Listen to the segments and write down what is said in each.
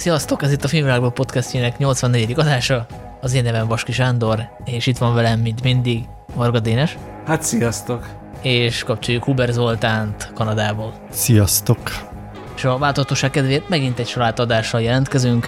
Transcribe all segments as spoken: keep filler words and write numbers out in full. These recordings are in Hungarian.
Sziasztok, ez itt a Filmvilágban podcastjének nyolcvannegyedik adása. Az én nevem Baski Sándor, és itt van velem, mint mindig, Varga Dénes. Hát sziasztok! És kapcsoljuk Huber Zoltánt Kanadából. Sziasztok! És a változatosság kedvéért megint egy salátadással jelentkezünk,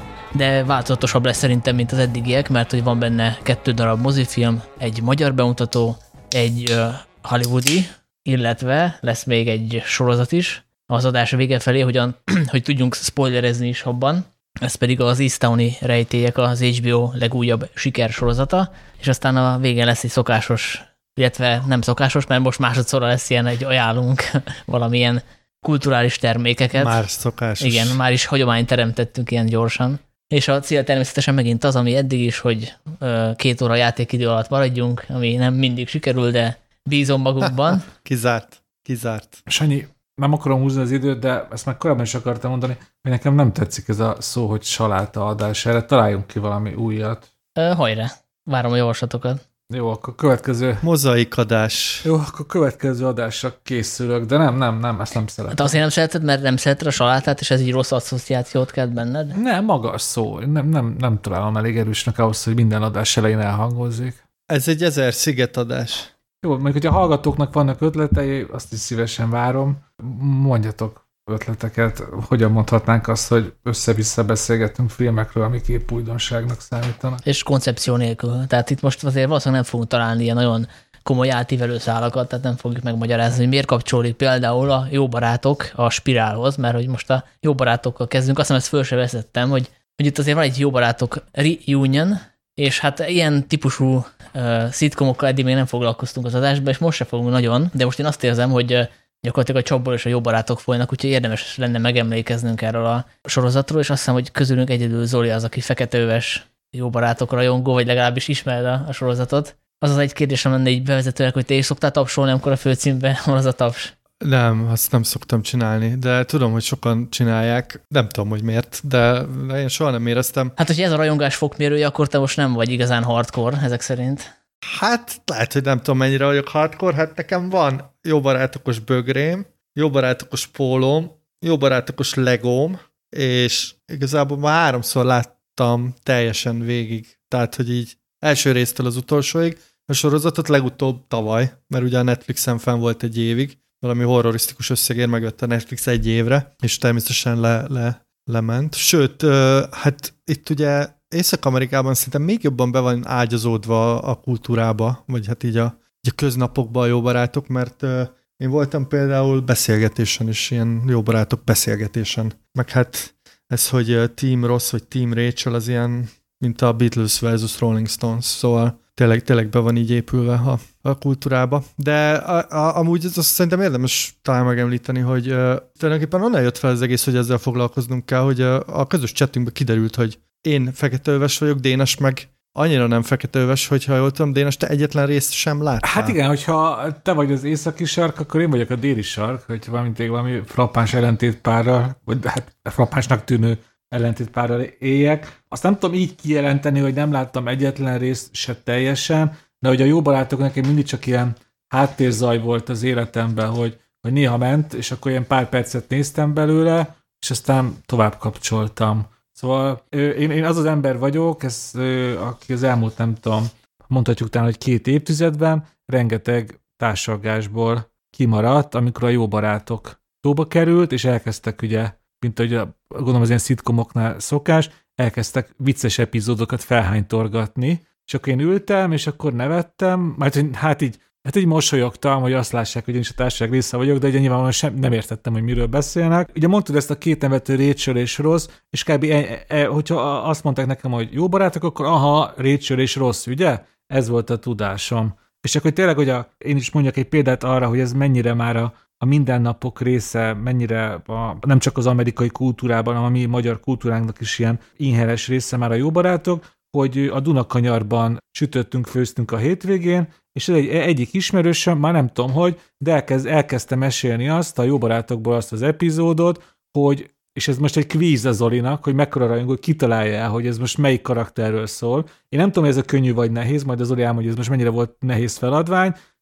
de változatosabb lesz szerintem, mint az eddigiek, mert hogy van benne kettő darab mozifilm, egy magyar bemutató, egy uh, hollywoodi, illetve lesz még egy sorozat is az adás vége felé, hogyan, hogy tudjunk spoilerezni is abban. Ez pedig az Easttown-i rejtélyek, az há bé o legújabb sikersorozata, és aztán a végén lesz egy szokásos, illetve nem szokásos, mert most másodszorra lesz ilyen, egy ajánlunk valamilyen kulturális termékeket. Már szokásos. Igen, már is hagyományt teremtettünk ilyen gyorsan. És a cél természetesen megint az, ami eddig is, hogy két óra játékidő alatt maradjunk, ami nem mindig sikerül, de bízom magunkban. Kizárt, kizárt. Sanyi, nem akarom húzni az időt, de ezt már korábban is akartam mondani, hogy nekem nem tetszik ez a szó, hogy saláta adás. Erre találjunk ki valami újat. Hajrá, várom a javaslatokat. Jó, akkor következő... Mozaikadás. Jó, akkor következő adásra készülök, de nem, nem, nem, ezt nem szeretem. De azért nem szereted, mert nem szereted a salátát, és ez így rossz asszociációt kelt benned? Nem, maga a szó. Nem, nem, nem találom elég erősnek ahhoz, hogy minden adás elején elhangozzék. Ez egy ezer szigetadás. Jó, mondjuk, hogyha a hallgatóknak vannak ötletei, azt is szívesen várom. Mondjatok ötleteket, hogyan mondhatnánk azt, hogy össze-vissza beszélgetünk filmekről, amik épp újdonságnak számítanak. És koncepció nélkül. Tehát itt most azért valószínűleg nem fogunk találni ilyen nagyon komoly átívelő szálakat, tehát nem fogjuk megmagyarázni, hogy miért kapcsolódik például a Jó barátok a Spirálhoz, mert hogy most a Jó barátokkal kezdünk, azt hiszem ezt föl se veszettem, hogy, hogy itt azért van egy Jó barátok reunion, és hát ilyen típusú uh, szitkomokkal eddig még nem foglalkoztunk az adásban, és most se fogunk nagyon, de most én azt érzem, hogy uh, gyakorlatilag a Csapból és a Jó barátok folynak, úgyhogy érdemes lenne megemlékeznünk erről a sorozatról, és azt hiszem, hogy közülünk egyedül Zoli az, aki feketeöves Jó barátok rajongó, vagy legalábbis ismered a, a sorozatot. Az az egy kérdésem lenne így bevezetőleg, hogy te is szoktál tapsolni, amikor a főcímben van az a taps? Nem, azt nem szoktam csinálni, de tudom, hogy sokan csinálják. Nem tudom, hogy miért, de, de én soha nem éreztem. Hát, hogyha ez a rajongás fokmérője, akkor te most nem vagy igazán hardcore ezek szerint. Hát lehet, hogy nem tudom, mennyire vagyok hardcore. Hát nekem van Jó barátokos bögrém, Jó barátokos pólóm, Jó barátokos legóm, és igazából már háromszor láttam teljesen végig. Tehát, hogy így első résztől az utolsóig. A sorozatot legutóbb tavaly, mert ugye a Netflixen fenn volt egy évig, valami horrorisztikus összegér megvette a Netflix egy évre, és természetesen le, le, lement. Sőt, hát itt ugye Észak-Amerikában szerintem még jobban be van ágyazódva a kultúrába, vagy hát így a, így a köznapokban a Jó barátok, mert én voltam például beszélgetésen is, ilyen Jó barátok beszélgetésen. Meg hát ez, hogy Team Ross vagy Team Rachel, az ilyen, mint a Beatles versus Rolling Stones, szóval tényleg, tényleg be van így épülve a, a kultúrába. De a, a, amúgy azt szerintem érdemes talán megemlíteni, hogy uh, tulajdonképpen onnan jött fel az egész, hogy ezzel foglalkoznunk kell, hogy uh, a közös chatünkben kiderült, hogy én feketeöves vagyok, Dénes meg annyira nem feketeöves, hogyha jól tudom, Dénes, te egyetlen részt sem láttál. Hát igen, hogyha te vagy az északi sark, akkor én vagyok a déli sark, hogy valamint valami frappáns ellentétpárral, vagy hát frappánsnak tűnő ellentétpárral éljek. Azt nem tudom így kijelenteni, hogy nem láttam egyetlen részt se teljesen, de hogy a Jó barátok nekem mindig csak ilyen háttérzaj volt az életemben, hogy, hogy néha ment, és akkor ilyen pár percet néztem belőle, és aztán tovább kapcsoltam. Szóval én, én az az ember vagyok, ez, aki az elmúlt, nem tudom, mondhatjuk talán, hogy két évtizedben rengeteg társalgásból kimaradt, amikor a Jó barátok szóba került, és elkezdtek ugye, mint ahogy a, gondolom az ilyen szitkomoknál szokás, elkezdtek vicces epizódokat felhánytorgatni, és akkor én ültem, és akkor nevettem, mert hát így, hát így mosolyogtam, hogy azt lássák, hogy én is a társaság része vagyok, de ugye nyilvánvalóan sem, nem értettem, hogy miről beszélnek. Ugye mondtad ezt a két nevető Rachel és Ross, és kb. E, e, hogyha azt mondták nekem, hogy Jó barátok, akkor aha, Rachel és Ross, ugye? Ez volt a tudásom. És akkor tényleg, hogy a, én is mondjak egy példát arra, hogy ez mennyire már a, a mindennapok része, mennyire a, nem csak az amerikai kultúrában, hanem a mi magyar kultúránknak is ilyen inheres része már a Jó barátok, hogy a Dunakanyarban sütöttünk, főztünk a hétvégén, és egy, egyik ismerősöm, már nem tudom hogy, de elkezd, elkezdte mesélni azt, a Jó barátokból azt az epizódot, hogy, és ez most egy kvíz a Zolinak, hogy mekkora rajongó, kitalálja el, hogy ez most melyik karakterről szól. Én nem tudom, hogy ez a könnyű vagy nehéz, majd az Zoli elmondja, hogy ez most mennyire volt nehéz feladvány.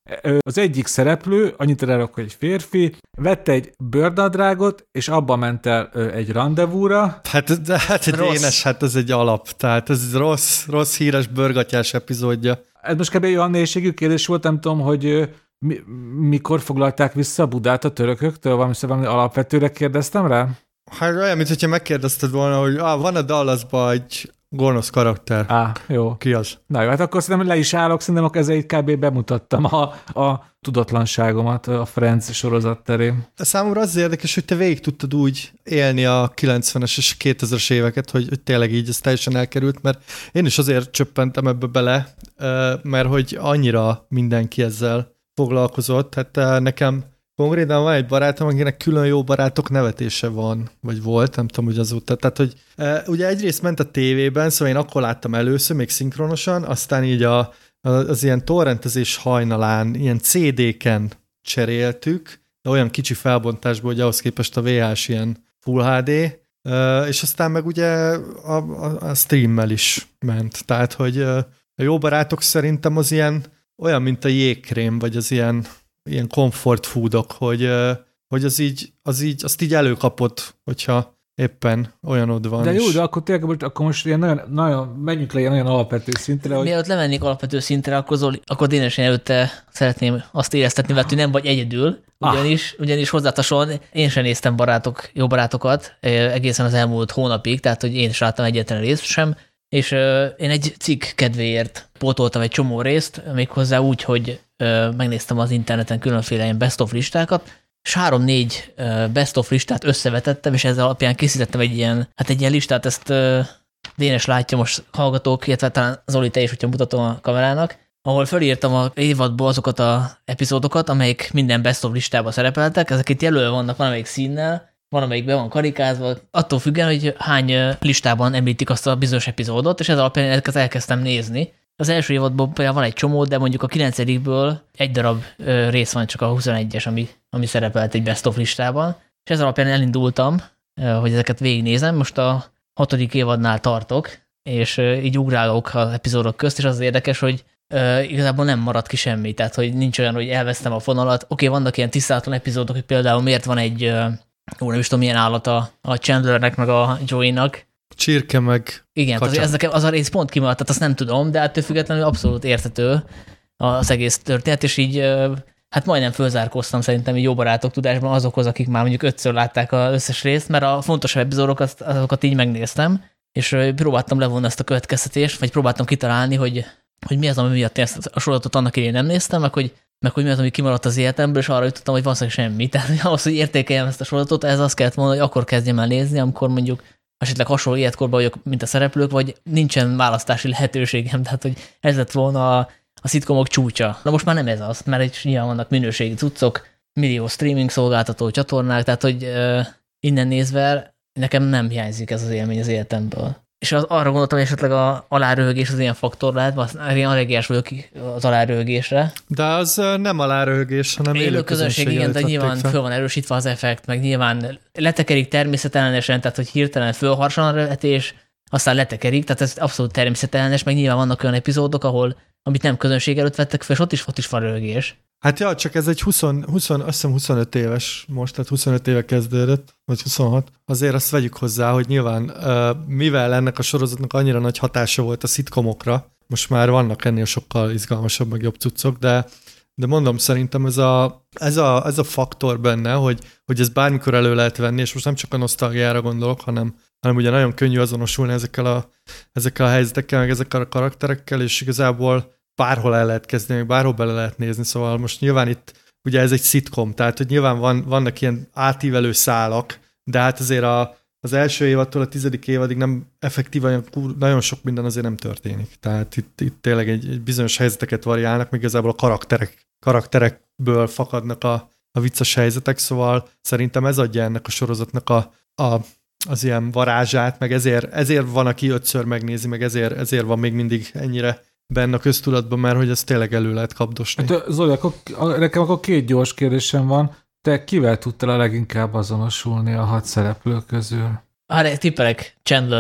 Az egyik szereplő, annyit elrak, hogy egy férfi, vette egy bőrnadrágot, és abba ment el egy rendezvúra. Hát, de, hát egy Rossz. énes, hát ez egy alap. Tehát ez rossz, rossz híres bőrgatyás epizódja. Ez most kb. Olyan nehézségű kérdés volt, nem tudom, hogy mi, mikor foglalták vissza Budát a törököktől, valami, valami alapvetőre kérdeztem rá? Hát olyan, mint hogyha megkérdezted volna, hogy ah, van a Dallasban egy gonosz karakter. Á, jó. Ki az? Na jó, hát akkor szerintem le is állok, szerintem akkor ezzel kb. Bemutattam a, a tudatlanságomat a Friends sorozat terén. De számomra az érdekes, hogy te végig tudtad úgy élni a kilencvenes és kétezres éveket, hogy, hogy tényleg így ez teljesen elkerült, mert én is azért csöppentem ebbe bele, mert hogy annyira mindenki ezzel foglalkozott. Hát nekem konkrétan van egy barátom, akinek külön jó barátok nevetése van, vagy volt, nem tudom, hogy azóta. Tehát, hogy e, ugye egyrészt ment a tévében, szóval én akkor láttam először, még szinkronosan, aztán így a, az ilyen torrentezés hajnalán, ilyen cé dé-ken cseréltük, de olyan kicsi felbontásból, hogy ahhoz képest a vé há es ilyen Full há dé, e, és aztán meg ugye a, a, a streammel is ment. Tehát, hogy a jó barátok szerintem az ilyen olyan, mint a jégkrém, vagy az ilyen ilyen comfort foodok, hogy, hogy az így, az így, azt így előkapod, hogyha éppen olyanod van. De jó, is. de akkor tényleg akkor most ilyen nagyon, nagyon menjünk le ilyen nagyon alapvető szintre, hogy... Mielőtt lemennék alapvető szintre, akkor, Zoli, akkor tényleg előtte szeretném azt éreztetni, mert nem vagy egyedül, ugyanis, ah. ugyanis hozzátason én sem néztem barátok, jó barátokat egészen az elmúlt hónapig, tehát hogy én is láttam egyetlen részt sem, és uh, én egy cikk kedvéért pótoltam egy csomó részt, méghozzá úgy, hogy uh, megnéztem az interneten különféle ilyen best of listákat, és három-négy uh, best of listát összevetettem, és ezzel alapján készítettem egy ilyen, hát egy ilyen listát, ezt uh, Dénes látja most hallgatók, illetve talán Zoli, te is, hogyha mutatom a kamerának, ahol felírtam a évadból azokat az epizódokat, amelyik minden best of listában szerepeltek, ezek itt jelölve vannak valamelyik színnel, van, amelyik be van karikázva, attól függően, hogy hány listában említik azt a bizonyos epizódot, és ez alapján ezeket elkezdtem nézni. Az első évadban például van egy csomó, de mondjuk a kilencedikből egy darab ö, rész van, csak a huszonegyes, ami, ami szerepelt egy best of listában, és ez alapján elindultam, ö, hogy ezeket végignézem. Most a hatodik évadnál tartok, és ö, így ugrálok az epizódok közt, és az érdekes, hogy ö, igazából nem maradt ki semmi, tehát hogy nincs olyan, hogy elvesztem a fonalat. Oké, vannak ilyen tisztátlan epizódok, hogy például miért van egy... Ö, Ó, nem is tudom, milyen állata a Chandlernek, meg a Joey-nak. Csirke meg Igen, az, ez nekem az a rész pont kimaradt, tehát azt nem tudom, de ettől függetlenül abszolút érthető az egész történet, és így hát majdnem fölzárkóztam szerintem így jó barátok tudásban azokhoz, akik már mondjuk ötször látták az összes részt, mert a fontosabb epizódokat, azokat így megnéztem, és próbáltam levonni ezt a következtetést, vagy próbáltam kitalálni, hogy, hogy mi az, ami miatt én ezt a sorozatot annak idején nem néztem, meg hogy meg hogy mi az, ami kimaradt az életemből, és arra jutottam, hogy valószínűleg semmi. Tehát ahhoz, hogy értékeljem ezt a sorozatot, ez azt kellett mondani, hogy akkor kezdjem el nézni, amikor mondjuk esetleg hasonló életkorban vagyok, mint a szereplők, vagy nincsen választási lehetőségem, tehát hogy ez lett volna a, a szitkomok csúcsa. Na most már nem ez az, mert itt nyilván vannak minőségi cuccok, millió streaming szolgáltató csatornák, tehát hogy uh, innen nézve nekem nem hiányzik ez az élmény az életemből. És az, arra gondoltam, hogy esetleg a aláröhögés az ilyen faktor lehet, én allergiás vagyok az aláröhögésre. De az nem aláröhögés, hanem élő, élő közönség, igen, de nyilván fel. föl van erősítve az effekt, meg nyilván letekerik természetellenesen, tehát hogy hirtelen fölharsan a röhetés, aztán letekerik, tehát ez abszolút természetellenes, meg nyilván vannak olyan epizódok, ahol, amit nem közönség előtt vettek fel, és ott is, ott is van röhögés. Hát ja, csak ez egy húsz, húsz, azt hiszem huszonöt éves most, tehát huszonöt éve kezdődött, vagy huszonhat. Azért azt vegyük hozzá, hogy nyilván mivel ennek a sorozatnak annyira nagy hatása volt a szitkomokra, most már vannak ennél sokkal izgalmasabb, meg jobb cuccok, de, de mondom, szerintem ez a, ez a, ez a faktor benne, hogy, hogy ez bármikor elő lehet venni, és most nem csak a nosztalgiára gondolok, hanem, hanem ugye nagyon könnyű azonosulni ezekkel a, ezekkel a helyzetekkel, meg ezekkel a karakterekkel, és igazából bárhol el lehet kezdeni, bárhol bele lehet nézni, szóval most nyilván itt, ugye ez egy szitkom, tehát hogy nyilván van, vannak ilyen átívelő szálak, de hát azért a, az első évadtól a tizedik évadig nem effektíven nagyon sok minden azért nem történik. Tehát itt, itt tényleg egy, egy bizonyos helyzeteket variálnak, még igazából a karakterek, karakterekből fakadnak a, a vicces helyzetek, szóval szerintem ez adja ennek a sorozatnak a, a, az ilyen varázsát, meg ezért, ezért van, aki ötször megnézi, meg ezért, ezért van még mindig ennyire benne a köztudatban, mert hogy ezt tényleg elő lehet kapdosni. Hát, Zoli, akkor, nekem akkor két gyors kérdésem van. Te kivel tudtál a leginkább azonosulni a hat szereplő közül? Hát tippelek, Chandler.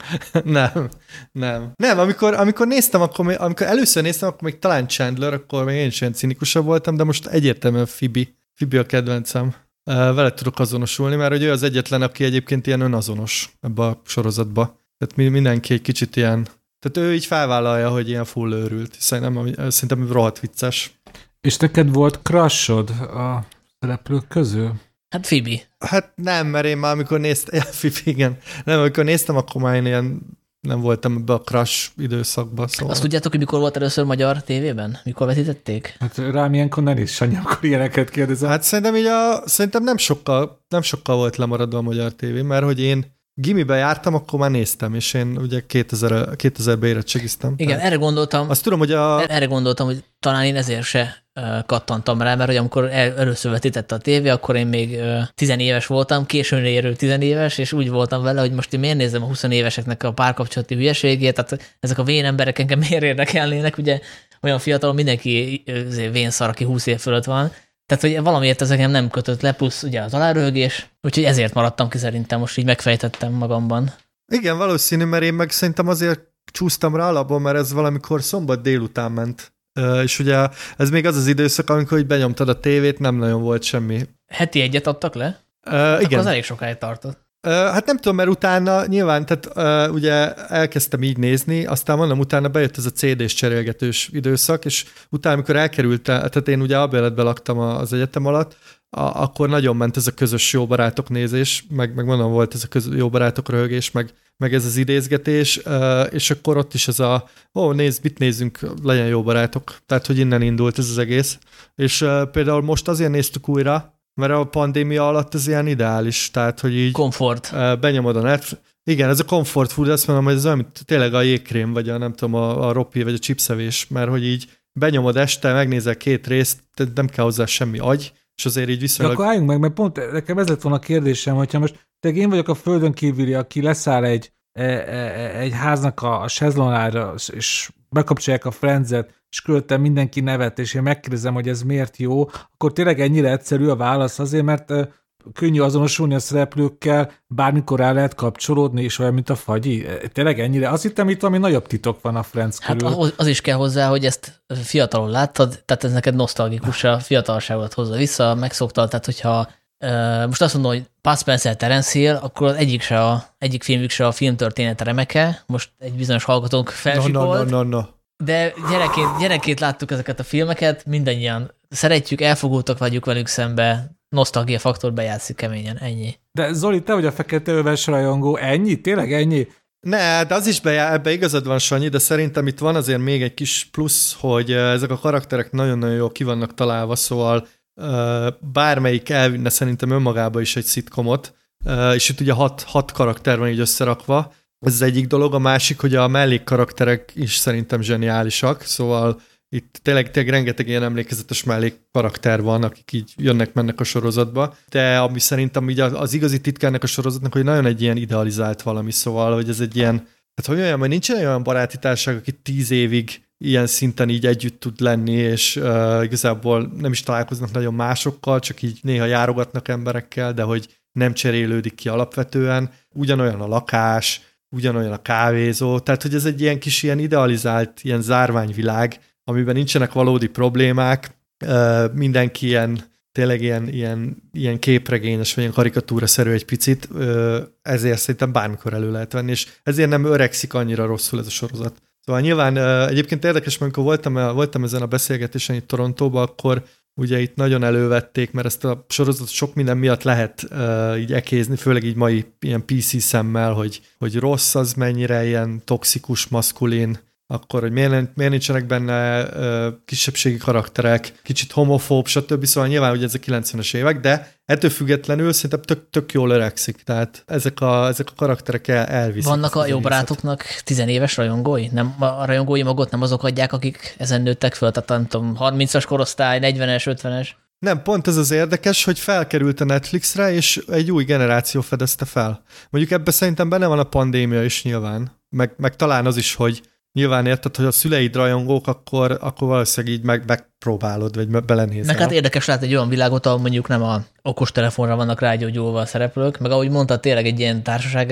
Nem, nem. Nem, amikor, amikor néztem, akkor, amikor először néztem, akkor még talán Chandler, akkor még én is ilyen cinikusabb voltam, de most egyértelműen Phoebe. Phoebe a kedvencem. Vele tudok azonosulni, mert hogy ő az egyetlen, aki egyébként ilyen önazonos ebbe a sorozatba. Tehát mindenki egy kicsit ilyen, tehát ő így felvállalja, hogy ilyen full őrült. Szerintem, szerintem rohadt vicces. És neked volt crushod a szereplők közül? Hát Phoebe. Hát nem, mert én már amikor néztem, ja, Phoebe, igen. Nem, amikor néztem, akkor már én ilyen nem voltam ebbe a crush időszakban. Szóval. Azt tudjátok, hogy mikor volt először magyar tévében? Mikor vetítették? Hát rám ilyenkor ne is, Sanyi, akkor ilyeneket kérdezem. Hát szerintem, így a, szerintem nem, sokkal, nem sokkal volt lemaradva a magyar tévé, mert hogy én gimibe jártam, akkor már néztem, és én ugye kétezer, kétezerben érettségiztem. Igen, erre gondoltam. Azt tudom, hogy a... Erre gondoltam, hogy talán én ezért se kattantam rá, mert hogy amikor el, először vetítette a tévé, akkor én még tizenéves voltam, későn érő tizenéves, és úgy voltam vele, hogy most én miért nézem a huszonéveseknek a párkapcsolati hülyeségét, tehát ezek a vén emberek engem miért érdekelnének, ugye olyan fiatalon mindenki vénszar, aki húsz év fölött van. Tehát, hogy valamiért ez engem nem kötött le, plusz ugye az aláröhögés, úgyhogy ezért maradtam ki szerintem, most így megfejtettem magamban. Igen, valószínű, mert én meg szerintem azért csúsztam rá alapban, mert ez valamikor szombat délután ment. Uh, és ugye ez még az az időszak, amikor így benyomtad a tévét, nem nagyon volt semmi. Heti egyet adtak le? Uh, igen. Akkor az elég sokáig tartott. Uh, hát nem tudom, mert utána nyilván, tehát uh, ugye elkezdtem így nézni, aztán mondom, utána bejött ez a cé dés cserélgetős időszak, és utána, amikor elkerültem, tehát én ugye albérletben laktam az egyetem alatt, a, akkor nagyon ment ez a közös jó barátok nézés, meg, meg mondom, volt ez a közös jó barátok röhögés, meg, meg ez az idézgetés, uh, és akkor ott is ez a, ó, nézd, mit nézzünk, legyen jó barátok. Tehát, hogy innen indult ez az egész. És uh, például most azért néztük újra, mert a pandémia alatt ez ilyen ideális, tehát, hogy így... Komfort. Uh, benyomod a Netflix. Igen, ez a comfort food, azt mondom, hogy ez olyan, mint tényleg a jégkrém, vagy a nem tudom, a, a ropi, vagy a chipszevés, mert hogy így benyomod este, megnézel két részt, nem kell hozzá semmi agy, és azért így viszonylag... De akkor álljunk meg, mert pont nekem ez lett volna a kérdésem, hogyha most tényleg én vagyok a földön kívüli, aki leszáll egy, egy háznak a sezlonára, és bekapcsolják a Friends-et, és körülöttem mindenki nevet, és én megkérdezem, hogy ez miért jó, akkor tényleg ennyire egyszerű a válasz azért, mert könnyű azonosulni a szereplőkkel, bármikor rá lehet kapcsolódni, és olyan, mint a fagyi. Tényleg ennyire? Azt hittem, itt valami nagyobb titok van a Friends körül. Hát az is kell hozzá, hogy ezt fiatalon láttad, tehát ez neked nosztalgikus, a fiatalságot hozza vissza, megszoktad, tehát hogyha uh, most azt mondom, hogy Bud Spencer, Terence Hill, akkor az egyik, se a, egyik filmük se a filmtörténet remeke, most egy bizonyos hallgatónk felsikolt. No, no, no, no. De gyerekként, gyerekként láttuk ezeket a filmeket, mindannyian szeretjük, elfogultak vagyunk velük szembe, nosztalgia faktor bejátszik keményen, ennyi. De Zoli, te vagy a fekete öves rajongó, ennyi? Tényleg ennyi? Ne, de az is bejá, ebbe igazad van, Sanyi, de szerintem itt van azért még egy kis plusz, hogy ezek a karakterek nagyon-nagyon jól ki vannak találva, szóval bármelyik elvinne szerintem önmagába is egy szitkomot, és itt ugye hat, hat karakter van így összerakva. Ez az egyik dolog, a másik, hogy a mellékkarakterek is szerintem zseniálisak, szóval itt tényleg, tényleg rengeteg ilyen emlékezetes mellékkarakter van, akik így jönnek-mennek a sorozatba, de ami szerintem így az igazi titkának a sorozatnak, hogy nagyon egy ilyen idealizált valami, szóval, hogy ez egy ilyen, hát hogy olyan, hogy nincsen olyan baráti társaság, aki tíz évig ilyen szinten így együtt tud lenni, és uh, igazából nem is találkoznak nagyon másokkal, csak így néha járogatnak emberekkel, de hogy nem cserélődik ki alapvetően. Ugyanolyan a lakás, ugyanolyan a kávézó, tehát hogy ez egy ilyen kis ilyen idealizált, ilyen zárványvilág, amiben nincsenek valódi problémák, mindenki ilyen, tényleg ilyen, ilyen, ilyen képregényes, vagy ilyen karikatúraszerű egy picit, ezért szerintem bármikor elő lehet venni, és ezért nem öregszik annyira rosszul ez a sorozat. Szóval nyilván egyébként érdekes, mert amikor voltam, voltam ezen a beszélgetésen itt Torontóban, akkor ugye itt nagyon elővették, mert ezt a sorozatot sok minden miatt lehet uh, így ekézni, főleg így mai ilyen pé cé szemmel, hogy, hogy rossz az mennyire ilyen toxikus, maszkulin, akkor, hogy miért, miért nincsenek benne uh, kisebbségi karakterek, kicsit homofób, stb. Szóval nyilván ugye ez a kilencvenes évek, de ettől függetlenül szerintem tök, tök jól öregszik, tehát ezek a, ezek a karakterek el, elviszik. Vannak a jó barátoknak tizenéves rajongói? Nem, a rajongói magot nem azok adják, akik ezen nőttek föl, tehát nem tudom, harmincas korosztály, negyvenes, ötvenes? Nem, pont ez az érdekes, hogy felkerült a Netflixre, és egy új generáció fedezte fel. Mondjuk ebben szerintem benne van a pandémia is nyilván, meg, meg talán az is, hogy nyilván érted, hogy a szüleid rajongók, akkor, akkor valószínűleg így meg, megpróbálod, vagy belenézel. Meg hát érdekes látni egy olyan világot, ahol mondjuk nem a okostelefonra vannak rágyógyulva a szereplők, meg ahogy mondtad, tényleg egy ilyen társaság, ez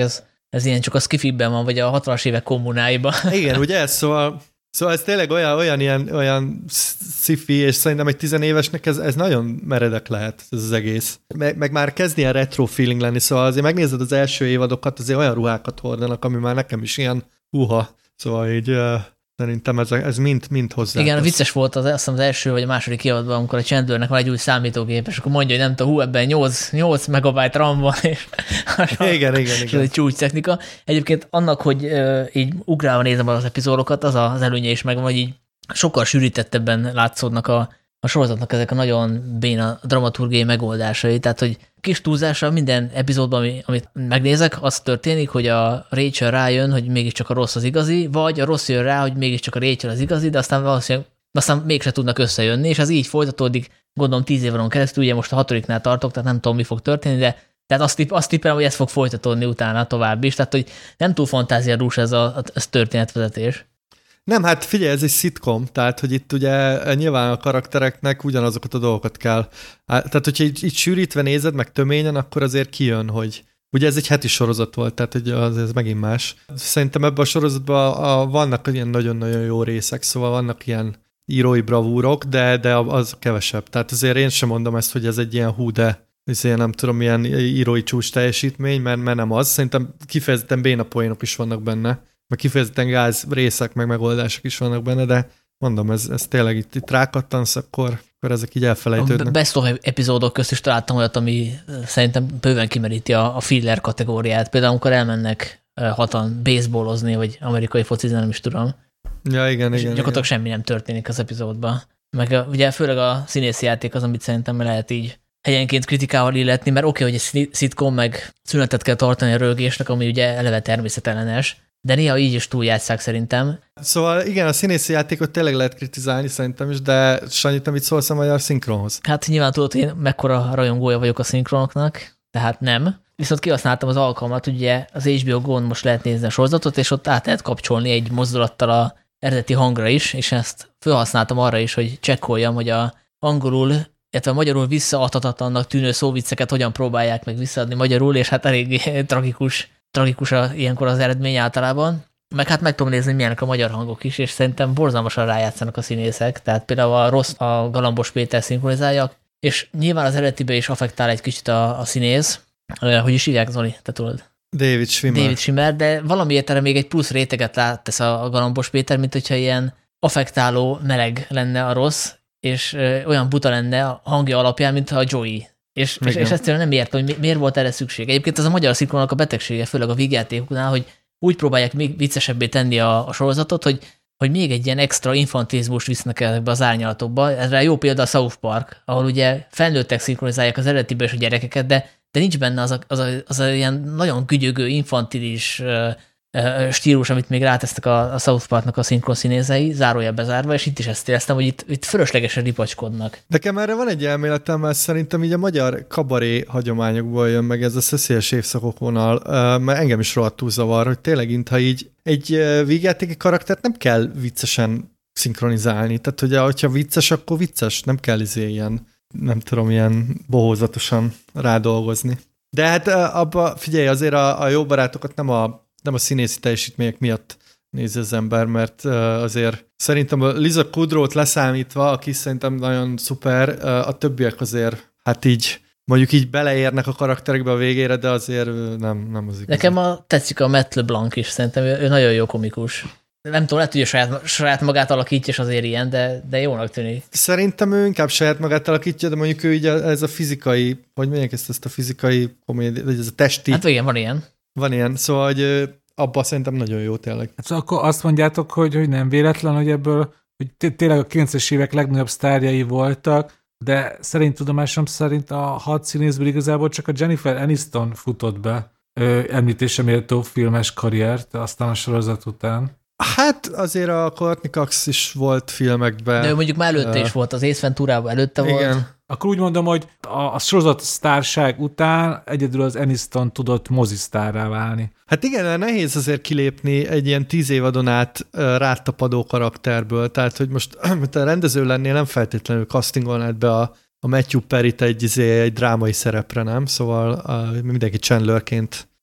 ez ilyen csak a skifibben van, vagy a hatvanas évek kommunáiban. Igen, ugye? Szóval, szóval ez tényleg olyan, olyan, ilyen, olyan sci-fi, és szerintem egy tizenévesnek ez, ez nagyon meredek lehet, ez az egész. Meg, meg már kezd ilyen retro feeling lenni, szóval azért megnézed az első évadokat, azért olyan ruhákat hordanak, ami már nekem is ilyen uha. Szóval így... Szerintem ez, ez mind, mind hozzá. Igen, vicces volt az, azt hiszem az első vagy a második évadban, amikor a Chandlernek van egy új számítógép, és akkor mondja, hogy nem tudom, hú, ebben nyolc, nyolc megabyte RAM van, és igen, igen, igen. ez egy csúcs technika. Egyébként annak, hogy uh, így ugrálva nézem az epizódokat, az az előnye is megvan, hogy így sokkal sűrítettebben látszódnak a, a sorozatnak ezek a nagyon béna dramaturgiai megoldásai, tehát hogy kis túlzással minden epizódban, ami, amit megnézek, az történik, hogy a Rachel rájön, hogy mégiscsak a rossz az igazi, vagy a rossz jön rá, hogy mégiscsak a Rachel az igazi, de aztán valószínűleg aztán mégse tudnak összejönni, és az így folytatódik, gondolom tíz éven keresztül, ugye most a hatodiknál tartok, tehát nem tudom, mi fog történni, de tehát azt, tipp, azt tippelem, hogy ez fog folytatódni utána tovább is, tehát hogy nem túl fantáziadús ez a ez történetvezetés. Nem, hát figyelj, ez egy szitkom, tehát, hogy itt ugye nyilván a karaktereknek ugyanazokat a dolgokat kell. Tehát, hogyha így, így sűrítve nézed, meg töményen, akkor azért kijön, hogy ugye ez egy heti sorozat volt, tehát hogy az, ez megint más. Szerintem ebben a sorozatban a, vannak ilyen nagyon-nagyon jó részek, szóval vannak ilyen írói bravúrok, de, de az kevesebb. Tehát azért én sem mondom ezt, hogy ez egy ilyen hú, de ezért nem tudom, ilyen írói csúcs teljesítmény, mert, mert nem az. Szerintem kifejezetten béna poénok is vannak benne, meg kifejezetten gáz részek, meg megoldások is vannak benne, de mondom, ez, ez tényleg itt, itt rákattansz, akkor, akkor ezek így elfelejtődnek. A best of epizódok közt is találtam olyat, ami szerintem bőven kimeríti a, a filler kategóriát. Például, amikor elmennek hatan baseballozni, vagy amerikai focizni, nem is tudom. Ja, igen, és igen. gyakorlatilag igen. semmi nem történik az epizódban. Meg a, ugye főleg a színészi játék az, amit szerintem lehet így helyenként kritikával illetni, mert oké, okay, hogy egy szitkom, meg szünetet kell tartani a rögésnek, ami ugye eleve természetellenes, de néha így is túljátsszák szerintem. Szóval igen, a színészi játékot tényleg lehet kritizálni szerintem is, de Sanyi, te mit szólsz a magyar szinkronhoz? Hát nyilván tudod, hogy én mekkora rajongója vagyok a szinkronoknak, tehát nem. Viszont kihasználtam az alkalmat, ugye az há bé o Go-n most lehet nézni a sorozatot, és ott át lehet kapcsolni egy mozdulattal a eredeti hangra is, és ezt felhasználtam arra is, hogy csekkoljam, hogy a angolul, illetve magyarul visszaadhatatlannak tűnő szóvicceket hogyan próbálják meg visszaadni magyarul, és hát eléggé tragikus, tragikus a, ilyenkor az eredmény általában. Meg hát meg tudom nézni, milyenek a magyar hangok is, és szerintem borzalmasan rájátszanak a színészek, tehát például a Rossz a Galambos Péter szinkronizálja, és nyilván az eredetiben is affektál egy kicsit a, a színész, hogy is hívják, Zoli, te tudod? David Schwimmer. David Schwimmer, de valamiért erre még egy plusz réteget láttesz a, a Galambos Péter, mint hogyha ilyen affektáló meleg lenne a Rossz, és ö, olyan buta lenne a hangja alapján, mint a Joey. És, és, és ezt nem értem, hogy mi, miért volt erre szükség. Egyébként ez a magyar szinkronnak a betegsége, főleg a vígjátékoknál, hogy úgy próbálják még viccesebbé tenni a, a sorozatot, hogy, hogy még egy ilyen extra infantilizmust visznek ebbe az árnyalatokba. Erre jó példa a South Park, ahol ugye felnőttek szinkronizálják az eredetiben is a gyerekeket, de, de nincs benne az a, az, a, az a ilyen nagyon gügyögő, infantilis uh, uh, stílus, amit még rátesztek a, a South Parknak a szinkron színészei, zárója bezárva, és itt is ezt éreztem, hogy itt, itt fölöslegesen ripacskodnak. Nekem erre van egy elméletem, mert szerintem így a magyar kabaré hagyományokból jön meg ez a szeszélyes évszakok vonal, mert engem is rohadtul zavar, hogy tényleg intha így egy vígjátéki karaktert nem kell viccesen szinkronizálni. Tehát, hogy hogyha vicces, akkor vicces, nem kell izé ilyen, nem tudom, ilyen bohózatosan rádolgozni. De hát abba, figyelj, azért a, a jó barátokat nem a, nem a színészi teljesítmények miatt nézi az ember, mert azért szerintem a Liza Kudrowt leszámítva, aki szerintem nagyon szuper, a többiek azért, hát így, mondjuk így beleérnek a karakterekbe a végére, de azért nem, nem az igaz. Nekem a, tetszik a Matt LeBlanc is, szerintem ő, ő nagyon jó komikus. Nem tudom, lehet, hogy saját, saját magát alakítja, és azért ilyen, de, de jónak tűnik. Szerintem ő inkább saját magát alakítja, de mondjuk ő így ez a fizikai, hogy mondják ezt, ezt a fizikai komédia, vagy ez a testi. Hát igen, van ilyen. Van ilyen, szóval, hogy abban szerintem nagyon jó tényleg. Hát szóval akkor azt mondjátok, hogy, hogy nem véletlen, hogy ebből, hogy tényleg a kilencvenes évek legnagyobb sztárjai voltak, de szerint tudomásom szerint a hat színészből igazából csak a Jennifer Aniston futott be említésre méltó filmes karriert, aztán a sorozat után. Hát azért a Courtney Cox is volt filmekben. De ő mondjuk már előtte uh, is volt, az Ace Venturában előtte igen. volt. Akkor úgy mondom, hogy a, a sorozat sztárság után egyedül az Aniston tudott mozisztárrá válni. Hát igen, nehéz azért kilépni egy ilyen tíz évadon át rátapadó karakterből, tehát hogy most a rendező lennél nem feltétlenül castingolnád be a, a Matthew Perryt egy, egy drámai szerepre, nem? Szóval a, mindenki Chandlerként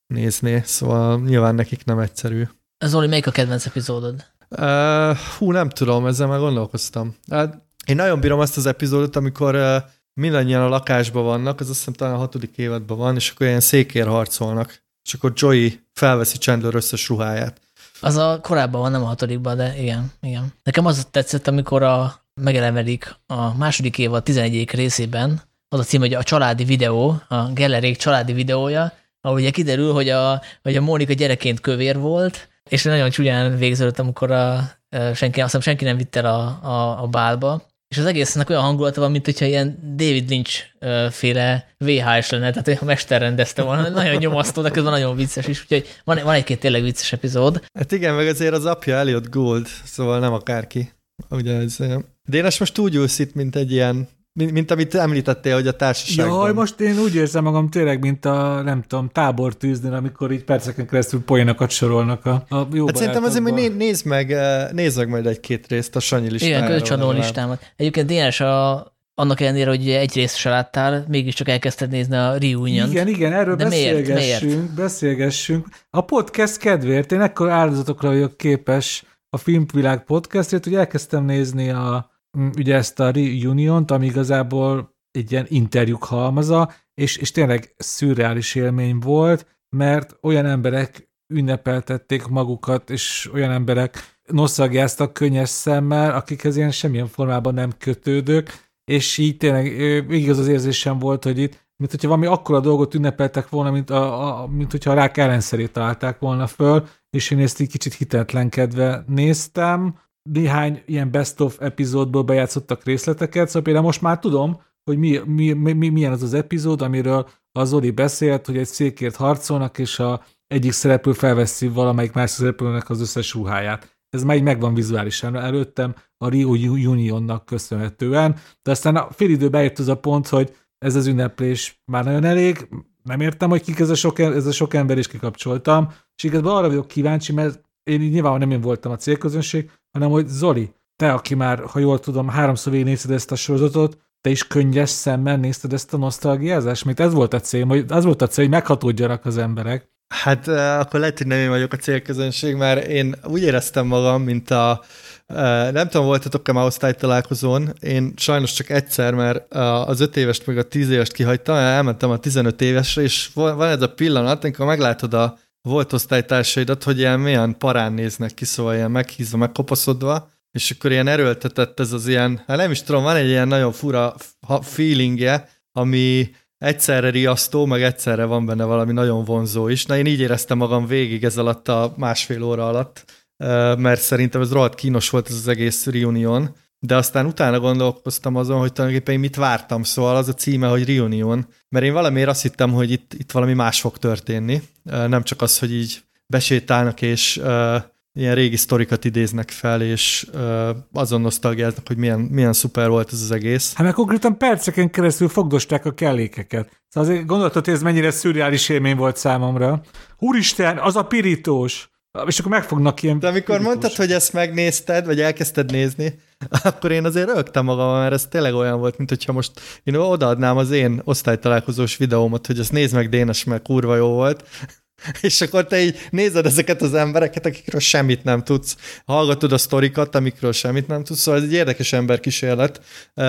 nézni, szóval nyilván nekik nem egyszerű. Zoli, melyik a kedvenc epizódod? Uh, hú, nem tudom, ezzel már gondolkoztam. Hát, én nagyon bírom azt az epizódot, amikor uh, mindannyian a lakásban vannak, az azt hiszem talán a hatodik évadban van, és akkor ilyen székért harcolnak, és akkor Joey felveszi Chandler összes ruháját. Az a korábban van, nem a hatodikban, de igen, igen. Nekem az tetszett, amikor a, megelevedik a második évad tizenegyedik részében, az a cím, hogy a családi videó, a Gellerék családi videója, ahol ugye kiderül, hogy a, hogy a Mónika gyerekként kövér volt, és nagyon csúnyán végződött, amikor a, senki, azt hiszem senki nem vitt el a, a, a bálba. És az egésznek olyan hangulata van, mint hogyha ilyen David Lynch féle vé há es lenne, tehát olyan mester rendezte volna. Nagyon nyomasztó, de közben nagyon vicces is, úgyhogy van, van egy-két tényleg vicces epizód. Hát igen, meg azért az apja Elliot Gould, szóval nem akárki. Ugye ez, Dénes most úgy ülsz itt, mint egy ilyen, mint, mint amit említettél, hogy a társaságban. Jaj, most én úgy érzem magam tényleg, mint a, nem tudom, tábortűznél, amikor így perceken keresztül poénokat sorolnak a, a jó hát szerintem azért, hogy nézd meg, nézd meg majd egy-két részt a Sanyi listára. Igen, közcsadó listámat. Egyébként Dénes, a, annak ellenére, hogy egy részt se láttál, mégiscsak elkezdted nézni a Reunion-t. Igen, igen, erről de beszélgessünk, miért? Miért? beszélgessünk. A podcast kedvéért, én ekkor áldozatokra vagyok képes a Filmvilág podcastért, hogy elkezdtem nézni a ugye ezt a Reunion-t, ami igazából egy ilyen interjúk halmaza, és, és tényleg szürreális élmény volt, mert olyan emberek ünnepeltették magukat, és olyan emberek nosztalgiáztak könnyes szemmel, akikhez ilyen semmilyen formában nem kötődök, és így tényleg végig az az érzésem volt, hogy itt, mint hogyha valami akkora dolgot ünnepeltek volna, mint, a, a, mint hogyha a rák ellenszerét találták volna föl, és én ezt így kicsit hitetlenkedve néztem. Néhány ilyen best of epizódból bejátszottak részleteket, szóval például most már tudom, hogy mi, mi, mi, milyen az az epizód, amiről az Zoli beszélt, hogy egy székért harcolnak, és a egyik szereplő felveszi valamelyik más szereplőnek az összes ruháját. Ez már így megvan vizuálisan előttem a Reunionnak köszönhetően, de aztán a fél időben eljött az a pont, hogy ez az ünneplés már nagyon elég, nem értem, hogy kik ez a sok, ez a sok ember, is kikapcsoltam, és igazából arra vagyok kíváncsi, mert én nyilván nem én voltam a célközönség, hanem hogy Zoli, te, aki már, ha jól tudom, háromszor végignézted ezt a sorozatot, te is könnyes szemmel nézted ezt a nosztalgiázást? Mert ez volt a cél, hogy az volt a cél, hogy meghatódjanak az emberek. Hát akkor lehet, hogy nem én vagyok a célközönség, mert én úgy éreztem magam, mint a nem tudom, voltatok-e már osztálytalálkozón, én sajnos csak egyszer, mert az öt évest meg a tíz évest kihagytam, elmentem a tizenöt évesre, és van ez a pillanat, amikor meglátod a volt osztálytársaidat, hogy ilyen milyen parán néznek ki, szóval ilyen meghízva, megkopaszodva, és akkor ilyen erőltetett ez az ilyen, hát nem is tudom, van egy ilyen nagyon fura feelingje, ami egyszerre riasztó, meg egyszerre van benne valami nagyon vonzó is. Na, én így éreztem magam végig ez alatt a másfél óra alatt, mert szerintem ez rohadt kínos volt ez az egész Reunion, de aztán utána gondolkoztam azon, hogy tulajdonképpen én mit vártam, szóval az a címe, hogy Reunion, mert én valamiért azt hittem, hogy itt, itt valami más fog történni, nem csak az, hogy így besétálnak és uh, ilyen régi sztorikat idéznek fel, és uh, azon nosztalgiáznak, hogy milyen, milyen szuper volt ez az egész. Hát meg konkrétan perceken keresztül fogdosták a kellékeket. Szóval azért gondoltad, hogy ez mennyire szürreális élmény volt számomra. Úristen, az a pirítós! És akkor megfognak ilyen... De amikor pirítós. Mondtad, hogy ezt megnézted, vagy elkezdted nézni, akkor én azért rögtem magam, mert ez tényleg olyan volt, mint hogyha most én odaadnám az én osztálytalálkozós videómat, hogy ezt nézd meg, Dénes, mert kurva jó volt. És akkor te így nézed ezeket az embereket, akikről semmit nem tudsz, hallgatod a sztorikat, amikről semmit nem tudsz, szóval ez egy érdekes emberkísérlet,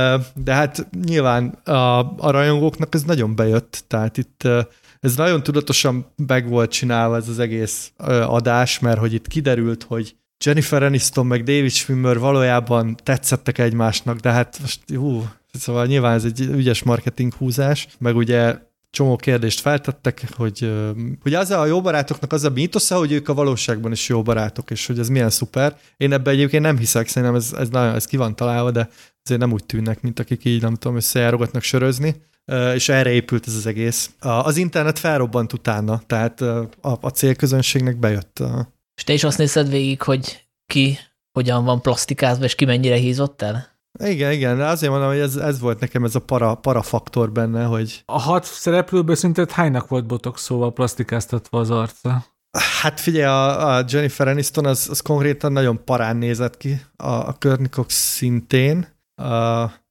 de hát nyilván a, a rajongóknak ez nagyon bejött, tehát itt ez nagyon tudatosan meg volt csinálva ez az egész adás, mert hogy itt kiderült, hogy Jennifer Aniston meg David Schwimmer valójában tetszettek egymásnak, de hát most hú, szóval nyilván ez egy ügyes marketing húzás, meg ugye csomó kérdést feltettek, hogy, hogy az a jó barátoknak az a mítosza, hogy ők a valóságban is jó barátok, és hogy ez milyen szuper. Én ebben egyébként nem hiszek, szerintem ez, ez, nagyon, ez ki van találva, de azért nem úgy tűnnek, mint akik így, nem tudom, összejárogatnak sörözni, és erre épült ez az egész. Az internet felrobbant utána, tehát a, a célközönségnek bejött. És te is azt nézed végig, hogy ki hogyan van plastikázva, és ki mennyire hízott el? Igen, igen, de azért mondom, hogy ez, ez volt nekem ez a para, para faktor benne, hogy... A hat szereplőből szerinted hánynak volt botoxolva, plastikáztatva az arca? Hát figyelj, a, a Jennifer Aniston az, az konkrétan nagyon parán nézett ki, a, a Courtney Cox szintén. A,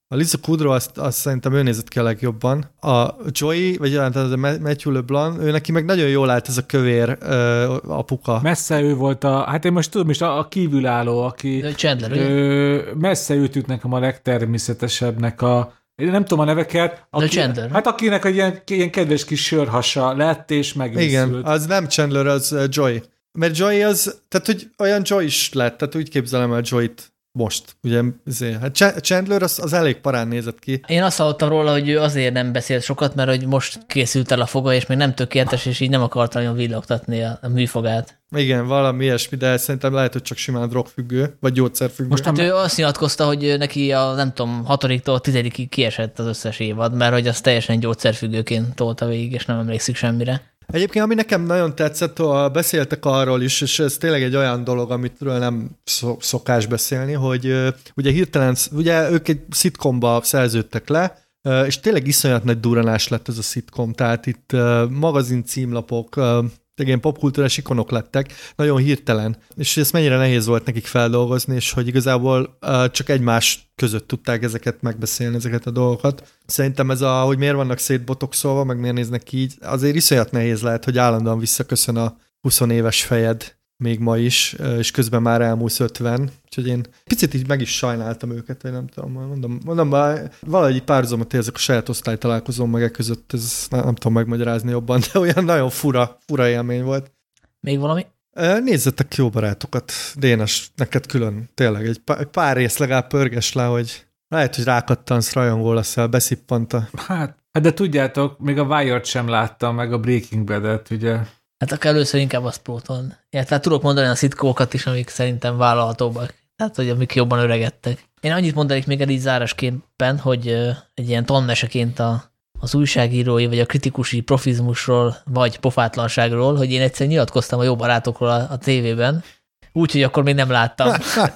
A Lisa Kudrow azt, azt szerintem ő nézett ki a legjobban. A Joey, vagy a Matthew LeBlanc, ő neki meg nagyon jól állt ez a kövér ö, apuka. Messze ő volt a, hát én most tudom is, a, a kívülálló, aki Chandler, ö, messze ő tűnt nekem a legtermészetesebbnek a, én nem tudom a neveket, aki, hát akinek egy ilyen, ilyen kedves kis sörhasa lett, és megőszült. Igen, az nem Chandler, az uh, Joey. Mert Joey az, tehát hogy olyan Joey is lett, tehát úgy képzelem el Joey-t most, ugye, azért. Hát Chandler az, az elég parán nézett ki. Én azt hallottam róla, hogy ő azért nem beszélt sokat, mert hogy most készült el a foga, és még nem tökéletes, és így nem akarta nagyon villogtatni a, a műfogát. Igen, valami ilyesmi, de szerintem lehet, hogy csak simán drogfüggő, vagy gyógyszerfüggő. Most hát ő azt nyilatkozta, hogy neki a nem tudom, hatodiktól tizedikig kiesett az összes évad, mert hogy az teljesen gyógyszerfüggőként tolta végig, és nem emlékszik semmire. Egyébként, ami nekem nagyon tetszett, a, beszéltek arról is, és ez tényleg egy olyan dolog, amitről nem szokás beszélni, hogy uh, ugye hirtelen, ugye ők egy szitkomba szerződtek le, uh, és tényleg iszonyat nagy duranás lett ez a szitkom, tehát itt uh, magazin címlapok, uh, ilyen popkultúrás ikonok lettek, nagyon hirtelen, és ez mennyire nehéz volt nekik feldolgozni, és hogy igazából uh, csak egymás között tudták ezeket megbeszélni, ezeket a dolgokat. Szerintem ez a, hogy miért vannak szétbotoxolva, meg miért néznek ki így, azért iszonyat nehéz lehet, hogy állandóan visszaköszön a húsz éves fejed még ma is, és közben már elmúlsz ötven, úgyhogy én picit így meg is sajnáltam őket, vagy nem tudom, mondom, mondom valahogy így párhuzamot érzek a saját osztálytalálkozón meg e között, ez nem, nem tudom megmagyarázni jobban, de olyan nagyon fura, fura élmény volt. Még valami? Nézzetek Jó barátokat, Dénes, neked külön, tényleg, egy pár, egy pár rész legalább pörges le, hogy lehet, hogy rákattansz, rajongó leszel, beszippant a... Hát, de tudjátok, még a Wire-t sem láttam, meg a Breaking Bad-et, ugye... Hát akkor először inkább azt próton. Ja, tehát tudok mondani a szitkókat is, amik szerintem vállalhatóbbak. Tehát, hogy amik jobban öregedtek. Én annyit mondanék még el így zárásképpen, hogy egy ilyen tanmeseként a, az újságírói, vagy a kritikusi profizmusról, vagy pofátlanságról, hogy én egyszer nyilatkoztam a Jó barátokról a, a tévében, úgyhogy akkor még nem láttam.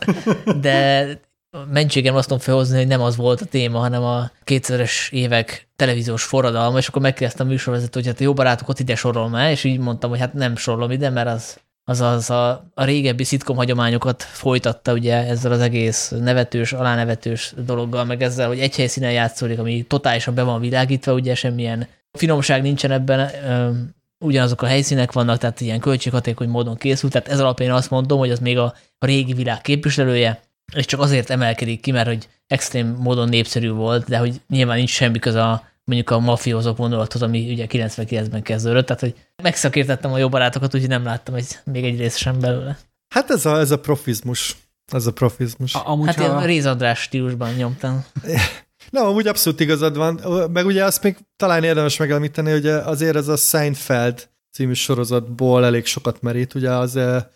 De mentségem azt tudom felhozni, hogy nem az volt a téma, hanem a kétszeres évek televíziós forradalma, és akkor megkérdeztem a műsorvezetőt, hogy hát a Jó barátokat ide sorolom el, és így mondtam, hogy hát nem sorolom ide, mert az az, az a, a régebbi szitkom hagyományokat folytatta ugye ezzel az egész nevetős, alánevetős dologgal, meg ezzel, hogy egy helyszínen játszódik, ami totálisan be van világítva, ugye semmilyen finomság nincsen ebben, ugyanazok a helyszínek vannak, tehát ilyen költséghatékony módon készült, tehát ez alapján azt mondom, hogy az még a, a régi világ képviselője, és csak azért emelkedik ki, mert hogy extrém módon népszerű volt, de hogy nyilván nincs semmi köze a mondjuk a mafiózók vonulathoz, ami ugye kilencvenkilencben kezdődött, tehát hogy megszakértettem a Jó barátokat, úgyhogy nem láttam egy, még egy részt sem belőle. Hát ez a, ez a profizmus. Ez a profizmus. A, amúgy hát ha... ilyen Réz András stílusban nyomtam. Nem, amúgy abszolút igazad van, meg ugye azt még talán érdemes megemlíteni, hogy azért ez a Seinfeld című sorozatból elég sokat merít, ugye az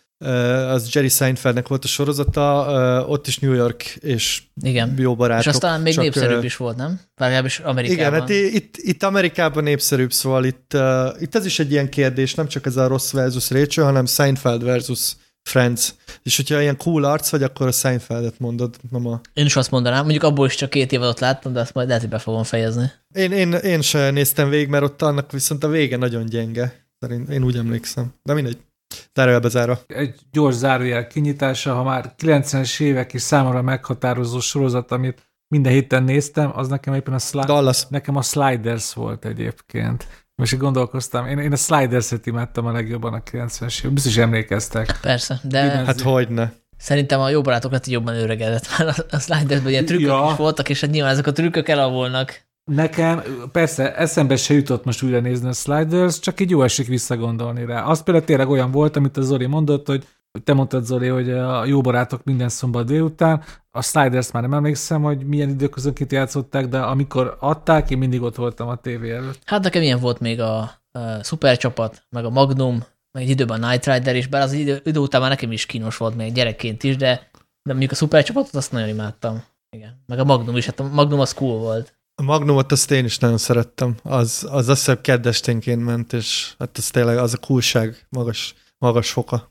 az Jerry Seinfeldnek volt a sorozata, ott is New York és igen. Jó barátok. És aztán még népszerűbb is volt, nem? Legalábbis Amerikában. Igen, hát itt, itt Amerikában népszerűbb, szóval itt, uh, itt ez is egy ilyen kérdés, nem csak ez a Ross versus Rachel, hanem Seinfeld versus Friends. És hogyha ilyen cool arc vagy, akkor a Seinfeldet mondod, nem a... Én is azt mondanám, mondjuk abból is csak két évadot láttam, de azt majd lehet, hogy be fogom fejezni. Én, én, én se néztem végig, mert ott annak viszont a vége nagyon gyenge. Szerint én úgy emlékszem. De mindegy. Zárójelbe zárva. Egy gyors zárójel kinyitása, ha már kilencvenes évek és számomra meghatározó sorozat, amit minden héten néztem, az nekem éppen a, Sli- nekem a Sliders volt egyébként. Most gondolkoztam, én, én a Sliders-et imádtam a legjobban a kilencvenes évek. Biztos emlékeztek. Persze, de... Hát hogyne. Szerintem a Jó barátok lett, hogy jobban öregedett. Már a Slidersben ilyen trükkök ja. is voltak, és hát nyilván ezek a trükkök elavulnak. Nekem, persze, eszembe se jutott most újra nézni a Sliders, csak így jó esik visszagondolni rá. Az például tényleg olyan volt, amit a Zoli mondott, hogy te mondtad, Zoli, hogy a Jó barátok minden szombat délután, a Sliders már nem emlékszem, hogy milyen időközönként játszották, de amikor adták, én mindig ott voltam a tévé előtt. Hát nekem ilyen volt még a, a Szupercsapat, meg a Magnum, meg egy időben a Knight Rider is, bár az idő, idő után már nekem is kínos volt még gyerekként is, de, de mondjuk a Szupercsapatot azt nagyon imádtam. Igen. Meg a Magnum is, hát a Magnum az cool volt. A Magnumot azt én is nagyon szerettem. Az, az azt hiszem keddesténként ment, és hát ez tényleg az a coolság magas, magas foka.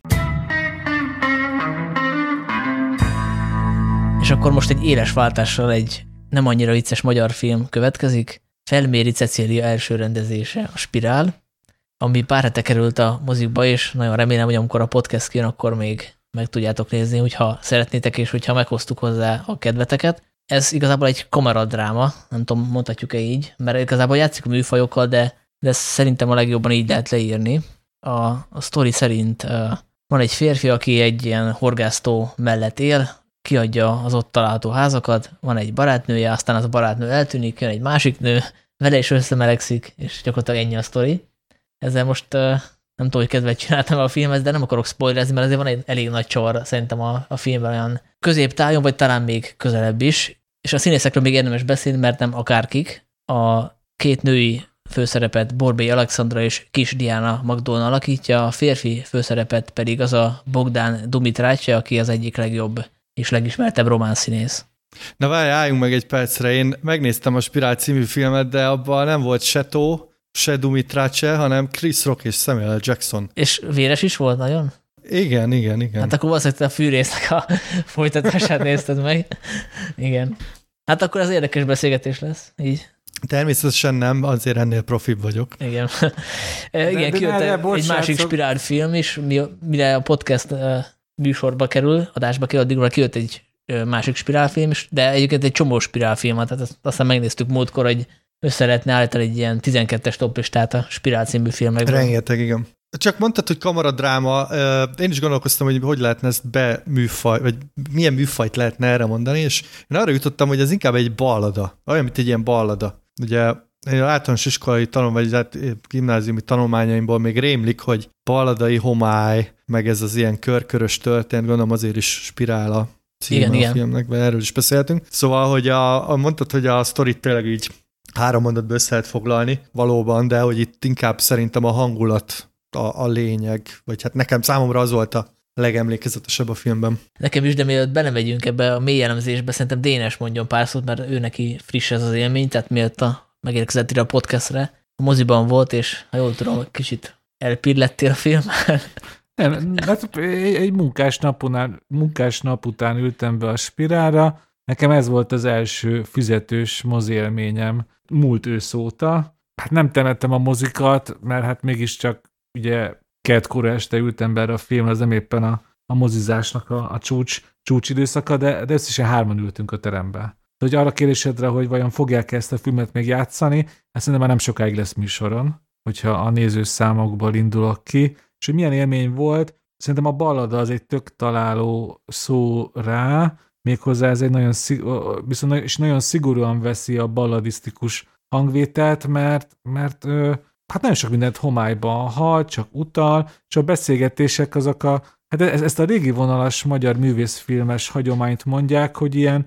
És akkor most egy éles váltással egy nem annyira vicces magyar film következik. Felméri Cecília első rendezése, a Spirál, ami pár hete került a mozikba, és nagyon remélem, hogy amikor a podcast kijön, akkor még meg tudjátok nézni, hogyha szeretnétek, és hogyha meghoztuk hozzá a kedveteket. ez igazából egy kamaradráma, nem tudom, mondhatjuk-e így, mert igazából játszik a műfajokkal, de, de szerintem a legjobban így lehet leírni. A, a sztori szerint uh, van egy férfi, aki egy ilyen horgásztó mellett él, kiadja az ott található házakat, van egy barátnője, aztán az a barátnő eltűnik, jön egy másik nő, vele is összemelegszik, és gyakorlatilag ennyi a sztori. Ezzel most uh, nem tudom, hogy kedvet csináltam a filmhez, de nem akarok spoilerezni, mert azért van egy elég nagy csavar szerintem a, a filmben olyan középtájon, vagy talán még közelebb is. És a színészekről még érdemes beszélni, mert nem akárkik. A két női főszerepet Borbély Alexandra és Kis Diana Magdolna alakítja, a férfi főszerepet pedig az a Bogdán Dumitrácse, aki az egyik legjobb és legismertebb román színész. Na várj, álljunk meg egy percre. Én megnéztem a Spirál című filmet, de abban nem volt se Tó, se Dumitrácse, hanem Chris Rock és Samuel Jackson. És véres is volt nagyon? Igen, igen, igen. Hát akkor valószínűleg a fűrésznek a folytatását nézted meg. Igen. Hát akkor az érdekes beszélgetés lesz, így. Természetesen nem, azért ennél profibb vagyok. Igen. Igen, kijött egy, egy másik Spirál film is, mire a podcast műsorba kerül, adásba kerül, addigra kijött egy másik Spirál film is, de egyébként egy csomó Spirál film, tehát azt, aztán megnéztük múltkor, hogy össze lehetne állítani egy ilyen tizenkettes toplistát a Spirál című filmekben. Rengeteg, igen. Csak mondtad, hogy kamaradráma, én is gondolkoztam, hogy hogy lehetne ezt beműfaj, vagy milyen műfajt lehetne erre mondani, és én arra jutottam, hogy ez inkább egy ballada, olyan, mint egy ilyen ballada. Ugye én általános iskolai tanulmány, vagy gimnáziumi tanulmányaimból még rémlik, hogy balladai homály, meg ez az ilyen körkörös történet, gondolom azért is Spirál a címe a igen, filmnek, mert erről is beszéltünk. Szóval, hogy a, a, mondtad, hogy a sztorit tényleg így három mondatba össze lehet foglalni, valóban, de hogy itt inkább szerintem a hangulat a, a lényeg, vagy hát nekem számomra az volt a legemlékezetesebb a filmben. Nekem is, de mielőtt belemegyünk ebbe a mély elemzésbe, szerintem Dénes mondjon pár szót, mert ő neki friss ez az élmény, tehát mielőtt a megérkezett ide a podcastre, a moziban volt, és ha jól tudom, kicsit elpillettél a filmmel. Nem, hát egy munkás, napon, munkás nap után ültem be a Spirálra, nekem ez volt az első fizetős mozélményem múlt ősz óta. Hát nem temettem a mozikat, mert hát mégiscsak ugye kettőkor este ültem be erre a filmre, az nem éppen a, a mozizásnak a, a csúcs, csúcs időszaka, de, de összesen hárman ültünk a terembe. Hogy arra kérésedre, hogy vajon fogják ezt a filmet még játszani, ezt szerintem már nem sokáig lesz műsoron, hogyha a nézőszámokból indulok ki. És hogy milyen élmény volt, szerintem a ballada az egy tök találó szó rá, méghozzá ez egy nagyon, szig- viszont és nagyon szigorúan veszi a balladisztikus hangvételt, mert, mert hát nagyon sok mindent homályban hal, csak utal, és a beszélgetések azok a, hát ezt a régi vonalas magyar művészfilmes hagyományt mondják, hogy ilyen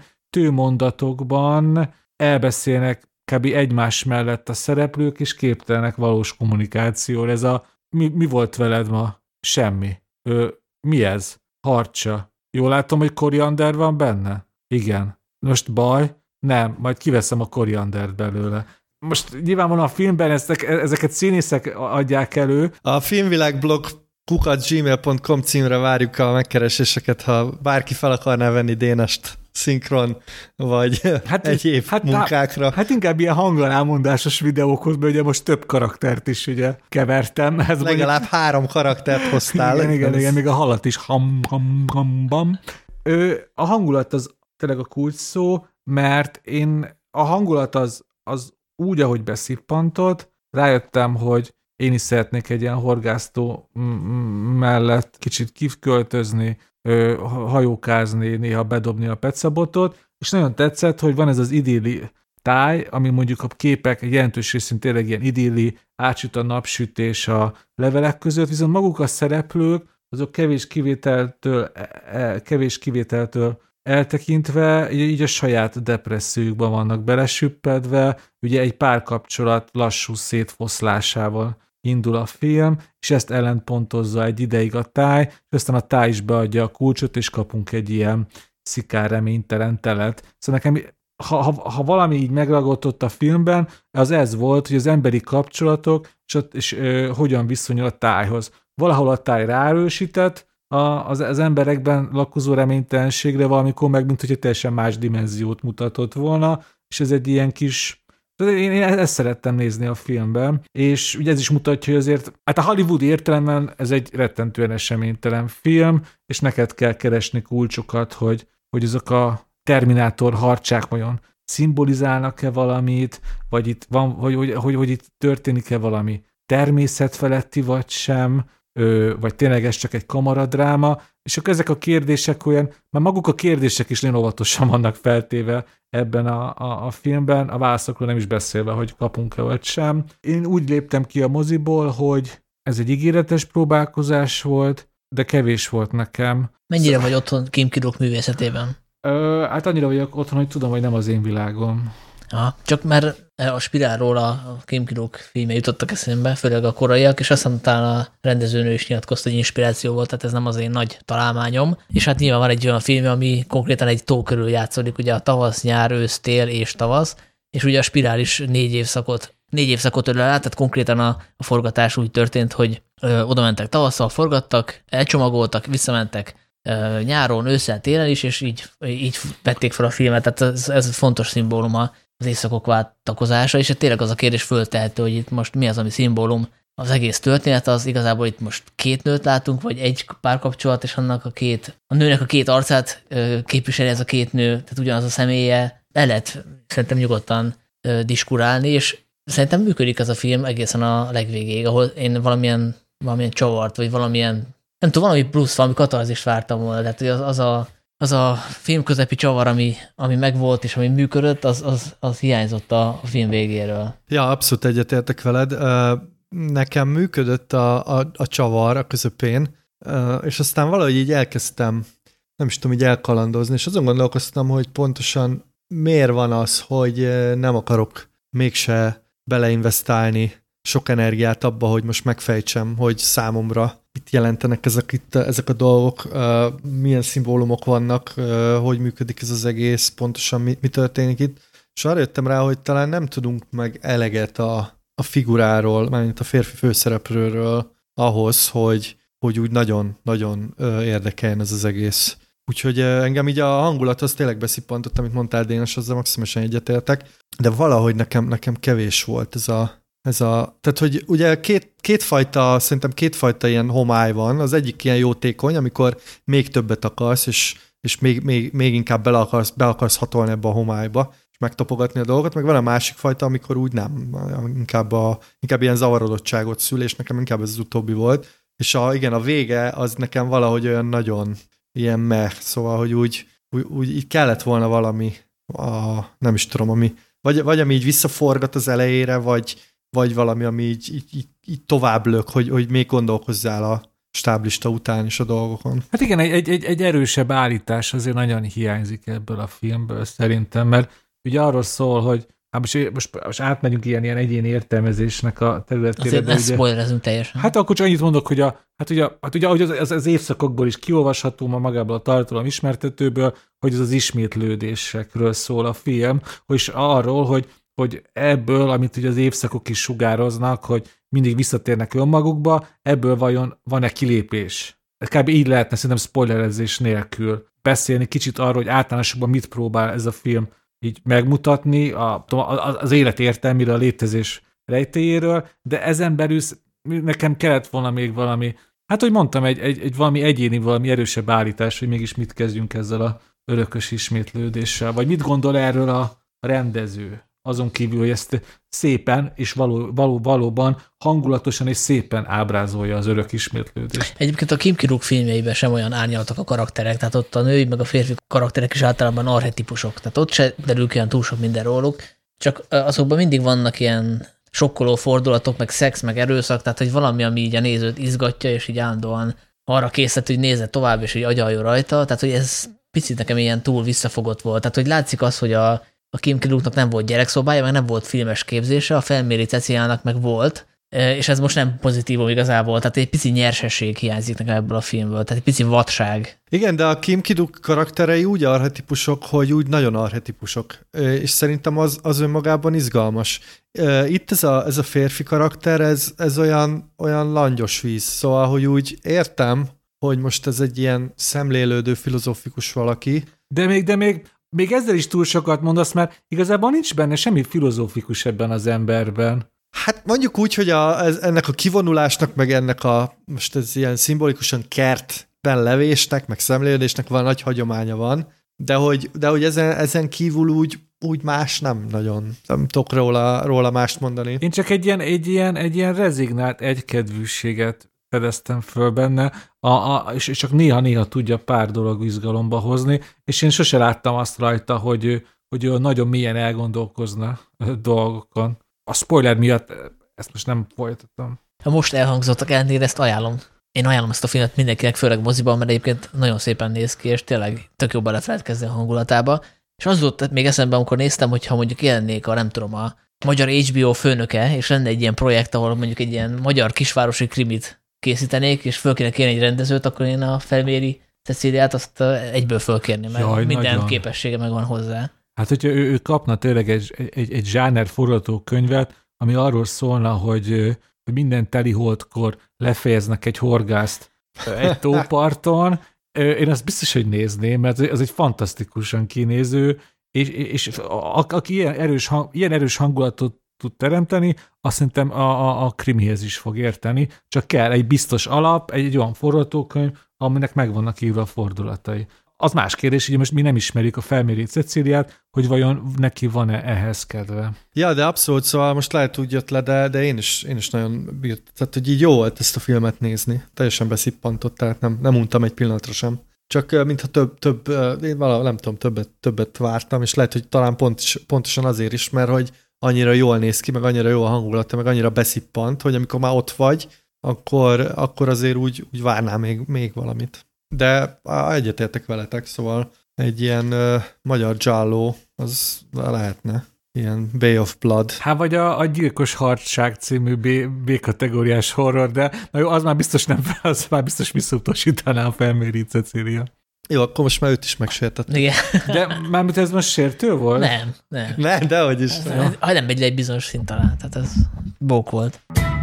tőmondatokban elbeszélnek kb. Egymás mellett a szereplők, és képtelenek valós kommunikációra. Ez a mi, mi volt veled ma? Semmi. Ö, mi ez? Harcsa. Jól látom, hogy koriander van benne? Igen. Most baj? Nem, majd kiveszem a koriandert belőle. Most nyilvánvalóan a filmben ezek, ezeket színészek adják elő. A filmvilágblog kukac gmail pont com címre várjuk a megkereséseket, ha bárki fel akarná venni Dénest szinkron, vagy hát, egyéb hát, munkákra. Hát inkább ilyen hangalámondásos videókhoz, mert ugye most több karaktert is ugye kevertem. Ez legalább mondjuk... három karaktert hoztál. Igen, igen, igen, még a halat is ham, ham, ham, bam. Ő, a hangulat az tényleg a kulcs szó, mert én a hangulat az, az úgy, ahogy beszippantott, rájöttem, hogy én is szeretnék egy ilyen horgásztó mellett kicsit kiköltözni, hajókázni, néha bedobni a petszabotot, és nagyon tetszett, hogy van ez az idilli táj, ami mondjuk a képek jelentős részén tényleg ilyen idilli, átsüt a napsütés a levelek között, viszont maguk a szereplők, azok kevés kivételtől, kevés kivételtől eltekintve, így a saját depressziójukban vannak belesüppedve, ugye egy párkapcsolat lassú szétfoszlásával indul a film, és ezt ellentpontozza egy ideig a táj, és aztán a táj is beadja a kulcsot, és kapunk egy ilyen szikár reménytelen telet. Szóval nekem, ha, ha, ha valami így megragadott a filmben, az ez volt, hogy az emberi kapcsolatok, és, és ö, hogyan viszonyul a tájhoz. Valahol a táj ráerősített, A, az, az emberekben lakozó reménytelenségre, valamikor meg, mint hogyha teljesen más dimenziót mutatott volna, és ez egy ilyen kis... Én, én ezt szerettem nézni a filmben, és ugye ez is mutatja, hogy azért, hát a Hollywood értelemben ez egy rettentően eseménytelen film, és neked kell keresni kulcsokat, hogy, hogy azok a Terminátor harcsák vajon szimbolizálnak-e valamit, vagy itt van, hogy, hogy, hogy, hogy itt történik-e valami természetfeletti vagy sem, ö, vagy tényleg ez csak egy kamaradráma, és akkor ezek a kérdések olyan, már maguk a kérdések is nagyon óvatosan vannak feltéve ebben a, a, a filmben, a válaszokról nem is beszélve, hogy kapunk-e vagy sem. Én úgy léptem ki a moziból, hogy ez egy ígéretes próbálkozás volt, de kevés volt nekem. Mennyire szóval... vagy otthon Kim Ki-duk művészetében? Ö, hát annyira vagyok otthon, hogy tudom, hogy nem az én világom. Aha, csak mert a Spirálról a Kim Ki-duk filmje jutottak eszembe, főleg a koraiak, és aztán talán a rendezőnő is nyilatkozta, hogy inspiráció volt, tehát ez nem az én nagy találmányom. És hát nyilván van egy olyan film, ami konkrétan egy tó körül játszódik, ugye a tavasz, nyár, ősz, tél és tavasz, és ugye a Spirál is négy évszakot, négy évszakot ölel át, tehát konkrétan a, a forgatás úgy történt, hogy ö, oda mentek tavasszal, forgattak, elcsomagoltak, visszamentek ö, nyáron, ősszel, télen is, és így, így vették fel a filmet, tehát ez, ez fontos szimbóluma az évszakok váltakozása, és tényleg az a kérdés föltehető, hogy itt most mi az, ami szimbólum. Az egész történet az igazából itt most két nőt látunk, vagy egy párkapcsolat, és annak a két, a nőnek a két arcát ö, képviseli ez a két nő, tehát ugyanaz a személye, el lehet szerintem nyugodtan ö, diskurálni, és szerintem működik ez a film egészen a legvégéig, ahol én valamilyen, valamilyen csavart, vagy valamilyen, nem tudom, valami plusz, valami katarzist vártam volna, tehát hogy az, az a az a film közepi csavar, ami, ami megvolt és ami működött, az, az, az hiányzott a, a film végéről. Ja, abszolút egyetértek veled. Nekem működött a, a, a csavar a közepén, és aztán valahogy így elkezdtem, nem is tudom, így elkalandozni, és azon gondolkoztam, hogy pontosan miért van az, hogy nem akarok mégse beleinvestálni sok energiát abba, hogy most megfejtsem, hogy számomra mit jelentenek ezek, itt, ezek a dolgok, uh, milyen szimbólumok vannak, uh, hogy működik ez az egész, pontosan mi, mi történik itt. És arra jöttem rá, hogy talán nem tudunk meg eleget a, a figuráról, mármint a férfi főszereplőről ahhoz, hogy, hogy úgy nagyon-nagyon uh, érdekeljen ez az egész. Úgyhogy uh, engem így a hangulat az tényleg beszippantott, amit mondtál, Dénes, azzal maximálisan egyetértek, de valahogy nekem, nekem kevés volt ez a Ez a, tehát, hogy ugye két, kétfajta, szerintem kétfajta ilyen homály van. Az egyik ilyen jótékony, amikor még többet akarsz, és, és még, még, még inkább bele akarsz, be akarsz hatolni ebbe a homályba, és megtapogatni a dolgot, meg van a másik fajta, amikor úgy nem, inkább, a, inkább ilyen zavarodottságot szül, és nekem inkább ez az utóbbi volt. És a, igen, a vége az nekem valahogy olyan nagyon ilyen meh, szóval, hogy úgy, úgy, úgy így kellett volna valami, a, nem is tudom, ami, vagy, vagy ami így visszaforgat az elejére, vagy vagy valami, ami így, így, így, így tovább lök, hogy, hogy még gondolkozzál a stáblista után is a dolgokon. Hát igen, egy, egy, egy erősebb állítás azért nagyon hiányzik ebből a filmből szerintem, mert ugye arról szól, hogy hát most, most, most átmegyünk ilyen, ilyen egyéni értelmezésnek a területére. Azért ne spoilerezünk teljesen. Hát akkor csak annyit mondok, hogy, a, hát ugye, hát ugye ahogy az, az, az évszakokból is kiolvasható ma magából a tartalom ismertetőből, hogy az az ismétlődésekről szól a film, és arról, hogy hogy ebből, amit ugye az évszakok is sugároznak, hogy mindig visszatérnek önmagukba, ebből vajon van-e kilépés? Kb. Így lehetne szerintem spoilerezés nélkül beszélni kicsit arról, hogy általánosabban mit próbál ez a film így megmutatni, a, az élet értelmére, a létezés rejtélyéről, de ezen belül nekem kellett volna még valami, hát hogy mondtam, egy, egy, egy valami egyéni, valami erősebb állítás, hogy mégis mit kezdjünk ezzel a örökös ismétlődéssel, vagy mit gondol erről a rendező? Azon kívül, hogy ezt szépen és való, való, valóban hangulatosan és szépen ábrázolja az örök ismétlődést. Egyébként a Kim Ki-duk filmjeiben sem olyan árnyaltak a karakterek, tehát ott a női meg a férfi karakterek is általában archetipusok, tehát ott se derül ki olyan túl sok minden róluk, csak azokban mindig vannak ilyen sokkoló fordulatok, meg szex, meg erőszak, tehát hogy valami, ami így a nézőt izgatja, és így állandóan arra készít, hogy nézze tovább, és hogy agyaljon rajta, tehát hogy ez picit nekem ilyen túl visszafogott volt, tehát hogy látszik az, hogy a A Kim Ki-duknak nem volt gyerekszobája, meg nem volt filmes képzése, a Felméri Ceciának meg volt, és ez most nem pozitívum igazából, tehát egy pici nyersesség hiányzik nekem ebből a filmből, tehát egy pici vadság. Igen, de a Kim Ki-duk karakterei úgy archetipusok, hogy úgy nagyon archetipusok, és szerintem az, az önmagában izgalmas. Itt ez a, ez a férfi karakter, ez, ez olyan, olyan langyos víz, szóval, hogy úgy értem, hogy most ez egy ilyen szemlélődő, filozófikus valaki. De még, de még Még ezzel is túl sokat mondasz, mert igazából nincs benne semmi filozófikus ebben az emberben. Hát mondjuk úgy, hogy a, ez, ennek a kivonulásnak, meg ennek a, most ez ilyen szimbolikusan kertben levésnek, meg szemlélődésnek van, nagy hagyománya van, de hogy, de hogy ezen, ezen kívül úgy, úgy más nem nagyon. Nem tudok róla, róla mást mondani. Én csak egy ilyen, egy ilyen, egy ilyen rezignált egykedvűséget fedeztem föl benne, a, a, és, és csak néha-néha tudja pár dolog izgalomba hozni, és én sose láttam azt rajta, hogy ő, hogy ő nagyon mélyen elgondolkozna dolgokon. A spoiler miatt ezt most nem folytatom. Ha most elhangzottak ellenére, ezt ajánlom. Én ajánlom ezt a filmet mindenkinek, főleg moziban, mert egyébként nagyon szépen néz ki, és tényleg tök jobban lehet felkezdeni a hangulatába. És az volt még eszembe, amikor néztem, hogy ha mondjuk jelennék a, nem tudom, a magyar há bé o főnöke, és lenne egy ilyen projekt, ahol mondjuk egy ilyen magyar kisvárosi krimit készítenék, és föl kéne kérni egy rendezőt, akkor én a Felméri Cecíliát azt egyből fölkérni, mert Jaj, minden nagyon. képessége megvan hozzá. Hát, hogyha ő, ő kapna tényleg egy, egy, egy zsáner forgatókönyvet, ami arról szólna, hogy minden teliholdkor lefejeznek egy horgászt egy tóparton, én azt biztos, hogy nézném, mert ez egy fantasztikusan kinéző, és, és aki ilyen erős, hang, ilyen erős hangulatot tud teremteni, azt szerintem a, a, a krimihez is fog érteni, csak kell egy biztos alap, egy, egy olyan forgatókönyv, aminek megvannak írva a fordulatai. Az más kérdés, hogy most mi nem ismerjük a Felméri Cecíliát, hogy vajon neki van-e ehhez kedve. Ja, de abszolút, szóval most lehet úgy jött le, de, de én, is, én is nagyon bírt. Tehát, hogy így jó volt ezt a filmet nézni. Teljesen beszippantott, tehát nem, nem untam egy pillanatra sem. Csak mintha több, több én valahogy nem tudom, többet, többet vártam, és lehet, hogy talán pont is, pontosan azért is, mert hogy annyira jól néz ki, meg annyira jó a hangulata, meg annyira beszippant, hogy amikor már ott vagy, akkor, akkor azért úgy, úgy várnál még, még valamit. De egyetértek veletek, szóval egy ilyen uh, magyar Giallo, az lehetne. Ilyen Bay of Blood. Hát vagy a, a Gyilkos Hardság című B, B-kategóriás horror, de na jó, az már biztos nem, az már biztos visszautasítaná a Felméri Cecília. Jó, akkor most már őt is megsértett. Igen. De mármint ez most sértő volt? Nem, nem. Nem, dehogy is. Ha nem megy le egy bizonyos szint alá, tehát ez bók volt.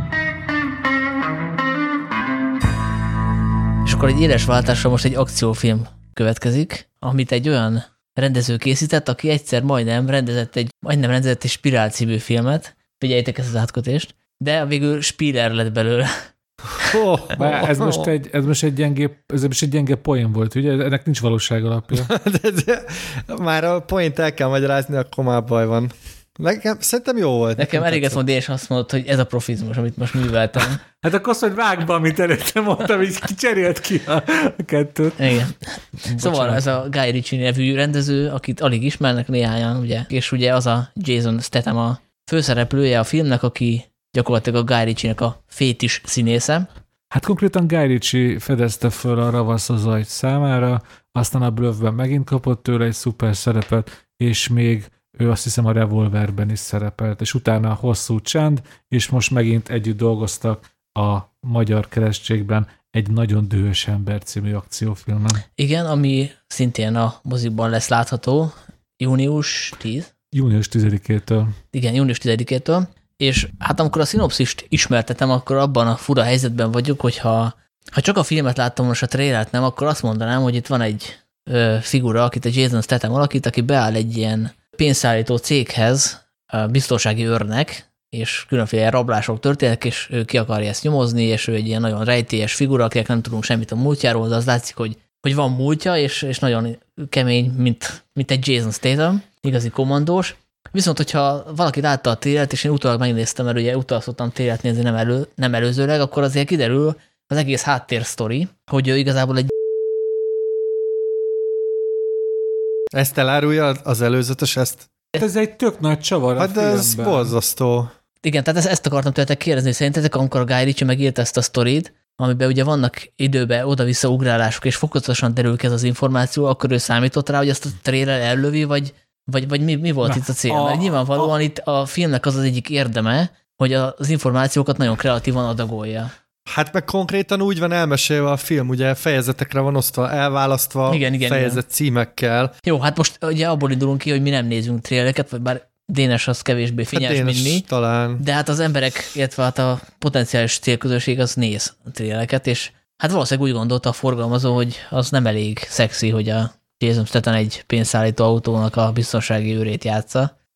És akkor egy éles váltásra most egy akciófilm következik, amit egy olyan rendező készített, aki egyszer majdnem rendezett egy, majdnem rendezett egy Spirál című filmet, figyeljétek ezt az átkötést, de végül Spiller lett belőle. Oh, ez, most egy, ez most egy gyengé, ez most egy gyenge poén volt, ugye? Ennek nincs valóság alapja. de, de, már a poént el kell magyarázni, akkor már baj van. Nekem szerintem jó volt. Nekem elég ezt mondani, és azt mondod, hogy ez a profizmus, amit most műveltem. Hát akkor azt, hogy vágd be, amit előtte mondtam, így kicserélt ki a, a kettőt. Igen. Szóval ez a Guy Ritchie nevű rendező, akit alig ismernek néhányan, ugye, és ugye az a Jason Statham a főszereplője a filmnek, aki gyakorlatilag a Guy Ritchie-nek a fétis színésze. Hát konkrétan Guy Ritchie fedezte föl a Ravasz a zajt számára, aztán a Bluffben megint kapott tőle egy szuper szerepet, és még ő azt hiszem a Revolverben is szerepelt, és utána a Hosszú csend, és most megint együtt dolgoztak a magyar keresztségben egy nagyon dühös ember című akciófilmen. Igen, ami szintén a mozikban lesz látható, június tíz. június tizedikétől. Igen, június tizedikétől. És hát amikor a szinopszist ismertetem, akkor abban a fura helyzetben vagyok, hogyha ha csak a filmet láttam, most a trailert nem, akkor azt mondanám, hogy itt van egy ö, figura, akit a Jason Statham alakít, aki beáll egy ilyen pénzszállító céghez, biztonsági őrnek, és különféle rablások történnek, és ő ki akarja ezt nyomozni, és ő egy ilyen nagyon rejtélyes figura, akinek nem tudunk semmit a múltjáról, de az látszik, hogy, hogy van múltja, és, és nagyon kemény, mint, mint egy Jason Statham, igazi kommandós. Viszont, hogyha valaki látta a trailert, és én utólag megnéztem, mert ugye utólag szoktam trailert nézni, nem, elő, nem előzőleg, akkor azért kiderül az egész háttérsztori, hogy ő igazából egy Ezt elárulja az előzetes, ezt? Ez egy tök nagy csavar hát a filmben. Ez borzasztó. Igen, tehát ezt, ezt akartam tőletek kérdezni, hogy szerintetek, amikor a Guy Ritchie megírta ezt a sztorit, amiben ugye vannak időben oda-vissza ugrálások, és fokozatosan derül ki ez az információ, akkor ő számított rá, hogy ezt a trailer ellövi, vagy, vagy, vagy mi, mi volt Na, itt a cél? A, Mert nyilvánvalóan a, itt a filmnek az az egyik érdeme, hogy az információkat nagyon kreatívan adagolja. Hát meg konkrétan úgy van elmesélve a film, ugye fejezetekre van osztva, elválasztva igen, igen, fejezet igen. címekkel. Jó, hát most ugye abból indulunk ki, hogy mi nem nézünk trailereket, vagy bár Dénes az kevésbé fényes, hát mint mi. Talán. De hát az emberek, illetve hát a potenciális célközösség az néz trailereket, és hát valószínűleg úgy gondolta a forgalmazó, hogy az nem elég szexi, hogy a Jason Statham egy pénzszállító autónak a biztonsági őrét játsza.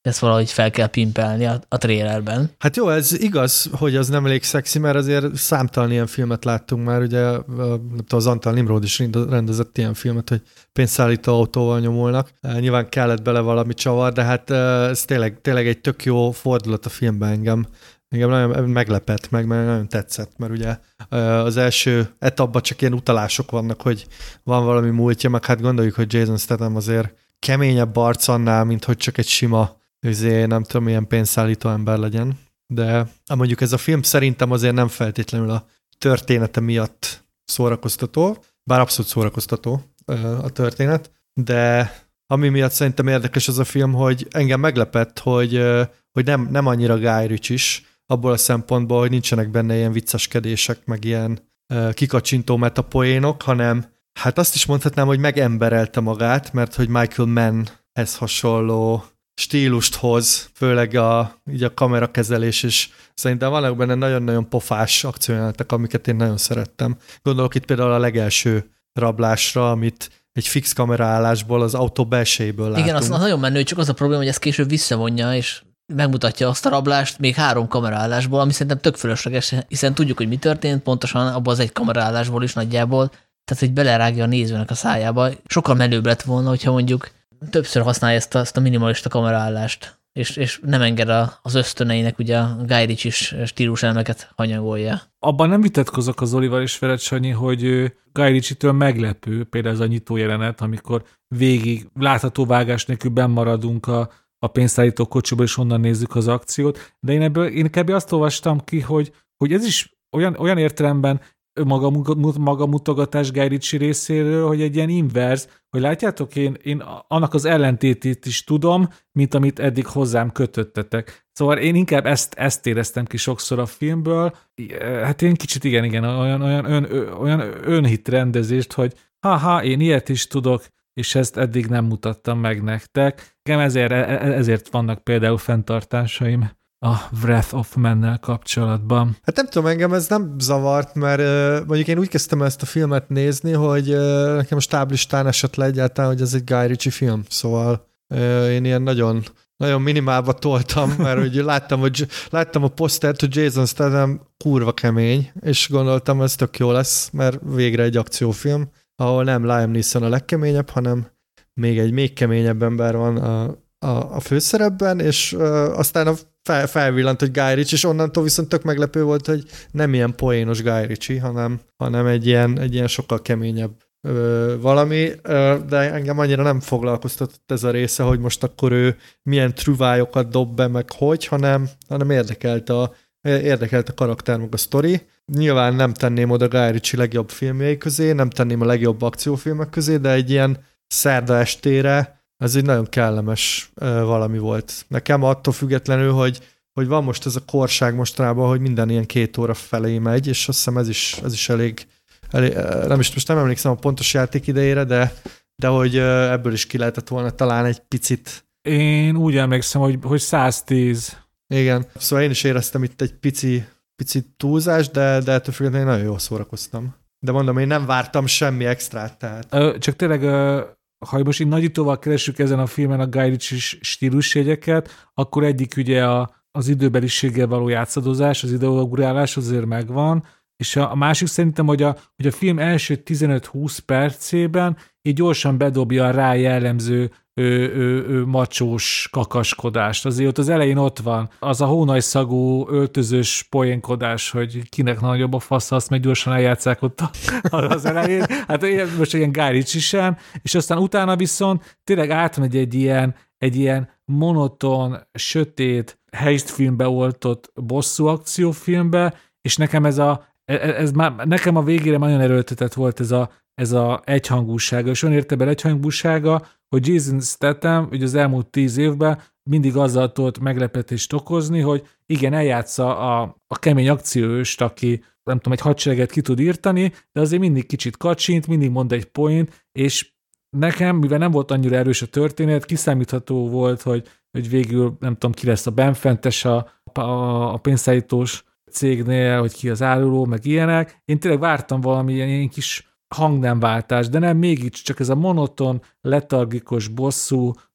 ezt valahogy fel kell pimpelni a, a trailerben. Hát jó, ez igaz, hogy az nem elég szexi, mert azért számtalan ilyen filmet láttunk már, ugye az Antal Nimrod is rendezett ilyen filmet, hogy pénzszállító autóval nyomulnak. Nyilván kellett bele valami csavar, de hát ez tényleg, tényleg egy tök jó fordulat a filmben engem. Engem nagyon meglepett meg, mert nagyon tetszett, mert ugye az első etapban csak ilyen utalások vannak, hogy van valami múltja, meg hát gondoljuk, hogy Jason Statham azért keményebb arc annál, mint hogy csak egy sima, azért nem tudom, milyen pénzszállító ember legyen. De mondjuk ez a film szerintem azért nem feltétlenül a története miatt szórakoztató, bár abszolút szórakoztató a történet, de ami miatt szerintem érdekes az a film, hogy engem meglepett, hogy, hogy nem, nem annyira Guy Ritchie-s, abból a szempontból, hogy nincsenek benne ilyen vicceskedések, meg ilyen uh, kikacsintó metapoénok, hanem hát azt is mondhatnám, hogy megemberelte magát, mert hogy Michael Mannhez hasonló stílust hoz, főleg a, így a kamerakezelés is. Szerintem vannak benne nagyon-nagyon pofás akciójelenetek, amiket én nagyon szerettem. Gondolok itt például a legelső rablásra, amit egy fix kameraállásból, az autó belsejéből látunk. Igen, az nagyon menő, csak az a probléma, hogy ezt később visszavonja, és megmutatja azt a rablást még három kameraállásból, ami szerintem tök fölösleges, hiszen tudjuk, hogy mi történt, pontosan abban az egy kameraállásból is nagyjából, tehát hogy belerágja a nézőnek a szájába. Sokkal menőbb lett volna, hogyha mondjuk többször használja ezt a, ezt a minimalista kameraállást, és, és nem enged a, az ösztöneinek ugye a Guy Ritchie-s stíluselmeket hanyagolja. Abban nem vitatkozok az Olival és Ferenc Sanyi, hogy Guy Ritchie-től meglepő, például ez a nyitó jelenet, amikor végig látható vágás nélkül benn maradunk a a pénzszállító kocsiból, és onnan nézzük az akciót, de én ebből én kb. Azt olvastam ki, hogy, hogy ez is olyan, olyan értelemben maga, maga mutogatás Guy Ritchie részéről, hogy egy ilyen inverz, hogy látjátok, én, én annak az ellentétét is tudom, mint amit eddig hozzám kötöttetek. Szóval én inkább ezt, ezt éreztem ki sokszor a filmből. Hát én kicsit igen, igen, olyan, olyan, ön, olyan önhitrendezést, hogy ha-ha, én ilyet is tudok, és ezt eddig nem mutattam meg nektek. Ezért, ezért vannak például fenntartásaim a Wrath of Man-nel kapcsolatban. Hát nem tudom, engem ez nem zavart, mert uh, mondjuk én úgy kezdtem ezt a filmet nézni, hogy uh, nekem a stáblistán esett le egyáltalán, hogy ez egy Guy Ritchie film, szóval uh, én ilyen nagyon, nagyon minimálba toltam, mert hogy láttam, hogy láttam a posztert, hogy Jason Statham kurva kemény, és gondoltam, ez tök jó lesz, mert végre egy akciófilm, ahol nem Liam Neeson a legkeményebb, hanem még egy még keményebb ember van a, a, a főszerepben, és uh, aztán a fel, felvillant, hogy Guy Ritchie, és onnantól viszont tök meglepő volt, hogy nem ilyen poénos Guy Ritchie, hanem, hanem egy, ilyen, egy ilyen sokkal keményebb uh, valami, uh, de engem annyira nem foglalkoztatott ez a része, hogy most akkor ő milyen trüvályokat dob be, meg hogy, hanem, hanem érdekelt a Érdekelt a karakter, meg a sztori. Nyilván nem tenném oda Guy Ritchie legjobb filmjei közé, nem tenném a legjobb akciófilmek közé, de egy ilyen szerda estére ez egy nagyon kellemes uh, valami volt. Nekem attól függetlenül, hogy, hogy van most ez a korság mostanában, hogy minden ilyen két óra felé megy, és azt hiszem ez is, ez is elég, elég nem is, most nem emlékszem a pontos játék idejére, de, de hogy uh, ebből is ki lehetett volna talán egy picit. Én úgy emlékszem, hogy, hogy száztíz. Igen, szóval én is éreztem itt egy pici, pici túlzás, de, de ettől függetlenül nagyon jól szórakoztam. De mondom, én nem vártam semmi extrát, tehát. Ö, csak tényleg, ö, ha most így nagyítóval keresünk ezen a filmen a Guy Ritchie stílusjegyeket, akkor egyik ugye a, az időbeliséggel való játszadozás, az ideológurálás azért megvan, és a, a másik szerintem, hogy a, hogy a film első tizenöt-húsz percében így gyorsan bedobja a rá jellemző Ő, ő, ő macsós kakaskodást. Azért ott az elején ott van az a hónajszagú öltözős poénkodás, hogy kinek nagyobb a fasz, azt meg gyorsan eljátszák ott az elején. Hát most ilyen Guy Ritchie sem, és aztán utána viszont tényleg átmegy egy ilyen, egy ilyen monoton, sötét, heistfilmbe oltott bosszú akciófilmbe, és nekem ez a ez már, nekem a végére nagyon erőltetett volt ez a, ez a egyhangúsága, és olyan értelemben egyhangúsága, hogy Jason Statham ugye az elmúlt tíz évben mindig azzal tudott meglepetést okozni, hogy igen, eljátsza a, a kemény akcióőst, aki nem tudom, egy hadsereget ki tud írtani, de azért mindig kicsit kacsint, mindig mond egy point, és nekem, mivel nem volt annyira erős a történet, kiszámítható volt, hogy, hogy végül nem tudom, ki lesz a benfentes a, a, a pénzszállítós cégnél, hogy ki az áruló, meg ilyenek. Én tényleg vártam valami ilyen kis hangnemváltás, de nem mégis csak ez a monoton, letargikus, bosszú,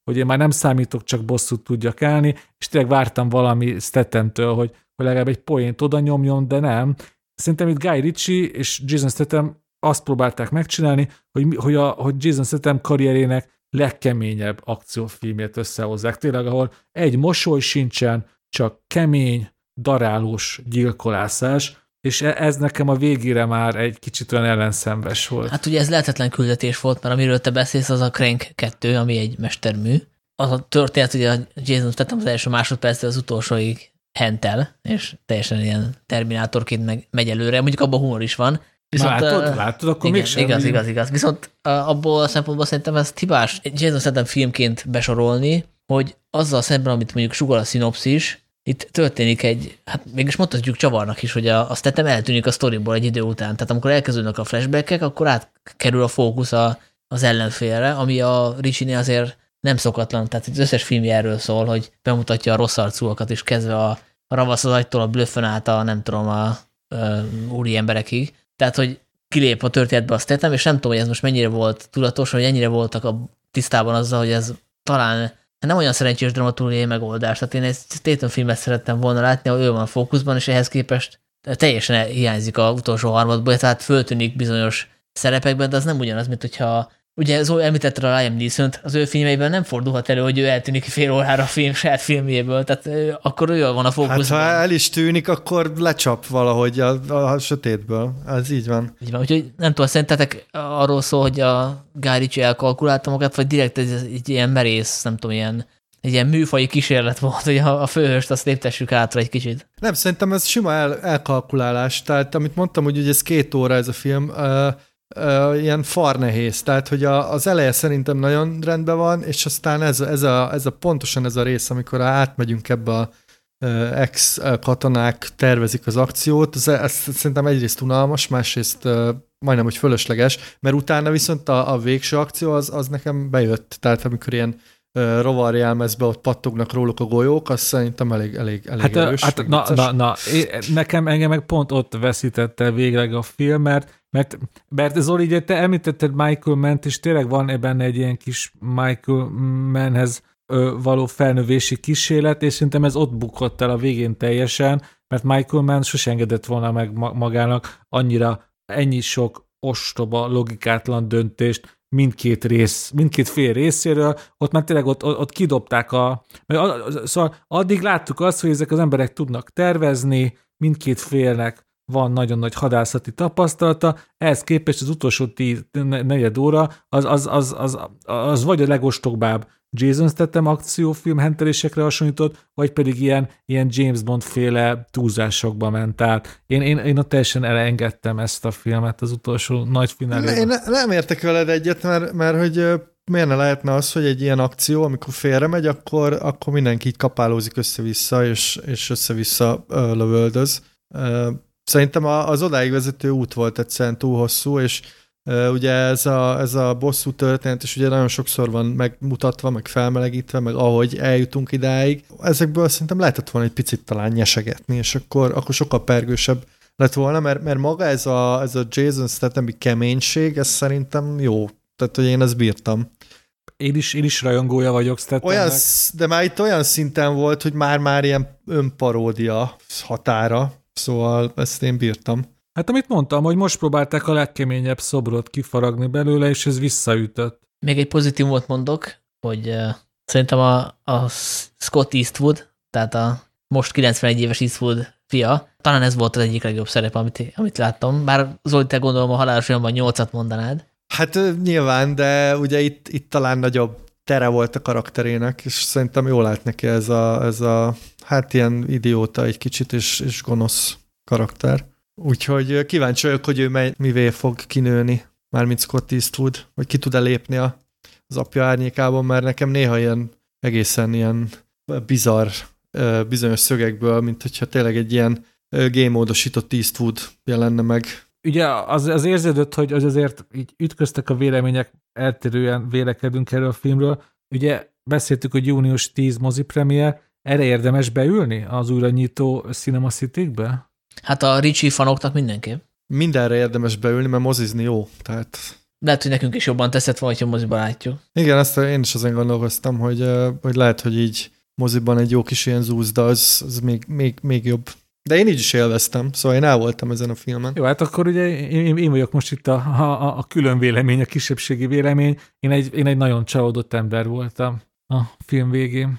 hogy én már nem számítok, csak bosszút tudjak állni, és tényleg vártam valami Stathamtől, hogy, hogy legalább egy poént oda nyomjon, de nem. Szerintem itt Guy Ritchie és Jason Statham azt próbálták megcsinálni, hogy, hogy, a, hogy Jason Statham karrierének legkeményebb akciófilmét összehozzák. Tényleg, ahol egy mosoly sincsen, csak kemény, darálós gyilkolászás, és ez nekem a végére már egy kicsit olyan ellenszenves volt. Hát ugye ez lehetetlen küldetés volt, mert amiről te beszélsz, az a Crank kettő, ami egy mestermű. Az a történet, ugye a Jason Statham az első másodperctől az utolsóig hentel, és teljesen ilyen terminátorként meg, megy előre. Mondjuk abban humor is van. Viszont, látod, uh, látod, akkor igen, mégsem. Igaz, igaz, igaz. Viszont uh, abból a szempontból szerintem ez hibás Jason Statham filmként besorolni, hogy azzal szemben, amit mondjuk sugal a szinopszis, itt történik egy, hát mégis mondhatjuk csavarnak is, hogy a, a Statham eltűnik a sztoriból egy idő után. Tehát amikor elkezdődnek a flashbackek, akkor átkerül a fókusz a, az ellenfélre, ami a Ritchie-nél azért nem szokatlan. Tehát az összes filmje erről szól, hogy bemutatja a rossz arcúakat, és kezdve a, a ravasz az agytól a blöffön át a, nem tudom, a, a úri emberekig. Tehát, hogy kilép a történetbe a Statham, és nem tudom, hogy ez most mennyire volt tudatos, hogy ennyire voltak a tisztában azzal, hogy ez talán nem olyan szerencsés dramaturgiai megoldás. Tehát én egy Statham filmet szerettem volna látni, ahol ő van a fókuszban, és ehhez képest teljesen hiányzik az utolsó harmadból, tehát föltűnik bizonyos szerepekben, de az nem ugyanaz, mint hogyha ugye Zoe említette a Liam Neeson-t, az ő filmeiben nem fordulhat elő, hogy ő eltűnik fél órára a film, saját filmjéből, tehát ő, akkor ő van a fókuszban. Hát ha el is tűnik, akkor lecsap valahogy a, a, a sötétből. Ez így van. Így van, úgyhogy nem tudom, szerintetek arról szól, hogy a Guy Ritchie elkalkulálta magát, vagy direkt egy, egy ilyen merész, nem tudom, ilyen, egy ilyen műfaji kísérlet volt, hogy a, a főhőst azt léptessük átra egy kicsit. Nem, szerintem ez sima el, elkalkulálás. Tehát amit mondtam, hogy ugye ez két óra ez a film, uh, Uh, ilyen far nehéz, tehát hogy a, az eleje szerintem nagyon rendben van, és aztán ez, ez, a, ez a pontosan ez a rész, amikor átmegyünk ebbe a uh, ex-katonák tervezik az akciót, ez, ez szerintem egyrészt unalmas, másrészt uh, majdnem, hogy fölösleges, mert utána viszont a, a végső akció az, az nekem bejött, tehát amikor ilyen uh, rovarjelmezbe ott pattognak róluk a golyók, az szerintem elég, elég, elég hát, erős. Hát, na, na, na, nekem engem meg pont ott veszítette végleg a film, mert Mert, mert Zoli, ugye te említetted Michael Mann-t, és tényleg van benne egy ilyen kis Michael Mannhez ö, való felnövési kísérlet, és szerintem ez ott bukott el a végén teljesen, mert Michael Mann sose engedett volna meg magának annyira ennyi sok ostoba, logikátlan döntést mindkét rész, mindkét fél részéről, ott már tényleg ott, ott kidobták a... Szóval addig láttuk azt, hogy ezek az emberek tudnak tervezni, mindkét félnek van nagyon nagy hadászati tapasztalata, ehhez képest az utolsó tíz, negyed óra az, az, az, az, az vagy a legostobább Jason Statham akciófilm hentelésekre hasonlított, vagy pedig ilyen, ilyen James Bond féle túlzásokba ment át. Én, én, én ott teljesen elengedtem ezt a filmet az utolsó nagy finálében. Én ne, nem értek veled egyet, mert, mert hogy miért ne lehetne az, hogy egy ilyen akció, amikor félre megy, akkor, akkor mindenki így kapálózik össze-vissza, és, és össze-vissza lövöldöz. Szerintem az odáig vezető út volt egyszerűen túl hosszú, és uh, ugye ez a, ez a bosszú történet, és ugye nagyon sokszor van megmutatva, meg felmelegítve, meg ahogy eljutunk idáig. Ezekből szerintem lehetett volna egy picit talán nyesegetni, és akkor, akkor sokkal pergősebb lett volna, mert, mert maga ez a, ez a Jason Statham-i keménység, ez szerintem jó. Tehát, hogy én ezt bírtam. Én is, én is rajongója vagyok Stathamnek. Olyan, de már itt olyan szinten volt, hogy már-már ilyen önparódia határa. Szóval ezt én bírtam. Hát amit mondtam, hogy most próbálták a legkeményebb szobrot kifaragni belőle, és ez visszaütött. Még egy pozitívumot mondok, hogy uh, szerintem a, a Scott Eastwood, tehát a most kilencvenegy éves Eastwood fia, talán ez volt az egyik legjobb szerep, amit, amit láttam. Bár Zoli, te gondolom a halálos filmben nyolcat mondanád. Hát nyilván, de ugye itt, itt talán nagyobb tere volt a karakterének, és szerintem jól állt neki ez a, ez a hát ilyen idióta egy kicsit, és, és gonosz karakter. Úgyhogy kíváncsi vagyok, hogy ő mely, mivé fog kinőni, mármint Scott Eastwood, hogy ki tud-e lépni az apja árnyékában, mert nekem néha ilyen egészen ilyen bizarr bizonyos szögekből, mint hogyha tényleg egy ilyen game-módosított Eastwood jelenne meg. Ugye az, az érződött, hogy az azért így ütköztek a vélemények, eltérően vélekedünk erről a filmről. Ugye beszéltük, hogy június tíz mozipremiér, erre érdemes beülni az újra nyitó Cinema City-kbe? Hát a Ritchie fanoknak mindenképp. Mindenre érdemes beülni, mert mozizni jó. Tehát lehet, hogy nekünk is jobban teszett volna, hogyha moziban látjuk. Igen, ezt én is azon gondolkoztam, hogy, hogy lehet, hogy így moziban egy jó kis ilyen zúzda, az, az még, még, még jobb. De én így is élveztem, szóval én el voltam ezen a filmen. Jó, hát akkor ugye én, én vagyok most itt a, a, a külön vélemény, a kisebbségi vélemény. Én egy, én egy nagyon csalódott ember voltam a film végén.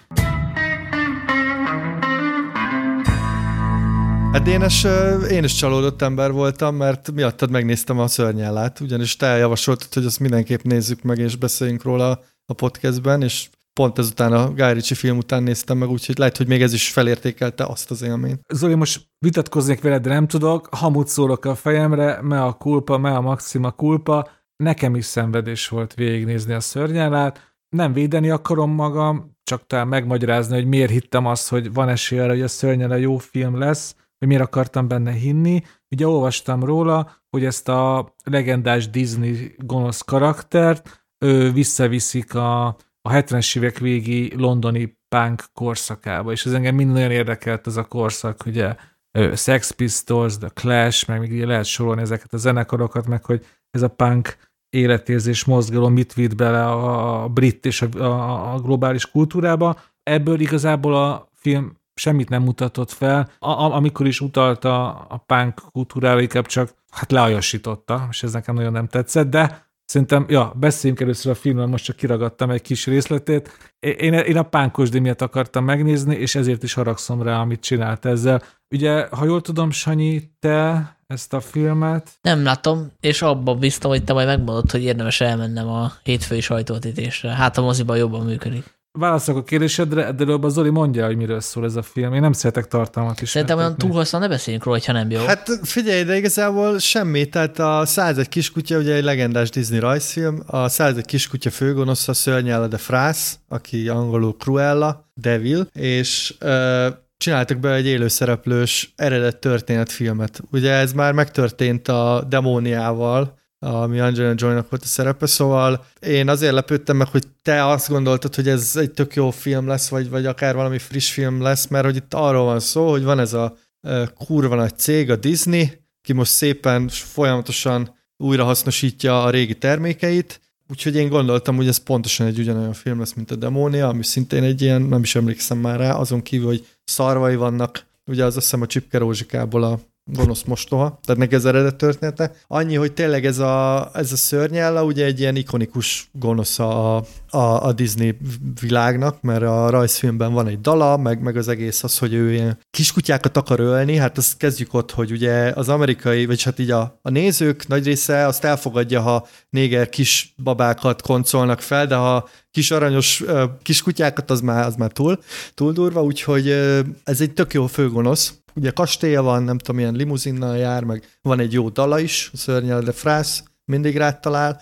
Hát én is, én is csalódott ember voltam, mert miattad megnéztem a Szörnyellát, ugyanis te javasoltad, hogy azt mindenképp nézzük meg, és beszéljünk róla a podcastben, és pont ezután a Guy Ritchie film után néztem meg, úgyhogy lehet, hogy még ez is felértékelte azt az élményt. Zoli, most vitatkoznék veled, de nem tudok, hamut szólok a fejemre, me a culpa, me a maxima culpa, nekem is szenvedés volt végignézni a Szörnyellát, nem védeni akarom magam, csak talán megmagyarázni, hogy miért hittem azt, hogy van esély arra, hogy a Szörnyella jó film lesz, hogy miért akartam benne hinni. Ugye olvastam róla, hogy ezt a legendás Disney gonosz karaktert ő visszaviszik a, a hetvenes évek végi londoni punk korszakába, és ez engem mind nagyon érdekelt ez a korszak, ugye Sex Pistols, The Clash, meg még lehet sorolni ezeket a zenekarokat, meg hogy ez a punk életérzés mozgalom mit vitt bele a, a brit és a, a, a globális kultúrába. Ebből igazából a film semmit nem mutatott fel, a, amikor is utalta a punk kultúrára, inkább csak hát leajasította, és ez nekem nagyon nem tetszett, de szerintem, ja, beszéljünk először a filmről, most csak kiragadtam egy kis részletét. Én, én a pánkosdi miatt akartam megnézni, és ezért is haragszom rá, amit csinált ezzel. Ugye, ha jól tudom, Sanyi, te ezt a filmet... Nem látom, és abban biztos, hogy te majd megmondod, hogy érdemes elmennem a hétfői sajtóvetítésre. Hát a moziban jobban működik. Válaszolok a kérdésedre, de előbb a Zoli mondja, hogy miről szól ez a film. Én nem szeretek tartalmat is. Szerintem olyan túl hosszan ne beszéljünk róla, ha nem jó. Hát figyelj, de igazából semmi. Tehát a százegy kiskutya, ugye egy legendás Disney rajzfilm, a százegy kiskutya főgonosza Szörnyella de Frasz, aki angolul Cruella, Devil, és uh, csináltak be egy élőszereplős eredet történetfilmet. Ugye ez már megtörtént a Demóniával, ami Angelina Jolie-nak volt a szerepe, szóval én azért lepődtem meg, hogy te azt gondoltad, hogy ez egy tök jó film lesz, vagy, vagy akár valami friss film lesz, mert hogy itt arról van szó, hogy van ez a uh, kurva nagy cég, a Disney, ki most szépen folyamatosan újrahasznosítja a régi termékeit, úgyhogy én gondoltam, hogy ez pontosan egy ugyanolyan film lesz, mint a Demónia, ami szintén egy ilyen, nem is emlékszem már rá, azon kívül, hogy szarvai vannak, ugye az azt hiszem a Csipke Rózsikából a gonosz mostoha, tehát neki ez eredet története. Annyi, hogy tényleg ez a, ez a Szörnyella ugye egy ilyen ikonikus gonosz a, a, a Disney világnak, mert a rajzfilmben van egy dala, meg, meg az egész az, hogy ő ilyen kiskutyákat akar ölni, hát azt kezdjük ott, hogy ugye az amerikai, vagy hát így a, a nézők nagy része azt elfogadja, ha néger kis babákat koncolnak fel, de ha kis aranyos uh, kiskutyákat, az már, az már túl, túl durva, úgyhogy uh, ez egy tök jó főgonosz. Ugye kastélya van, nem tudom, milyen limuzinnal jár, meg van egy jó dala is, a Szörnyella de Frasz, mindig rád talál,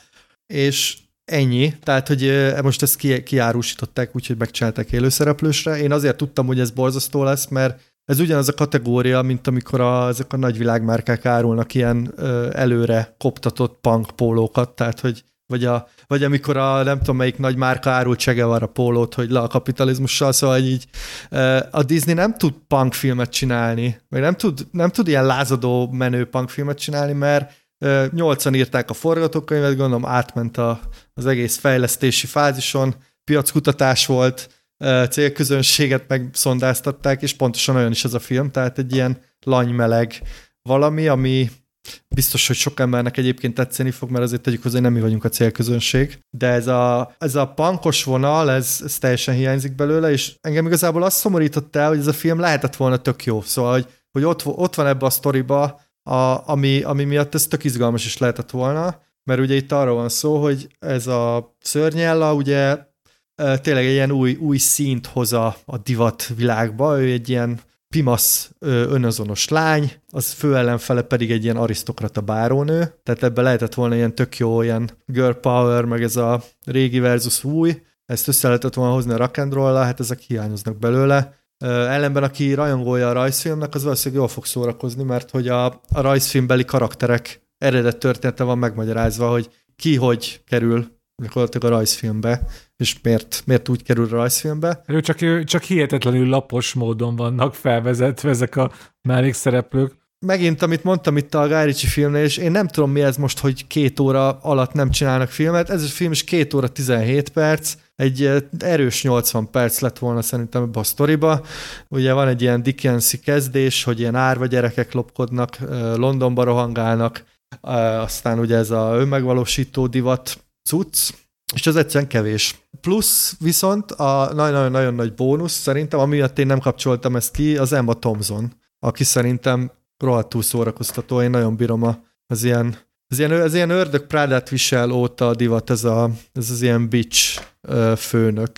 és ennyi. Tehát, hogy most ezt ki, kiárusították, úgyhogy megcsinálták élőszereplősre. Én azért tudtam, hogy ez borzasztó lesz, mert ez ugyanaz a kategória, mint amikor a, ezek a nagy világmárkák árulnak ilyen ö, előre koptatott punk pólókat, tehát, hogy vagy, a, vagy amikor a nem tudom melyik nagy márka árul Che Guevara pólót, hogy le a kapitalizmussal, szóval így a Disney nem tud punkfilmet csinálni, vagy nem tud, nem tud ilyen lázadó menő punkfilmet csinálni, mert nyolcan írták a forgatókönyvet, gondolom átment a, az egész fejlesztési fázison, piackutatás volt, célközönséget megszondáztatták, és pontosan olyan is ez a film, tehát egy ilyen lanymeleg valami, ami biztos, hogy sok embernek egyébként tetszeni fog, mert azért tegyük hozzá, hogy nem mi vagyunk a célközönség. De ez a, ez a punkos vonal, ez, ez teljesen hiányzik belőle, és engem igazából azt szomorított el, hogy ez a film lehetett volna tök jó. Szóval, hogy, hogy ott, ott van ebbe a sztoriba, a, ami, ami miatt ez tök izgalmas is lehetett volna, mert ugye itt arról van szó, hogy ez a Szörnyella ugye tényleg egy ilyen új, új színt hoz a, a divat világba, ő egy ilyen pimasz önazonos lány, az fő ellenfele pedig egy ilyen arisztokrata bárónő, tehát ebben lehetett volna ilyen tök jó, ilyen girl power, meg ez a régi versus új, ezt össze lehetett volna hozni a rock and roll-ra, hát ezek hiányoznak belőle. Ellenben aki rajongója a rajzfilmnek, az valószínűleg jól fog szórakozni, mert hogy a, a rajzfilmbeli karakterek eredet története van megmagyarázva, hogy ki hogy kerül gyakorlatilag a rajzfilmbe, és miért, miért úgy kerül a rajzfilmbe. Csak, csak hihetetlenül lapos módon vannak felvezetve ezek a mellékszereplők. megint, amit mondtam itt a Guy Ritchie filmnél, és én nem tudom, mi ez most, hogy két óra alatt nem csinálnak filmet. Ez a film is két óra tizenhét perc, egy erős nyolcvan perc lett volna szerintem ebbe a sztoriba. Ugye van egy ilyen Dickensi kezdés, hogy ilyen árva gyerekek lopkodnak, Londonba rohangálnak, aztán ugye ez a önmegvalósító divat cucc, és az egyszerűen kevés. Plusz viszont a nagyon-nagyon nagy bónusz szerintem, amiatt én nem kapcsoltam ezt ki, az Emma Thompson, aki szerintem rohadtul szórakoztató, én nagyon bírom a, az ilyen, az ilyen, az ilyen ördög Prádát visel óta divat, ez, a, ez az ilyen bitch főnök,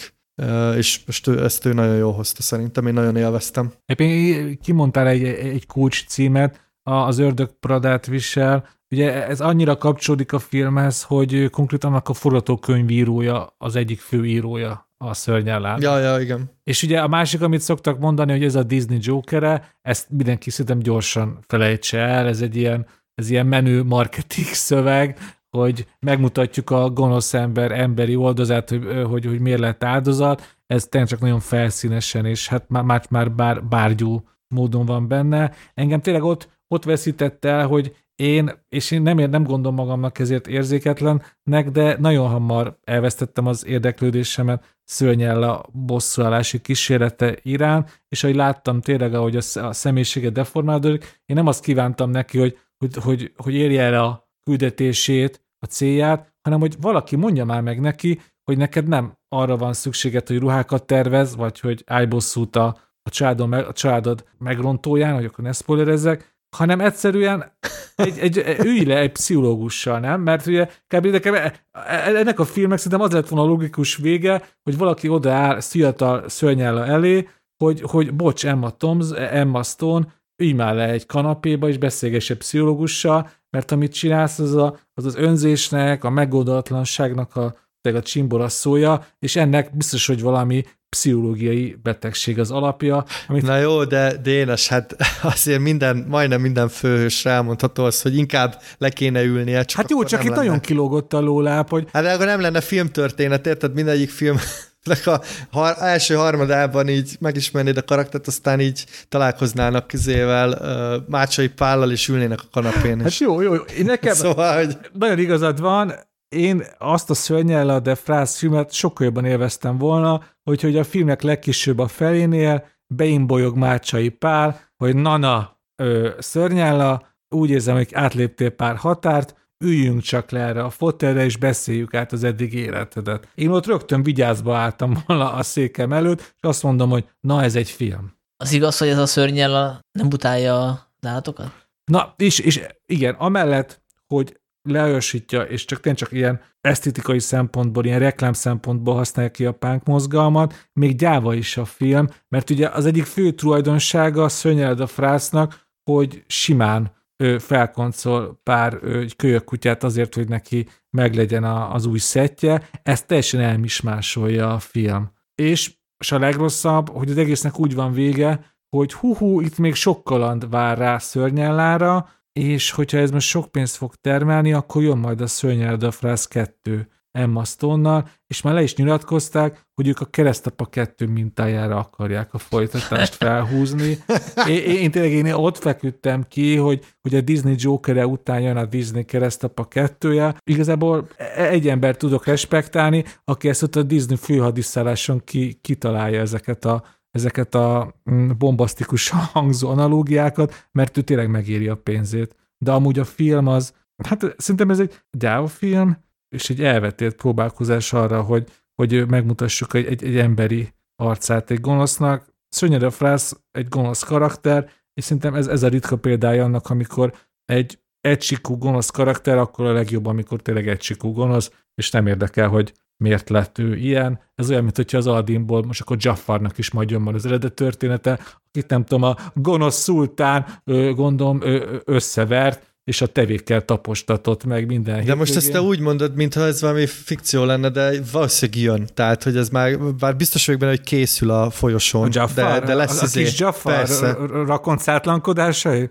és most ő, ezt ő nagyon jól hozta szerintem, én nagyon élveztem. Éppen kimondtál egy, egy kulcs címet, az ördög Prádát visel. Ugye ez annyira kapcsolódik a filmhez, hogy konkrétan annak a forgatókönyvírója az egyik főírója a Szörnyellár. Ja, ja, igen. És ugye a másik, amit szoktak mondani, hogy ez a Disney Jokere, ezt mindenki szerintem gyorsan felejtse el, ez egy ilyen, ez ilyen menő marketing szöveg, hogy megmutatjuk a gonosz ember emberi oldozát, hogy, hogy, hogy miért lett áldozat, ez tényleg csak nagyon felszínesen, és hát már, már bár, bárgyú módon van benne. Engem tényleg ott, ott veszített el, hogy én, és én nem, nem gondolom magamnak ezért érzéketlennek, de nagyon hamar elvesztettem az érdeklődésemet Szörnyella bosszúállási kísérlete irán, és ahogy láttam tényleg, ahogy a személyisége deformálódik, én nem azt kívántam neki, hogy, hogy, hogy, hogy érje el a küldetését, a célját, hanem hogy valaki mondja már meg neki, hogy neked nem arra van szükséged, hogy ruhákat tervez, vagy hogy állj bosszút a, a, családon, a családod megrontóján, hogy akkor ne spoilerezzek, hanem egyszerűen egy, egy, ülj le egy pszichológussal, nem? Mert ugye kb. Nekem ennek a filmnek szerintem az lett volna a logikus vége, hogy valaki odaáll fiatal Szörnyella elé, hogy, hogy bocs, Emma Thoms, Emma Stone, ülj már le egy kanapéba, és beszélgess egy pszichológussal, mert amit csinálsz, az a, az, az önzésnek, a megoldatlanságnak a, a csimbora szója, és ennek biztos, hogy valami pszichológiai betegség az alapja. Amit... Na jó, de Dénes, hát azért minden, majdnem minden főhősre elmondható az, hogy inkább le kéne ülnie. Csak hát jó, csak itt lenne. Nagyon kilógott a lóláb, hogy... Hát akkor nem lenne filmtörténet, érted? Mindegyik film a har- első harmadában így megismernéd a karaktert, aztán így találkoznának közével uh, Mácsai Pállal, és ülnének a kanapén. Hát jó, jó, jó. Nekem szóval, hogy... nagyon igazad van, én azt a Szörnyella de Frasz filmet sokkal jobban élveztem volna, hogy a filmnek legkisőbb a felénél beimbolyog Mácsai Pál, hogy nana Szörnyella, úgy érzem, hogy átléptél pár határt, üljünk csak le erre a fotelre, és beszéljük át az eddig életedet. Én ott rögtön vigyázba álltam volna a székem előtt, és azt mondom, hogy na, ez egy film. Az igaz, hogy ez a Szörnyella nem utálja a állatokat? Na, és, és igen, amellett, hogy leösítja, és csak tényleg csak ilyen esztétikai szempontból, ilyen reklám szempontból használja ki a punk mozgalmat, még gyáva is a film, mert ugye az egyik fő tulajdonsága a Szörnyella de Frasznak, hogy simán ő felkoncol pár kölyökkutyát azért, hogy neki meglegyen a, az új szettje, ezt teljesen elmismásolja a film. És, és a legrosszabb, hogy az egésznek úgy van vége, hogy hú-hú, itt még sok kaland vár rá Szörnyellára, és hogyha ez most sok pénzt fog termelni, akkor jön majd a Szörnyella de Frasz kettő Emma Stone-nal, és már le is nyilatkozták, hogy ők a Keresztapa kettő mintájára akarják a folytatást felhúzni. Én, én tényleg én ott feküdtem ki, hogy, hogy a Disney Jokere után jön a Disney Keresztapa kettője. Igazából egy ember tudok respektálni, aki ezt ott a Disney főhadiszálláson ki, kitalálja ezeket a ezeket a bombasztikus hangzó analógiákat, mert ő tényleg megéri a pénzét. De amúgy a film az, hát szerintem ez egy gyáva film, és egy elvetélt próbálkozás arra, hogy, hogy megmutassuk egy, egy, egy emberi arcát egy gonosznak. Szörnyella de Frasz egy gonosz karakter, és szerintem ez, ez a ritka példája annak, amikor egy egysikú gonosz karakter, akkor a legjobb, amikor tényleg egysikú gonosz, és nem érdekel, hogy miért lett ő ilyen. Ez olyan, mint hogyha az Aladdinból most akkor Jaffarnak is majd jön majd az eredet története, akit nem tudom, a gonosz szultán, gondolom, összevert, és a tevékkel tapostatott meg minden. De hétvégén. Most ezt te úgy mondod, mintha ez valami fikció lenne, de valószínűleg jön. Tehát, hogy ez már, bár biztos vagyok benne, hogy készül a folyosón. A Jaffar, de, de lesz a, a izé, kis Jaffar rakoncátlankodásai?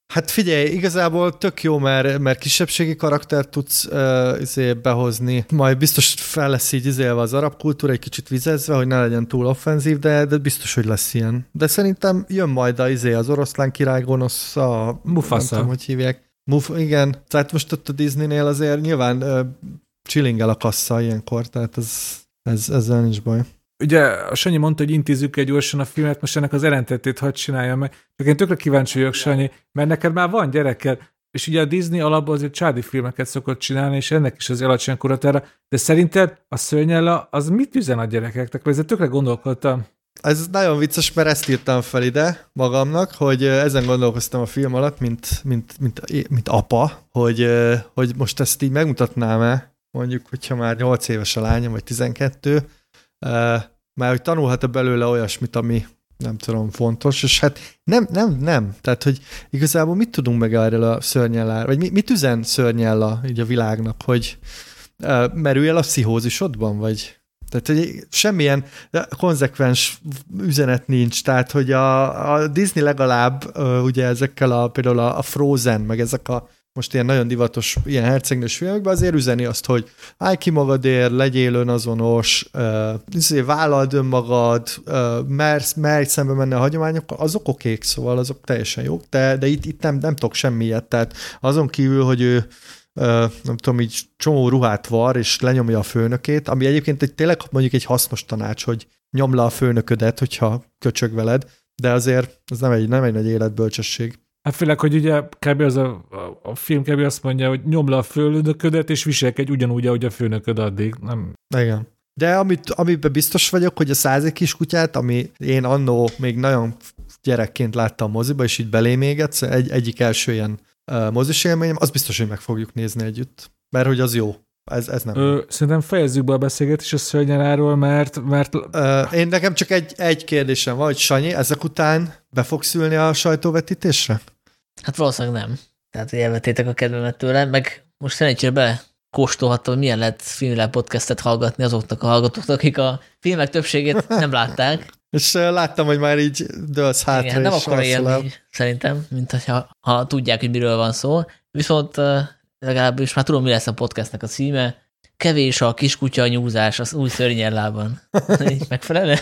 Hát figyelj, igazából tök jó, mert, mert kisebbségi karaktert tudsz uh, izé, behozni. Majd biztos fel lesz így izélve az arab kultúra, egy kicsit vizezve, hogy ne legyen túl offenzív, de, de biztos, hogy lesz ilyen. De szerintem jön majd a, izé, az oroszlán király gonosz, a... Mufasa. Nem tudom, hogy hívják. Muf, igen, tehát most ott a Disneynél azért nyilván uh, chillingel a kassa ilyenkor, tehát ez, ez, ezzel nincs baj. Ugye a Sanyi mondta, hogy intézzük egy gyorsan a filmet, most ennek az ellentetét hadd csináljam meg. Csak én tökre kíváncsi vagyok, Sanyi, mert neked már van gyereked, és ugye a Disney alapból azért családi filmeket szokott csinálni, és ennek is az alacsony koratára, de szerinted a Szörnyella az mit üzen a gyerekeknek? Vagy ezzel tökre gondolkodtam. Ez nagyon vicces, mert ezt írtam fel ide magamnak, hogy ezen gondolkoztam a film alatt, mint, mint, mint, mint apa, hogy, hogy most ezt így megmutatnám-e, mondjuk, hogyha már nyolc éves a lányom, vagy tizenkettő, uh, mert hogy tanulhat-e belőle olyasmit, ami nem tudom, fontos, és hát nem, nem, nem. Tehát, hogy igazából mit tudunk meg erről a Szörnyelláról, vagy mit, mit üzen Szörnyella így a világnak, hogy uh, merülj el a pszichózisodban, vagy... Tehát, hogy semmilyen konzekvens üzenet nincs, tehát, hogy a, a Disney legalább uh, ugye ezekkel a, például a, a Frozen, meg ezek a most ilyen nagyon divatos ilyen hercegnős filmekben azért üzeni azt, hogy állj ki magadért, legyél önazonos, uh, vállald önmagad, uh, mersz, merj szembe menni a hagyományokkal, azok okék, szóval azok teljesen jók, de, de itt, itt nem, nem tudok semmilyet, tehát azon kívül, hogy ő Uh, nem tudom, így csomó ruhát var, és lenyomja a főnökét, ami egyébként egy, tényleg mondjuk egy hasznos tanács, hogy nyomd le a főnöködet, hogyha köcsög veled, de azért ez nem egy, nem egy nagy életbölcsesség. Hát főleg, hogy ugye kb. Az a, a film kb. Azt mondja, hogy nyomd le a főnöködet, és viselkedj ugyanúgy, ahogy a főnököd addig. Nem. Igen. De amit, amiben biztos vagyok, hogy a Százi kiskutyát, ami én annó még nagyon gyerekként láttam moziba, és így belém égetsz, egy, egyik első ilyen Uh, mozis élményem, az biztos, hogy meg fogjuk nézni együtt. Mert hogy az jó. Ez, ez nem. Ö, szerintem fejezzük be a beszélgetést a Szörnyelláról, mert... mert... Uh, én nekem csak egy, egy kérdésem van, hogy Sanyi, ezek után be fogsz ülni a sajtóvetítésre? Hát valószínűleg nem. Tehát, hogy elvettétek a kedvemet tőle, meg most szerencsére bele kóstolhattam, hogy milyen lehet filmvilág podcastet hallgatni azoknak a hallgatóknak, akik a filmek többségét nem látták. És uh, láttam, hogy már így dőlsz hátra. Igen, nem akar élni, szerintem, mint hogyha, ha tudják, hogy miről van szó. Viszont uh, legalábbis már tudom, mi lesz a podcastnek a címe. Kevés a kiskutya nyúzás az új Szörnyellában. Megfelelő?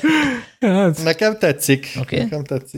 Nekem tetszik. Okay. Nekem tetszik.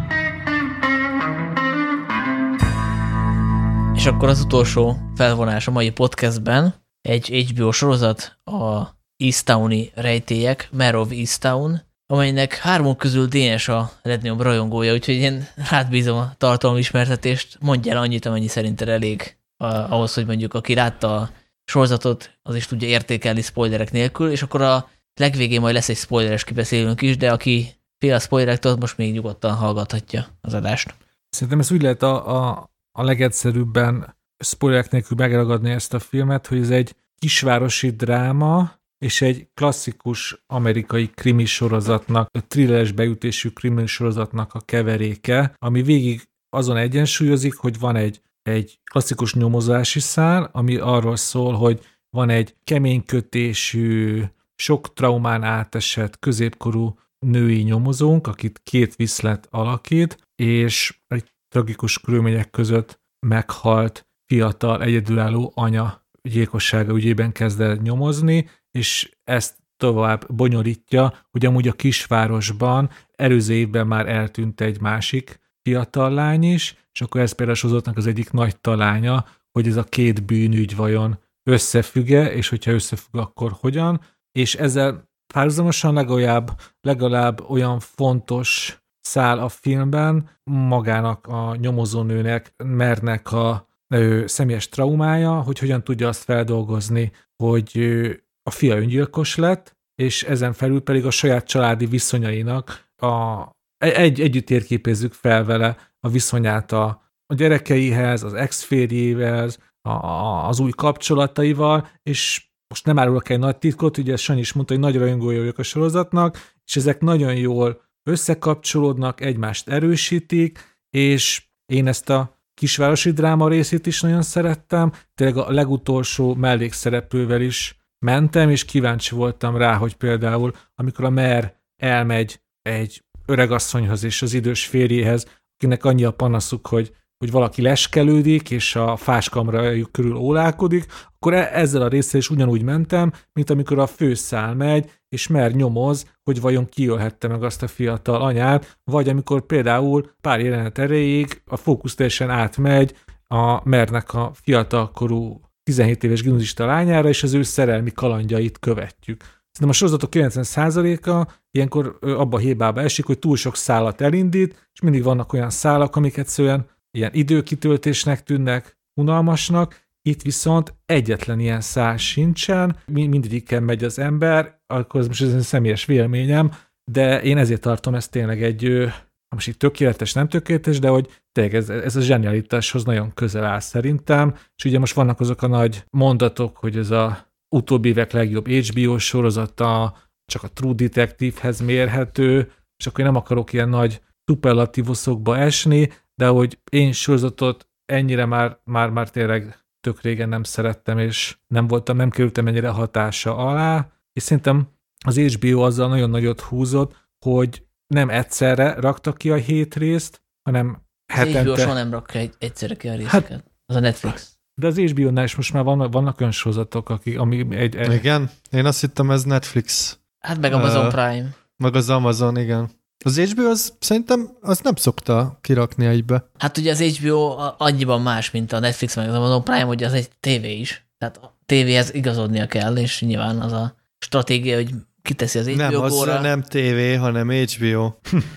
És akkor az utolsó felvonás a mai podcastben egy há bé o sorozat, a Easttown-i rejtélyek, Mare of Easttown, amelynek hármunk közül Dénes a legnagyobb rajongója, úgyhogy én rátbízom a tartalmismertetést. Mondj el annyit, amennyi szerinted elég ahhoz, hogy mondjuk aki látta a sorozatot, az is tudja értékelni spoilerek nélkül, és akkor a legvégén majd lesz egy spoileres kibeszélünk is, de aki fél a spoilerektől, most még nyugodtan hallgathatja az adást. Szerintem ez úgy lehet a, a, a legegyszerűbben spoilerek nélkül megragadni ezt a filmet, hogy ez egy kisvárosi dráma, és egy klasszikus amerikai krimi sorozatnak, a thrilleres beütésű krimi sorozatnak a keveréke, ami végig azon egyensúlyozik, hogy van egy, egy klasszikus nyomozási szál, ami arról szól, hogy van egy keménykötésű, sok traumán átesett középkorú női nyomozónk, akit Kate Winslet alakít, és egy tragikus körülmények között meghalt fiatal, egyedülálló anya gyilkossága ügyében kezd el nyomozni, és ezt tovább bonyolítja, hogy amúgy a kisvárosban előző évben már eltűnt egy másik fiatal lány is, és akkor ez például sorozatnak az egyik nagy talánya, hogy ez a két bűnügy vajon összefügg-e, és hogyha összefügg, akkor hogyan, és ezzel párhuzamosan legalább, legalább olyan fontos szál a filmben magának a nyomozónőnek, Mernek a ő, személyes traumája, hogy hogyan tudja azt feldolgozni, hogy ő, a fia öngyilkos lett, és ezen felül pedig a saját családi viszonyainak a, egy, együtt térképezzük fel vele a viszonyát a, a gyerekeihez, az ex-férjével, a, a, az új kapcsolataival, és most nem árulok egy nagy titkot, ugye Sanyi is mondta, hogy nagy rajongója vagyok a sorozatnak, és ezek nagyon jól összekapcsolódnak, egymást erősítik, és én ezt a kisvárosi dráma részét is nagyon szerettem, tényleg a legutolsó mellékszereplővel is mentem, és kíváncsi voltam rá, hogy például, amikor a Mer elmegy egy öregasszonyhoz és az idős férjéhez, akinek annyi a panaszuk, hogy hogy valaki leskelődik, és a fáskamra körül ólálkodik, akkor ezzel a résszel is ugyanúgy mentem, mint amikor a főszál megy, és mer nyomoz, hogy vajon ki ölhette meg azt a fiatal anyát, vagy amikor például pár jelenet erejéig a fókusz teljesen átmegy a mernek a fiatalkorú tizenhét éves gimnazista lányára, és az ő szerelmi kalandjait követjük. Szerintem a sorozatok kilencven százaléka ilyenkor abba a hibába esik, hogy túl sok szálat elindít, és mindig vannak olyan szálak, amik egyszerűen ilyen időkitöltésnek tűnnek, unalmasnak, itt viszont egyetlen ilyen szál sincsen, mindegyikkel megy az ember, akkor ez most ez egy személyes véleményem, de én ezért tartom ezt tényleg egy, most így tökéletes, nem tökéletes, de hogy tényleg ez, ez a zsenialitáshoz nagyon közel áll szerintem, és ugye most vannak azok a nagy mondatok, hogy ez a utóbbi évek legjobb há bé ó sorozata, csak a True Detective-hez mérhető, és akkor én nem akarok ilyen nagy superlatívuszokba esni, de hogy én sorozatot ennyire már, már, már tényleg tök régen nem szerettem, és nem voltam, nem kerültem ennyire hatása alá, és szerintem az há bé ó azzal nagyon nagyot húzott, hogy nem egyszerre rakta ki a hét részt, hanem hetente... Az há bé ó soha nem rakja egy, egyszerre ki a részeket. Hát, az a Netflix. De az há bé ó-nál is most már vannak, vannak olyan sorozatok, akik, ami egy, egy... Igen? Én azt hittem, ez Netflix. Hát meg Amazon uh, Prime. Meg az Amazon, igen. Az há bé ó az szerintem az nem szokta kirakni egybe. Hát ugye az há bé ó annyiban más, mint a Netflix, meg az Amazon Prime, hogy az egy tévé is. Tehát a tévéhez igazodnia kell, és nyilván az a stratégia, hogy kiteszi az há bé ó Nem, góra. az nem tévé, hanem há bé ó.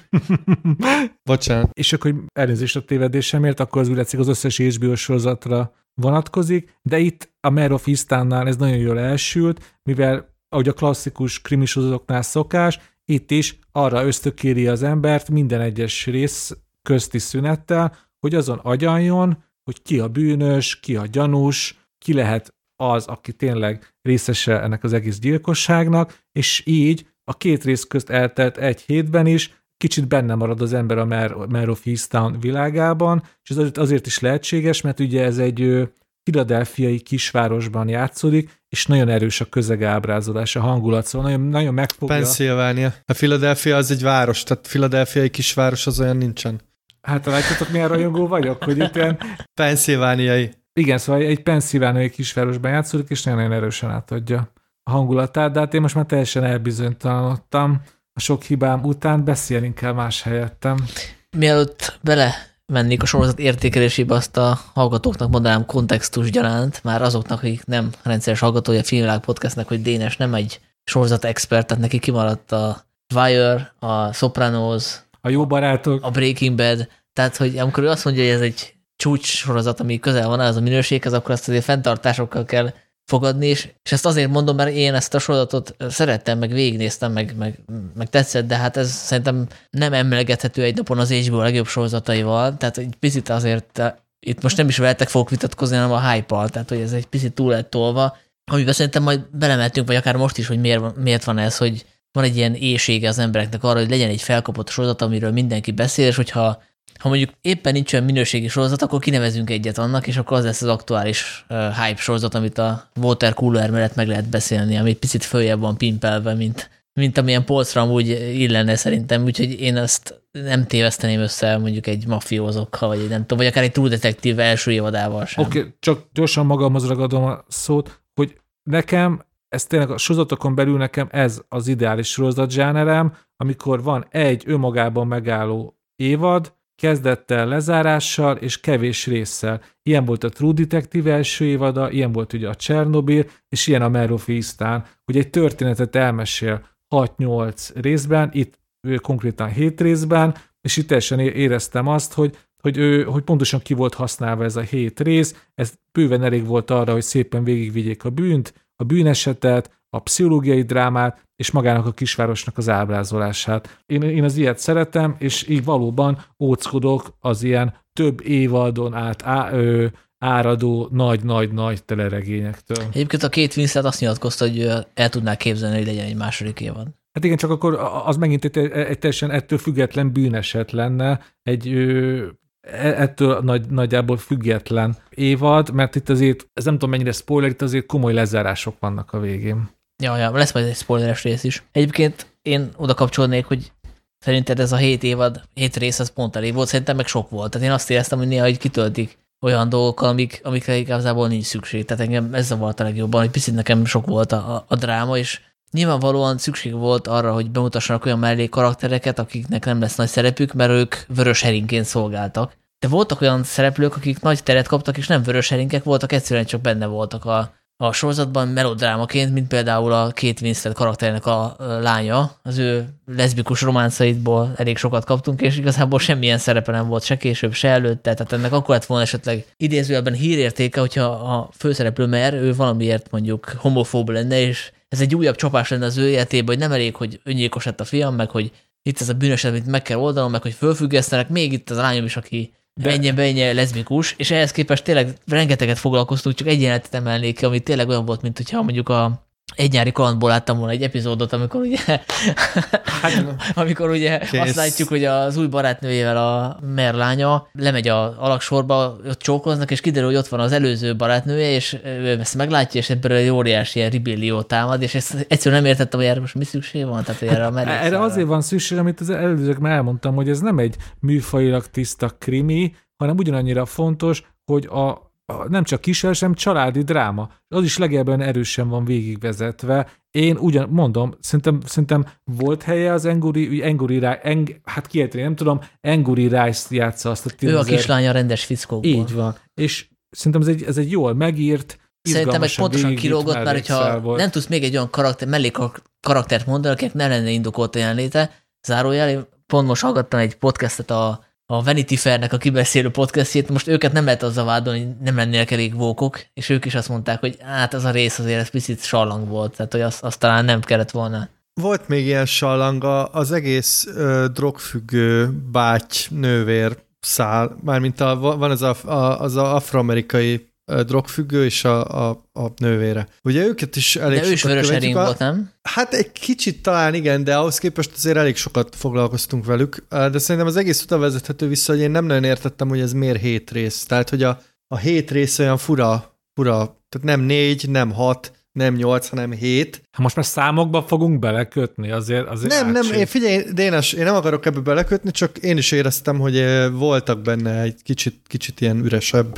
Bocsánat. És akkor, hogy elnézést a tévedésemért, akkor az úgy látszik az összes há bé ó sorozatra vonatkozik, de itt a Mare of Easttown-nál ez nagyon jól elsült, mivel ahogy a klasszikus krimisorozatoknál szokás, itt is arra ösztökéri az embert minden egyes rész közti szünettel, hogy azon agyaljon, hogy ki a bűnös, ki a gyanús, ki lehet az, aki tényleg részese ennek az egész gyilkosságnak, és így a két rész közt eltelt egy hétben is kicsit benne marad az ember a Mare of Easttown világában, és ez azért is lehetséges, mert ugye ez egy philadelphiai kisvárosban játszódik, és nagyon erős a közegábrázolás, a hangulat, szóval nagyon, nagyon megfogja. Pennsylvania. A Philadelphia az egy város, tehát Philadelphiai kisváros az olyan nincsen. Hát látjátok, milyen rajongó vagyok, hogy itt ilyen... Pennsylvaniai. Igen, szóval egy pennsylvaniai kisvárosban játszódik, és nagyon erősen átadja a hangulatát, de hát én most már teljesen elbizonytalanodtam a sok hibám után, beszélni kell más helyettem. Mielőtt bele mennék a sorozat értékelésébe, azt a hallgatóknak mondanám kontextus gyanánt, már azoknak, akik nem rendszeres hallgatója a Filmvilág podcastnek, hogy Dénes nem egy sorozat expert, tehát neki kimaradt a Wire, a Sopranos, a Jó barátok, a Breaking Bad, tehát hogy amikor ő azt mondja, hogy ez egy csúcs sorozat, ami közel van az a minőséghez, akkor azt azért fenntartásokkal kell fogadni, és, és ezt azért mondom, mert én ezt a sorozatot szerettem, meg végignéztem, meg, meg, meg tetszett, de hát ez szerintem nem emlegethető egy napon az há bé ó a legjobb sorozataival, tehát egy picit azért itt most nem is veletek fogok vitatkozni, hanem a hype-al, tehát hogy ez egy picit túl lett tolva, amiben szerintem majd belemeltünk, vagy akár most is, hogy miért, miért van ez, hogy van egy ilyen éhsége az embereknek arra, hogy legyen egy felkapott sorozat, amiről mindenki beszél, és hogyha ha mondjuk éppen nincs olyan minőségi sorozat, akkor kinevezünk egyet annak, és akkor az lesz az aktuális uh, hype sorozat, amit a water cooler mellett meg lehet beszélni, ami egy picit följebb van pimpelve, mint, mint amilyen polcra amúgy illene szerintem, úgyhogy én ezt nem téveszteném össze mondjuk egy mafiózokkal, vagy egy nem tudom, vagy akár egy True Detective első évadával sem. Oké, okay, csak gyorsan magamhoz ragadom a szót, hogy nekem ez tényleg a sorozatokon belül nekem ez az ideális sorozatzsánerem, amikor van egy önmagában megálló évad, kezdettel, lezárással és kevés résszel. Ilyen volt a True Detective első évada, ilyen volt ugye a Csernobyl, és ilyen a Mare of Easttown, hogy egy történetet elmesél hat-nyolc részben, itt konkrétan hét részben, és itt teljesen éreztem azt, hogy, hogy, ő, hogy pontosan ki volt használva ez a hét rész, ez bőven elég volt arra, hogy szépen végigvigyék a bűnt, a bűnesetet, a pszichológiai drámát, és magának a kisvárosnak az ábrázolását. Én, én az ilyet szeretem, és így valóban óckodok az ilyen több évadon át á, ö, áradó nagy-nagy-nagy teleregényektől. Egyébként a Kate Winslet azt nyilatkozta, hogy el tudná képzelni, hogy legyen egy második évad. Hát igen, csak akkor az megint egy, egy teljesen ettől független bűneset lenne, egy ö, ettől nagy, nagyjából független évad, mert itt azért, ez nem tudom mennyire spoiler, itt azért komoly lezárások vannak a végén. Ja, ja, lesz majd egy spoileres rész is. Egyébként én oda kapcsolnék, hogy szerinted ez a hét évad, hét rész, az pont elég volt, szerintem meg sok volt. Tehát én azt éreztem, hogy néha így kitöltik olyan dolgokkal, amik, amikre igazából nincs szükség. Tehát engem ez zavart a legjobban, hogy picit nekem sok volt a, a, a dráma, és nyilvánvalóan szükség volt arra, hogy bemutassanak olyan mellé karaktereket, akiknek nem lesz nagy szerepük, mert ők vörös heringként szolgáltak. De voltak olyan szereplők, akik nagy teret kaptak, és nem vörös heringek voltak, egyszerűen csak benne voltak a, a sorozatban melodrámaként, mint például a Kate Winslet karakterének a lánya. Az ő leszbikus románcaitból elég sokat kaptunk, és igazából semmilyen szerepe nem volt se később, se előtte, tehát ennek akkor lett volna esetleg idézőjelben hírértéke, hogyha a főszereplő mer, ő valamiért mondjuk homofób lenne, és ez egy újabb csapás lenne az ő életében, hogy nem elég, hogy öngyilkos lett a fiam, meg hogy itt ez a bűnös, amit meg kell oldanom, meg hogy fölfüggesztenek, még itt az a lányom is, aki ennyi-ennyi leszbikus, és ehhez képest tényleg rengeteget foglalkoztunk, csak egy jelenetet emelnék ki, ami tényleg olyan volt, mint hogyha mondjuk a Egy nyári kalandból láttam volna egy epizódot, amikor ugye, amikor ugye Kész. Azt látjuk, hogy az új barátnőjével a merlánya lemegy a alaksorba, ott csókoloznak, és kiderül, hogy ott van az előző barátnője, és ő ezt meglátja, és ebből egy óriási ilyen ribellió támad, és ezt egyszerűen nem értettem, hogy erre most mi szükség van. Tehát, hogy erre, a erre azért van szükség, amit az előzők már elmondtam, hogy ez nem egy műfajilag tiszta krimi, hanem ugyanannyira fontos, hogy a nem csak kísérlet, hanem családi dráma. Az is legelben erősen van végigvezetve. Én ugyan mondom, szerintem, szerintem volt helye az Angourie, Angourie Eng, hát kiejteni, nem tudom, Angourie Rice játsza azt a tízezer... Ő a kislánya rendes fickókból. Így van. És szerintem ez egy, ez egy jól megírt, szerintem egy pontosan kilógott, mert hogyha volt. Nem tudsz még egy olyan karakter, mellé karaktert mondani, akinek nem lenne indokolt a jelenléte, zárójel, én pont most hallgattam egy podcastet a a Vanity Fairnek a kibeszélő podcastjét, most őket nem lehet azzal vádolni, hogy nem lennének elég vókok, és ők is azt mondták, hogy hát az a rész azért ez picit sallang volt, tehát hogy azt, azt talán nem kellett volna. Volt még ilyen sallanga, az egész ö, drogfüggő báty nővér szál, mármint a, van az, a, a, az a afroamerikai drogfüggő és a, a, a nővére. Ugye őket is elég de ő is vörös hering volt, nem? Hát egy kicsit talán igen, de ahhoz képest azért elég sokat foglalkoztunk velük, de szerintem az egész utal vezethető vissza, hogy én nem nagyon értettem, hogy ez miért hét rész. Tehát, hogy a, a hét rész olyan fura, fura, tehát nem négy, nem hat, nem nyolc, hanem hét. Ha most már számokba fogunk belekötni, azért, azért Nem, átség. nem, én figyelj, Dénes, én nem akarok ebbe belekötni, csak én is éreztem, hogy voltak benne egy kicsit, kicsit ilyen üresebb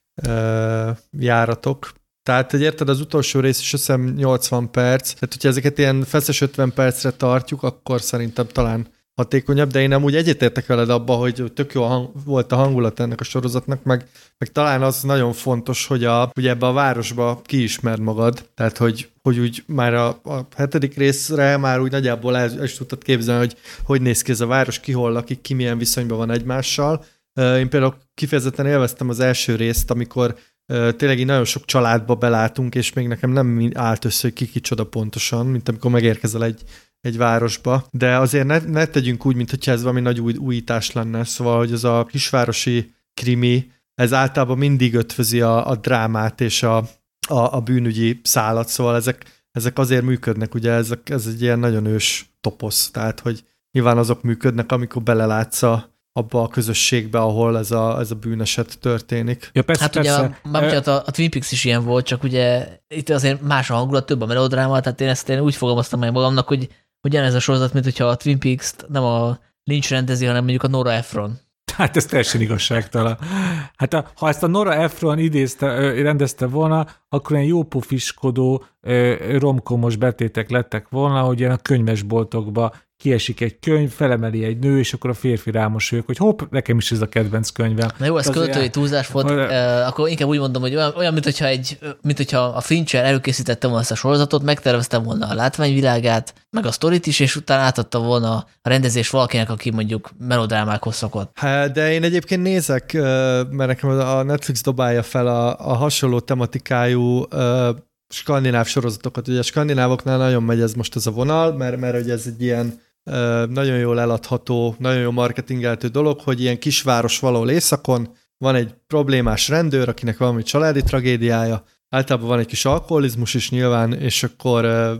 járatok. Tehát, hogy érted, az utolsó rész is azt hiszem nyolcvan perc, tehát hogyha ezeket ilyen feszes ötven percre tartjuk, akkor szerintem talán hatékonyabb, de én nem úgy egyetértek veled abba, hogy tök jó hang, volt a hangulat ennek a sorozatnak, meg, meg talán az nagyon fontos, hogy a, ugye ebbe a városba kiismerd magad, tehát hogy, hogy úgy már a, a hetedik részre már úgy nagyjából el, el is tudtad képzelni, hogy hogy néz ki ez a város, ki hol lakik, ki milyen viszonyban van egymással. Én például kifejezetten élveztem az első részt, amikor uh, tényleg így nagyon sok családba belátunk, és még nekem nem állt össze, hogy ki kicsoda pontosan, mint amikor megérkezel egy, egy városba. De azért ne, ne tegyünk úgy, mintha ez valami nagy új, újítás lenne. Szóval, hogy az a kisvárosi krimi, ez általában mindig ötvözi a, a drámát és a, a, a bűnügyi szálat, szóval ezek, ezek azért működnek, ugye ezek, ez egy ilyen nagyon ős toposz, tehát hogy nyilván azok működnek, amikor belelátsz a abba a közösségbe, ahol ez a, ez a bűneset történik. Ja, persze, hát persze. ugye a, a, a Twin Peaks is ilyen volt, csak ugye itt azért más a hangulat, több a melodráma, tehát én ezt én úgy fogalmaztam meg magamnak, hogy ugyanez a sorozat, mint hogyha a Twin Peaks-t nem a Lynch rendezi, hanem mondjuk a Nora Ephron. Hát ez teljesen igazságtalan. Hát a, ha ezt a Nora Ephron idézte, rendezte volna, akkor ilyen jópofiskodó romkomos betétek lettek volna, hogy ilyen a könyvesboltokba kiesik egy könyv, felemeli egy nő, és akkor a férfi rámosolyog, hogy hopp, nekem is ez a kedvenc könyvem. Na jó, ez költői ilyen... túlzás volt, uh, akkor inkább úgy mondom, hogy olyan, olyan mint, hogyha egy, mint hogyha a Fincher előkészítette volna ezt a sorozatot, megterveztem volna a látványvilágát, meg a sztorit is, és utána átadta volna a rendezés valakinek, aki mondjuk melodrámákhoz szokott. Hát, de én egyébként nézek, mert nekem a Netflix dobálja fel a, a hasonló tematikájú skandináv sorozatokat. Ugye a skandinávoknál nagyon megy ez most ez a vonal, mert, mert hogy ez egy ilyen nagyon jól eladható, nagyon jó marketingeltő dolog, hogy ilyen kisváros valahol északon van egy problémás rendőr, akinek valami családi tragédiája, általában van egy kis alkoholizmus is nyilván, és akkor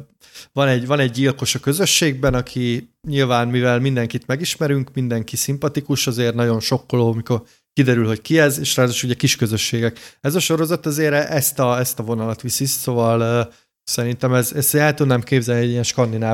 van egy, van egy gyilkos a közösségben, aki nyilván, mivel mindenkit megismerünk, mindenki szimpatikus, azért nagyon sokkoló, amikor kiderül, hogy ki ez, és ráadásul ugye kis közösségek. Ez a sorozat azért ezt a, ezt a vonalat viszi, szóval uh, szerintem ez, ezt el tudnám képzelni egy ilyen skandináv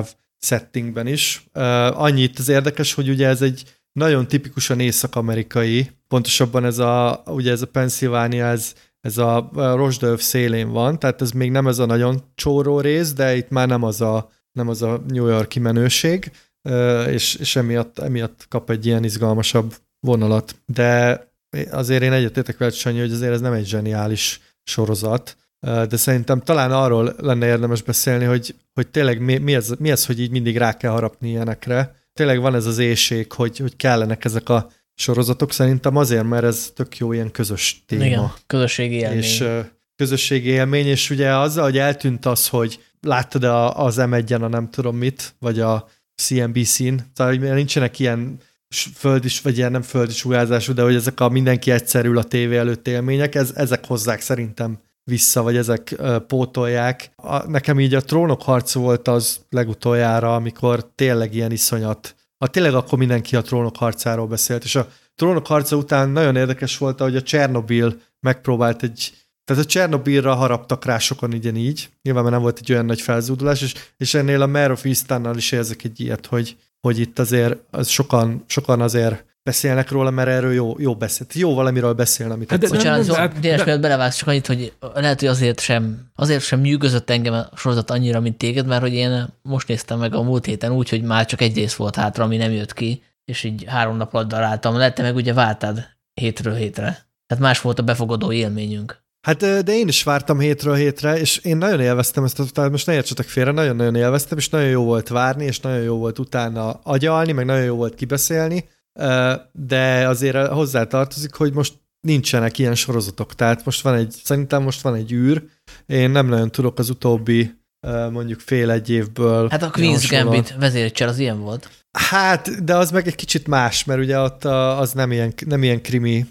settingben is. Annyi itt az érdekes, hogy ugye ez egy nagyon tipikusan észak-amerikai, pontosabban ez a, ugye ez a Pennsylvania, ez, ez a rozsdaöv szélén van, tehát ez még nem ez a nagyon csóró rész, de itt már nem az a, nem az a New York-i menőség, és, és emiatt, emiatt kap egy ilyen izgalmasabb vonalat. De azért én egyetértek veled, Sanyi, hogy azért ez nem egy zseniális sorozat, de szerintem talán arról lenne érdemes beszélni, hogy, hogy tényleg mi, mi, ez, mi ez, hogy így mindig rá kell harapni ilyenekre. Tényleg van ez az éhség, hogy, hogy kellenek ezek a sorozatok, szerintem azért, mert ez tök jó ilyen közös téma. Igen, közösségi élmény. És uh, közösségi élmény, és ugye azzal, hogy eltűnt az, hogy láttad az em egyen a nem tudom mit, vagy a cé en bé cén, tehát hogy nincsenek ilyen földis, vagy ilyen nem földi sugárzású, de hogy ezek a mindenki egyszerű a tévé előtt élmények, ez, ezek hozzák szerintem vissza, vagy ezek uh, pótolják. A, nekem így a Trónok harca volt az legutoljára, amikor tényleg ilyen iszonyat, a tényleg akkor mindenki a Trónok harcáról beszélt, és a Trónok harca után nagyon érdekes volt, hogy a Csernobil megpróbált egy, tehát a Csernobilra haraptak rá sokan így, nyilván már nem volt egy olyan nagy felzúdulás, és, és ennél a Mare of Eastannal is érzek egy ilyet, hogy, hogy itt azért az sokan, sokan azért beszélnek róla, mert erről jó, jó beszélt. Jó valamiről beszélni, amit hát bocsánat, Zó, Dénes miatt belevágsz csak annyit, hogy lehet, hogy azért sem, azért sem nyűgözött engem a sorozat annyira, mint téged, mert hogy én most néztem meg a múlt héten úgy, hogy már csak egy rész volt hátra, ami nem jött ki, és így három nap alatt daráltam. Lehet, te meg ugye vártad hétről hétre. Tehát más volt a befogadó élményünk. Hát, de én is vártam hétről hétre, és én nagyon élveztem ezt, tehát most ne értsetek félre, nagyon-nagyon élveztem, és nagyon jó volt várni, és nagyon jó volt utána agyalni, meg nagyon jó volt kibeszélni, de azért hozzátartozik, hogy most nincsenek ilyen sorozatok, tehát most van egy, szerintem most van egy űr, én nem nagyon tudok az utóbbi mondjuk fél-egy évből. Hát a Queen's Gambit vezércsel az ilyen volt. Hát, de az meg egy kicsit más, mert ugye ott az nem ilyen, nem ilyen krimi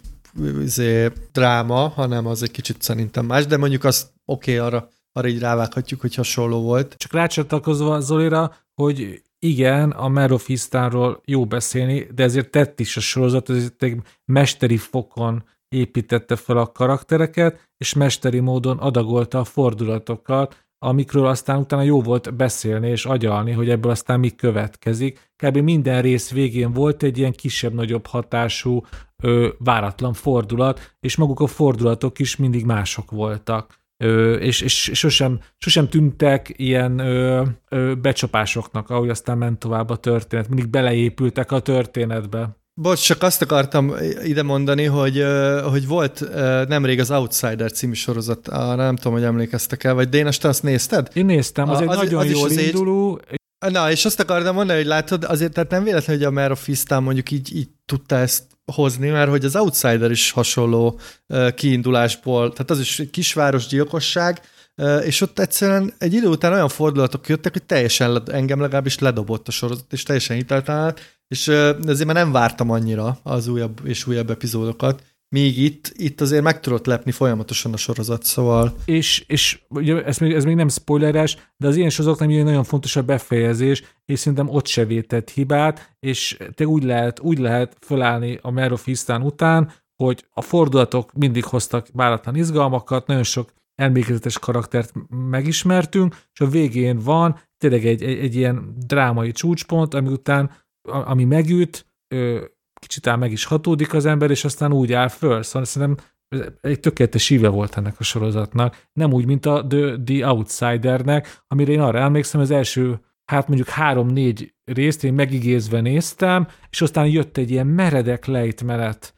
izé, dráma, hanem az egy kicsit szerintem más, de mondjuk azt oké, okay, arra, arra így rávághatjuk, hogy hasonló volt. Csak rácsatlakozva Zolira, hogy igen, a Mare of Easternről jó beszélni, de ezért tett is a sorozat, ezért egy mesteri fokon építette fel a karaktereket, és mesteri módon adagolta a fordulatokat, amikről aztán utána jó volt beszélni és agyalni, hogy ebből aztán mi következik. Kb. Minden rész végén volt egy ilyen kisebb-nagyobb hatású ö, váratlan fordulat, és maguk a fordulatok is mindig mások voltak. Ö, és, és sosem, sosem tűntek ilyen ö, ö, becsapásoknak, ahogy aztán ment tovább a történet. Mindig beleépültek a történetbe. Bocs, csak azt akartam ide mondani, hogy, hogy volt nemrég az Outsider című sorozat, nem tudom, hogy emlékeztek el, vagy Dénes, te azt nézted? Én néztem, az, az egy az, nagyon az jól az induló. Egy... Na, és azt akartam mondani, hogy látod, azért tehát nem véletlen, hogy a Mare of Eastern mondjuk így, így tudta ezt hozni, mert hogy az Outsider is hasonló kiindulásból, tehát az is egy kisváros gyilkosság, és ott egyszerűen egy idő után olyan fordulatok jöttek, hogy teljesen engem legalábbis ledobott a sorozat, és teljesen hiteltelen, és azért már nem vártam annyira az újabb és újabb epizódokat, míg itt, itt azért meg tudott lepni folyamatosan a sorozat, szóval... És, és ugye ez, még, ez még nem spoileres, de az ilyen sorozatoknak nagyon fontos a befejezés, és szerintem ott se vétett hibát, és te úgy lehet, úgy lehet fölállni a Mare of Eastern után, hogy a fordulatok mindig hoztak váratlan izgalmakat, nagyon sok emlékezetes karaktert megismertünk, és a végén van tényleg egy, egy, egy ilyen drámai csúcspont, ami után, ami megüt, kicsit ál meg is hatódik az ember, és aztán úgy áll föl. Szóval szerintem egy tökéletes íve volt ennek a sorozatnak. Nem úgy, mint a The, The Outsidernek, amire én arra emlékszem, az első, hát mondjuk három-négy részt én megigézve néztem, és aztán jött egy ilyen meredek lejtmenet,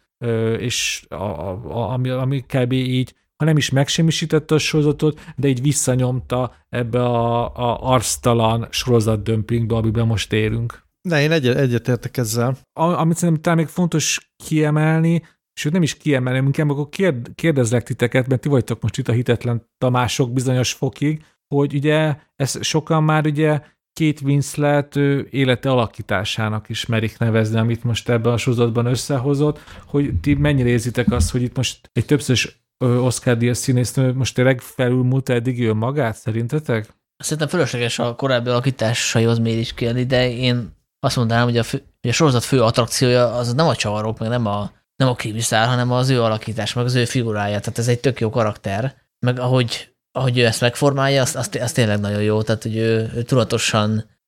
és a, a, a, ami, ami kb. Így, ha nem is megsemmisítette a sorozatot, de így visszanyomta ebbe a, a arctalan sorozatdömpingbe, amiben most élünk. Ne, én egyet, egyetértek ezzel. Amit szerintem talán még fontos kiemelni, és nem is kiemelni, inkább akkor kérd, kérdezlek titeket, mert ti vagytok most itt a hitetlen Tamások bizonyos fokig, hogy ugye ezt sokan már ugye Kate Winslet élete alakításának is merik nevezni, amit most ebben a sorozatban összehozott, hogy ti mennyire érzitek azt, hogy itt most egy többszörös Oscar-díjas színésznő most tényleg felülmúlta eddig ő magát, szerintetek? Szerintem fölösleges a korábbi alakításaihoz miért is kérni, de én azt mondanám, hogy a, fő, hogy a sorozat fő attrakciója az nem a csavarok, meg nem a, nem a krimiszál, hanem az ő alakítás, meg az ő figurája. Tehát ez egy tök jó karakter, meg ahogy, ahogy ő ezt megformálja, az, az, az tényleg nagyon jó. Tehát, hogy ő, ő tudatosan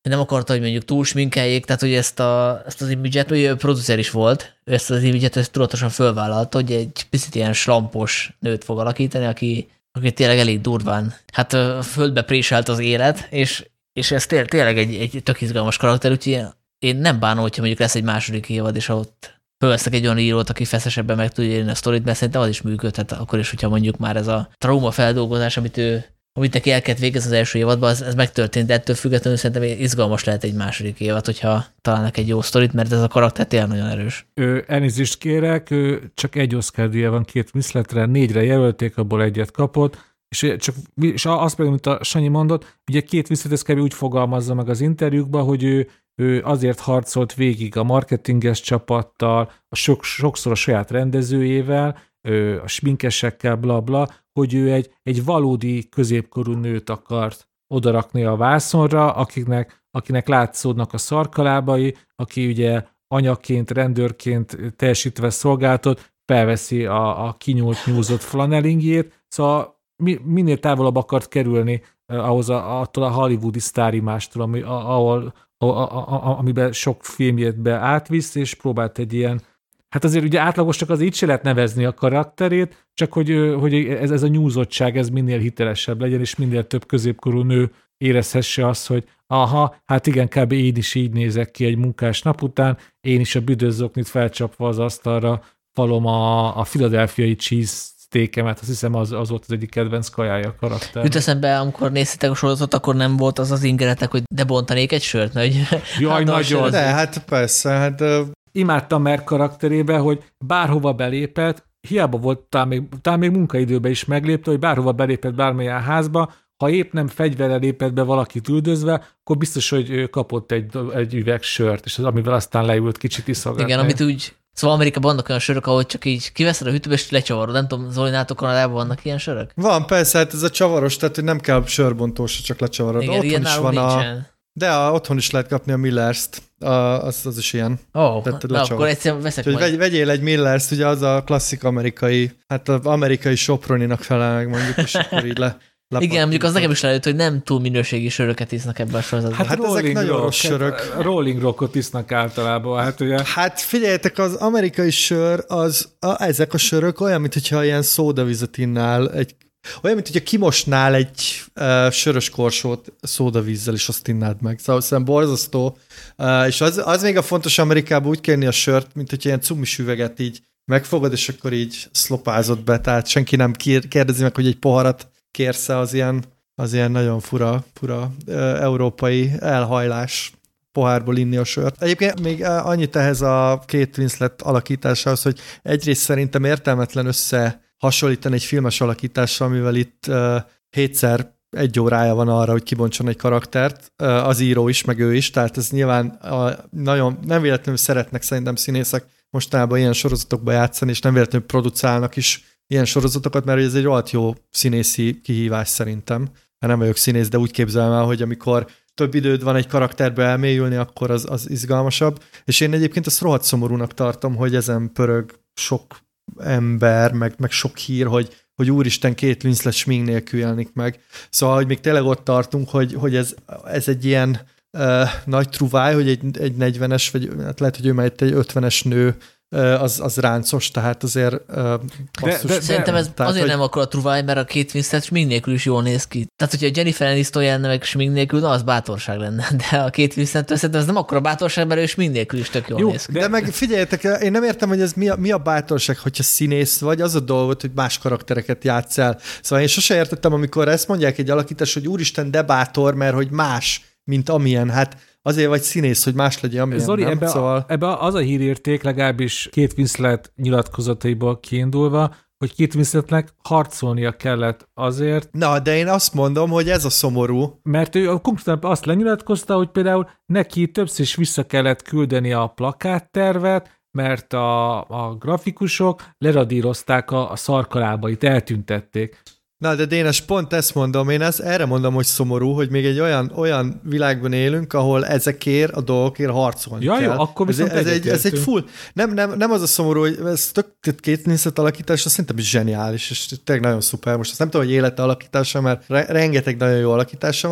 nem akarta, hogy mondjuk túl sminkeljék, tehát hogy ezt, a, ezt az image-et, hogy producer is volt, ő ezt az image-et ezt tudatosan fölvállalta, hogy egy picit ilyen slampos nőt fog alakítani, aki, aki tényleg elég durván, hát a földbe préselt az élet, és, és ez té- tényleg egy, egy tök izgalmas karakter, úgyhogy én nem bánom, hogyha mondjuk lesz egy második évad, és ott fölvesztek egy olyan írót, aki feszesebben meg tudja írni a sztorit, mert szerintem az is működhet, akkor is, hogyha mondjuk már ez a trauma feldolgozás, amit ő amit neki el kellett végezni az első évadban, az, ez megtörtént, de ettől függetlenül szerintem izgalmas lehet egy második évad, hogyha találnak egy jó sztorit, mert ez a karakter tényleg nagyon erős. Ő, elnézést kérek, ő csak egy Oscar-díja van két Winsletre, négyre jelölték, abból egyet kapott, és, csak, és azt pedig, mint a Sanyi mondott, ugye két Winslet ezt kb. Úgy fogalmazza meg az interjúkban, hogy ő, ő azért harcolt végig a marketinges csapattal, a sok, sokszor a saját rendezőjével, a sminkesekkel, bla bla, hogy ő egy, egy valódi középkorú nőt akart odarakni a vászonra, akiknek, akinek látszódnak a szarkalábai, aki ugye anyaként, rendőrként teljesítve szolgáltat, felveszi a, a kinyúlt, nyúzott flanelingjét, szóval mi, minél távolabb akart kerülni eh, ahhoz a, attól a hollywoodi sztárimástól, ami, ahol, a, a, a, amiben sok filmjét be átvisz, és próbált egy ilyen. Hát azért ugye átlagosnak az így se lehet nevezni a karakterét, csak hogy, hogy ez, ez a nyúzottság, ez minél hitelesebb legyen, és minél több középkorú nő érezhesse azt, hogy aha, hát igen, kb. Én is így nézek ki egy munkás nap után, én is a büdözzoknit felcsapva az asztalra falom a, a philadelphiai cheese steakemet, azt hiszem az, az volt az egyik kedvenc kajája a karakter. Jut eszembe, amikor néztétek a sorozatot, akkor nem volt az az ingeretek, hogy de bontanék egy sört, hogy jaj, nagyon. De hát persze, hát imádtam Merk karakterébe, hogy bárhova belépett, hiába volt, talán még, talán még munkaidőben is meglépte, hogy bárhova belépett bármilyen házba, ha épp nem fegyverrel lépett be valakit üldözve, akkor biztos, hogy kapott egy, egy üveg sört, és az, amivel aztán leült kicsit iszogatni. Igen, amit úgy, szóval Amerikában vannak olyan sörök, ahogy csak így kiveszed a hűtőbe, és lecsavarod. Nem tudom, Zolinátok Kanadában vannak ilyen sörök? Van, persze, hát ez a csavaros, tehát hogy nem kell sörbontós, csak lecsavarod. Igen, otthon ilyen is van nincsen. a... De a, otthon is lehet kapni a Millers-t, a, az, az is ilyen. Ó, oh, na akkor egyszer veszek majd. Vegy, vegyél egy Millers-t, ugye az a klasszik amerikai, hát az amerikai Soproninak felel meg mondjuk, és akkor így le... Igen, mondjuk az nekem is lejött, hogy nem túl minőségi söröket isznak ebben a sorozatban. Hát, hát ezek nagyon rock, rossz sörök. Rolling Rockot isznak általában. Hát, ugye... hát figyeljetek, az amerikai sör, az, a, ezek a sörök olyan, mintha ilyen szódavizet innál, egy, olyan, mint hogyha kimosnál egy uh, sörös korsót szódavízzel, és azt innád meg. Szóval szerintem borzasztó. Uh, és az, az még a fontos Amerikában úgy kérni a sört, mint hogyha ilyen cumis üveget így megfogod, és akkor így szlopázod be, tehát senki nem kérdezi meg, hogy egy poharat kérsze, az ilyen, az ilyen nagyon fura, fura uh, európai elhajlás pohárból inni a sört. Egyébként még uh, annyit ehhez a Kate Winslet alakításához, hogy egyrészt szerintem értelmetlen összehasonlítani egy filmes alakítással, mivel itt uh, hétszer egy órája van arra, hogy kibontson egy karaktert, uh, az író is, meg ő is, tehát ez nyilván uh, nagyon, nem véletlenül szeretnek szerintem színészek mostanában ilyen sorozatokba játszani, és nem véletlenül producálnak is ilyen sorozatokat, mert ez egy rohadt jó színészi kihívás szerintem. Mert nem vagyok színész, de úgy képzelem el, hogy amikor több időd van egy karakterbe elmélyülni, akkor az, az izgalmasabb. És én egyébként ezt rohadt szomorúnak tartom, hogy ezen pörög sok ember, meg, meg sok hír, hogy, hogy úristen, Kate Winslet smink nélkül jelenik meg. Szóval, hogy még tényleg ott tartunk, hogy, hogy ez, ez egy ilyen uh, nagy truváj, hogy egy, egy negyvenes, vagy hát lehet, hogy ő már egy ötvenes nő, az, az ráncos, tehát azért uh, de, de, de, szerintem ez tehát, azért hogy... nem akkor a truváj, mert a Kate Winslet smink nélkül is jól néz ki. Tehát, hogyha Jennifer Aniston jelenne meg smink nélkül, na, az bátorság lenne. De a Kate Winslet szerintem ez nem akkora bátorság, mert ő smink nélkül is tök jól Jó, néz ki. De, de meg figyeljetek, én nem értem, hogy ez mi a, mi a bátorság, hogyha színész vagy, az a dolgot, hogy más karaktereket játsz el. Szóval én sose értettem, amikor ezt mondják egy alakítás, hogy úristen, de bátor, mert hogy más, mint amilyen. Hát azért vagy színész, hogy más legyen, amilyen, Zoli, nem? Ebbe, szóval... ebbe az a hírérték, legalábbis Kate Winslet nyilatkozataiból kiindulva, hogy Kate Winsletnek harcolnia kellett azért. Na, de én azt mondom, hogy ez a szomorú. Mert ő konkrétan azt lenyilatkozta, hogy például neki többször is vissza kellett küldeni a plakáttervet, mert a, a grafikusok leradírozták a, a szarkalábait, eltüntették. Na, de Dénes, pont ezt mondom, én ezt, erre mondom, hogy szomorú, hogy még egy olyan, olyan világban élünk, ahol ezekért a dolgokért harcolni ja, kell. Jó, akkor viszont ez, ez, egy, ez egy full, nem, nem, nem az a szomorú, hogy ez tök Kate Winslet alakítás, az szerintem is zseniális, és tényleg nagyon szuper. Most azt nem tudom, hogy élete alakítása, mert re, rengeteg nagyon jó alakítása van,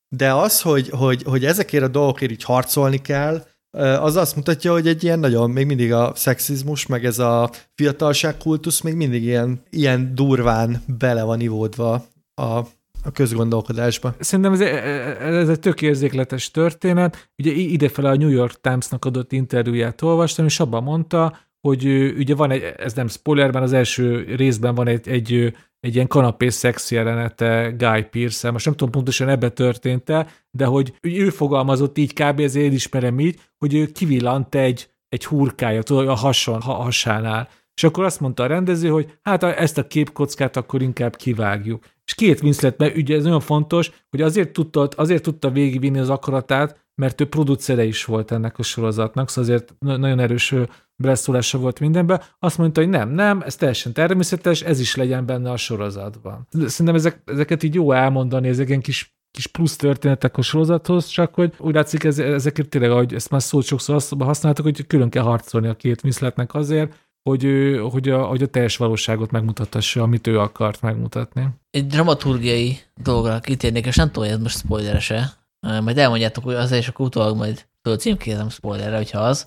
de az, hogy, hogy, hogy ezekért a dolgokért így harcolni kell, az azt mutatja, hogy egy ilyen nagyon, még mindig a szexizmus, meg ez a fiatalságkultusz még mindig ilyen, ilyen durván bele van ivódva a, a közgondolkodásba. Szerintem ez, ez egy tök érzékletes történet. Ugye idefele a New York Times-nak adott interjúját olvastam, és abban mondta, hogy ugye van egy, ez nem spoilerben, az első részben van egy, egy, egy ilyen kanapés szex jelenete Guy Pearce-el. Most nem tudom pontosan ebbe történt-e, de hogy ő fogalmazott így, kb. Ezért én ismerem így, hogy ő kivillant egy, egy hurkája, tudod, a hason, a hasánál. És akkor azt mondta a rendező, hogy hát ezt a képkockát akkor inkább kivágjuk. És két Winslet, mert ugye ez nagyon fontos, hogy azért tudta, azért tudta végigvinni az akaratát, mert ő producere is volt ennek a sorozatnak, szóval azért nagyon erős beleszólása volt mindenben. Azt mondta, hogy nem, nem, ez teljesen természetes, ez is legyen benne a sorozatban. Szerintem ezek, ezeket így jó elmondani, ezek ilyen kis, kis plusz történetek a sorozathoz, csak hogy úgy látszik, ez, ezeket tényleg, ahogy ezt már szót sokszor használtak, hogy külön kell harcolni a két Winsletnek azért, hogy, hogy, a, hogy a teljes valóságot megmutathassa, amit ő akart megmutatni. Egy dramaturgiai dologra kitérnék, és nem tudom, hogy ez most spoileres-e. Majd elmondjátok, hogy az, és akkor utólag majd fölcímkézem spoilerre, hogyha az.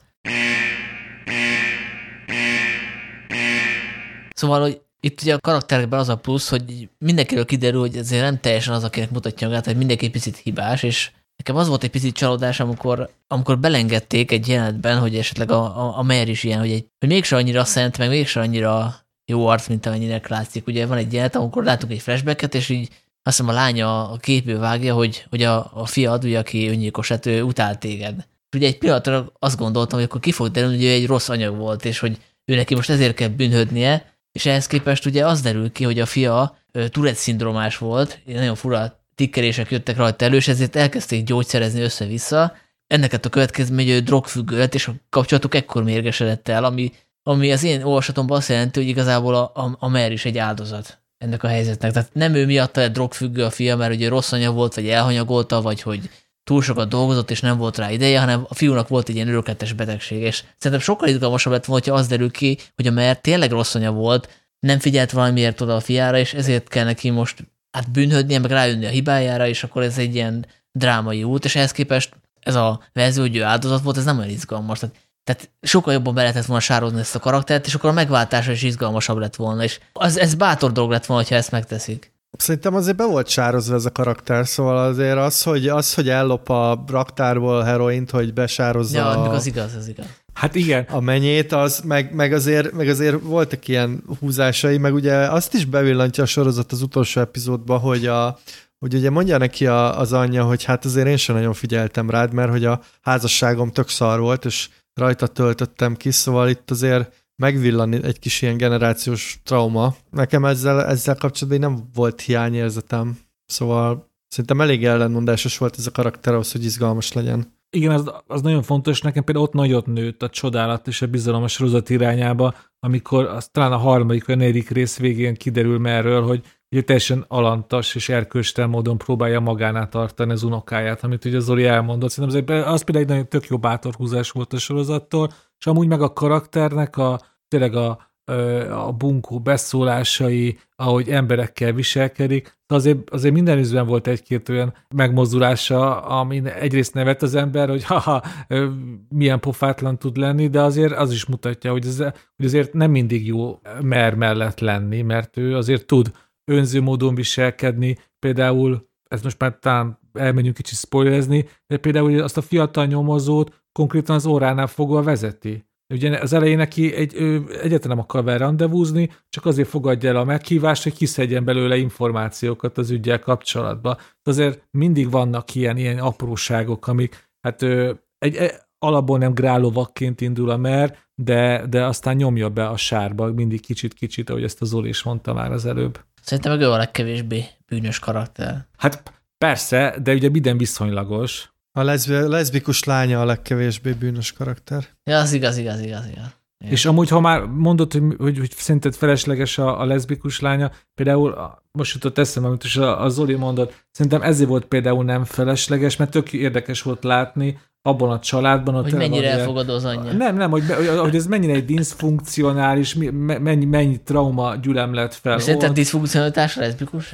Szóval, hogy itt ugye a karakterekben az a plusz, hogy mindenkiről kiderül, hogy ezért nem teljesen az, akinek mutatja magát, hogy mindenki picit hibás, és nekem az volt egy picit csalódás, amikor, amikor belengedték egy jelenetben, hogy esetleg a, a, a Mare is ilyen, hogy, egy, hogy mégse annyira szent, meg mégse annyira jó arc, mint amennyire látszik. Ugye van egy jelenet, amikor látunk egy flashbacket, és így azt hiszem a lánya a képből vágja, hogy, hogy a, a fiad, ugye, aki öngyilkos, hát ő utál téged. És ugye egy pillanatra azt gondoltam, hogy akkor ki fog derülni, hogy ő egy rossz anyag volt, és hogy ő neki most ezért kell bűnhődnie, és ehhez képest ugye az derül ki, hogy a fia Tourette-szindrómás volt, nagyon fura tikkerések jöttek rajta elő, és ezért elkezdték gyógyszerezni össze-vissza. Ennek a következmény, hogy ő drogfüggő lett, és a kapcsolatuk ekkor mérgesedett el, ami, ami az én olvasatomban azt jelenti, hogy igazából a, a, a Mare is egy áldozat ennek a helyzetnek. Tehát nem ő miatta lett drogfüggő a fia, mert ugye rossz anya volt, vagy elhanyagolta, vagy hogy túl sokat dolgozott, és nem volt rá ideje, hanem a fiúnak volt egy ilyen örökletes betegség. És szerintem sokkal izgalmasabb lett volna, hogyha az derül ki, hogy a Mare tényleg rossz anya volt, nem figyelt valamiért oda a fiára, és ezért kell neki most hát bűnhődnie, meg rájönni a hibájára, és akkor ez egy ilyen drámai út, és ehhez képest ez a verzió, hogy ő áldozat volt, ez nem olyan izgalmas. Tehát, tehát sokkal jobban be lehetett volna sározni ezt a karaktert, és akkor a megváltása is izgalmasabb lett volna, és az, ez bátor dolog lett volna, ha ezt megteszik. Szerintem azért be volt sározva ez a karakter, szóval azért az, hogy, az, hogy ellop a raktárból heroint, hogy besározza ja, a... az igaz, az igaz. Hát igen. A menyét, az, meg, meg, azért, meg azért voltak ilyen húzásai, meg ugye azt is bevillantja a sorozat az utolsó epizódban, hogy, a, hogy ugye mondja neki a, az anyja, hogy hát azért én sem nagyon figyeltem rád, mert hogy a házasságom tök szar volt, és rajta töltöttem ki, szóval itt azért megvillan egy kis ilyen generációs trauma. Nekem ezzel, ezzel kapcsolatban nem volt hiányérzetem, szóval szerintem elég ellenmondásos volt ez a karakter ahhoz, hogy izgalmas legyen. Igen, az, az nagyon fontos, nekem például ott nagyot nőtt a csodálat és a bizalom a sorozat irányába, amikor az, talán a harmadik vagy a negyedik rész végén kiderül merről, hogy ugye teljesen alantas és erkölcstelen módon próbálja magánál tartani az unokáját, amit ugye Zoli elmondott. Szerintem az például egy nagyon tök jó bátorhúzás volt a sorozattól, és amúgy meg a karakternek a tényleg a, a bunkó beszólásai, ahogy emberekkel viselkedik, azért, azért minden üzben volt egy-két olyan megmozdulása, amin egyrészt nevet az ember, hogy haha, milyen pofátlan tud lenni, de azért az is mutatja, hogy, ez, hogy azért nem mindig jó Mare mellett lenni, mert ő azért tud önző módon viselkedni, például, ez most már talán elmenjünk kicsit spoilerezni, de például azt a fiatal nyomozót konkrétan az óránál fogva vezeti. Ugye az elején neki egy, egyáltalán nem akar vele rendezvúzni, csak azért fogadja el a meghívást, hogy kiszedjen belőle információkat az üggyel kapcsolatban. Azért mindig vannak ilyen, ilyen apróságok, amik hát egy, egy alapból nem grálovakként indul a Mare, de, de aztán nyomja be a sárba mindig kicsit-kicsit, ahogy ezt a Zoli is mondta már az előbb. Szerintem meg ő a legkevésbé bűnös karakter. Hát persze, de ugye minden viszonylagos. A leszbi, leszbikus lánya a legkevésbé bűnös karakter. Ja, az igaz, igaz, igaz, igaz. És amúgy, ha már mondod, hogy, hogy, hogy szerinted felesleges a, a leszbikus lánya, például most jutott eszembe, amit is a, a Zoli mondott, szerintem ezért volt például nem felesleges, mert tök érdekes volt látni abban a családban. Hogy mennyire elfogadó az anyja. Nem, nem, hogy, hogy ez mennyire egy diszfunkcionális, mennyi, mennyi trauma gyülem lett fel. Szerinted diszfunkcionalitás a leszbikus?